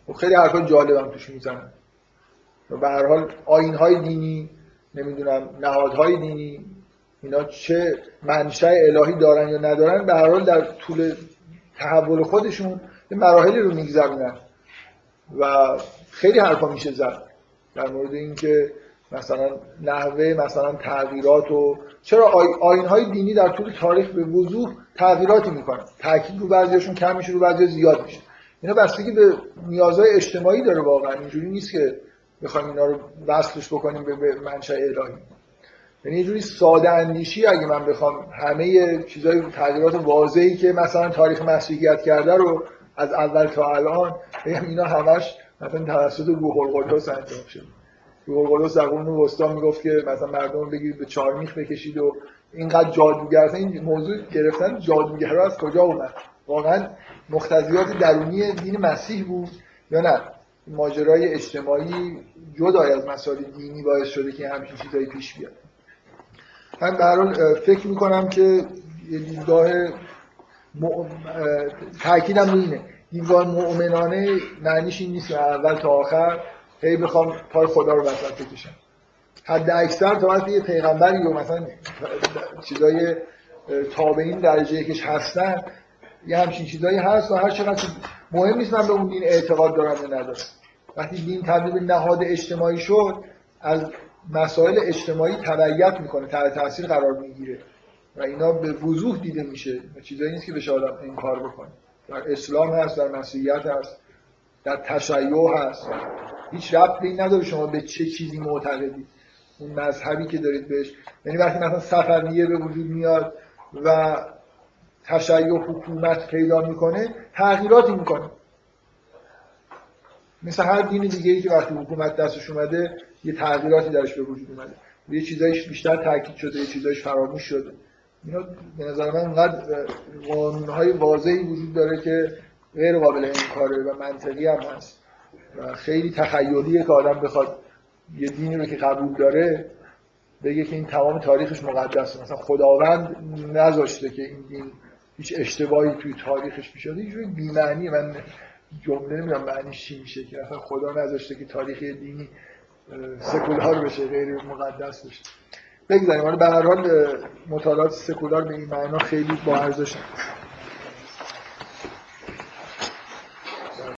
خیلی حرفای جالبم توش میزنن. به هر حال آیین‌های دینی، نمیدونم نهادهای دینی، اینا چه منشأ الهی دارن یا ندارن، به هر حال در طول تحول خودشون یه مراحلی رو میگذرونن و خیلی حرفا میشه زد در مورد اینکه مثلا نحوه مثلا تغییرات و چرا آیین‌های دینی در طول تاریخ به وضوح تغییراتی میکنن، تاکید رو بعضیاشون کم میشه، رو بعضی زیاد میشه. اینا بستگی به نیازهای اجتماعی داره. واقعا اینجوری نیست که بخوایم اینا رو وصلش بکنیم به منشأ الهی. یعنی یه جوری ساده اندیشی اگه من بخوام همه چیزای تغییرات واضحی که مثلا تاریخ مسیحیت کرده رو از اول تا الان بگم اینا همش مثلا توسط روح القدس انجام شده. روح القدس در قرون وسطا میگفت که مثلا مردم بگید به چارمیخ بکشید و اینقدر جادوگر، این موضوع گرفتن جادوگرا از کجا اومد؟ واقعا مقتضیات درونی دین مسیح بود یا نه ماجرای اجتماعی جدای از مسائل دینی باعث شده که همچین چیزایی پیش بیاد؟ من به هر حال فکر میکنم که یه دیدگاه تأکیدم اینه، دیدگاه مؤمنانه معنیش این نیست که اول تا آخر هی بخوام پای خدا رو وسط بکشم. حد اکثر تا وقتی یه پیغمبری و مثلا چیزای تابعین درجه یکش هستن یه همچین چیزایی هست و هر چقدر مهم نیست من به اون دین اعتقاد دارم یا ندارم. وقتی دین تبدیل به نهاد اجتماعی شد از مسائل اجتماعی تبعیت میکنه، تحت تاثیر قرار میگیره و اینا به وضوح دیده میشه. چیزایی نیست که بشه آدم انکار بکنه. در اسلام هست، در مسیحیت هست، در تشیع هست. هیچ ربطی این نداره شما به چه چیزی معتقدید، اون مذهبی که دارید بهش. یعنی وقتی مثلا صفویه به وجود میاد و تشیع حکومت پیدا میکنه تغییراتی میکنه، مثل هر دین دیگه‌ای که وقتی حکومت دستش اومده یه تغییراتی درش به وجود اومده، یه چیزایش بیشتر تاکید شده، یه چیزایش فراموش شده. اینا به نظر من انقدر قانون‌های واضحی وجود داره که غیر قابل انکاره و منطقی هم هست و خیلی تخیلیه که آدم بخواد یه دینی رو که قبول داره بگه که این تمام تاریخش مقدسه. مثلا خداوند نذاشته که این دین هیچ اشتباهی توی تاریخش پیش بیاد. یه بی‌معنیه. من جمله نمیدونم معنیش چی میشه که اصلا خدا نذاشته که تاریخ دینی سکولار بشه، غیر مقدس بشه. بگذاریم. حالا به هر حال مطالعات سکولار به این معنا خیلی با ارزشه.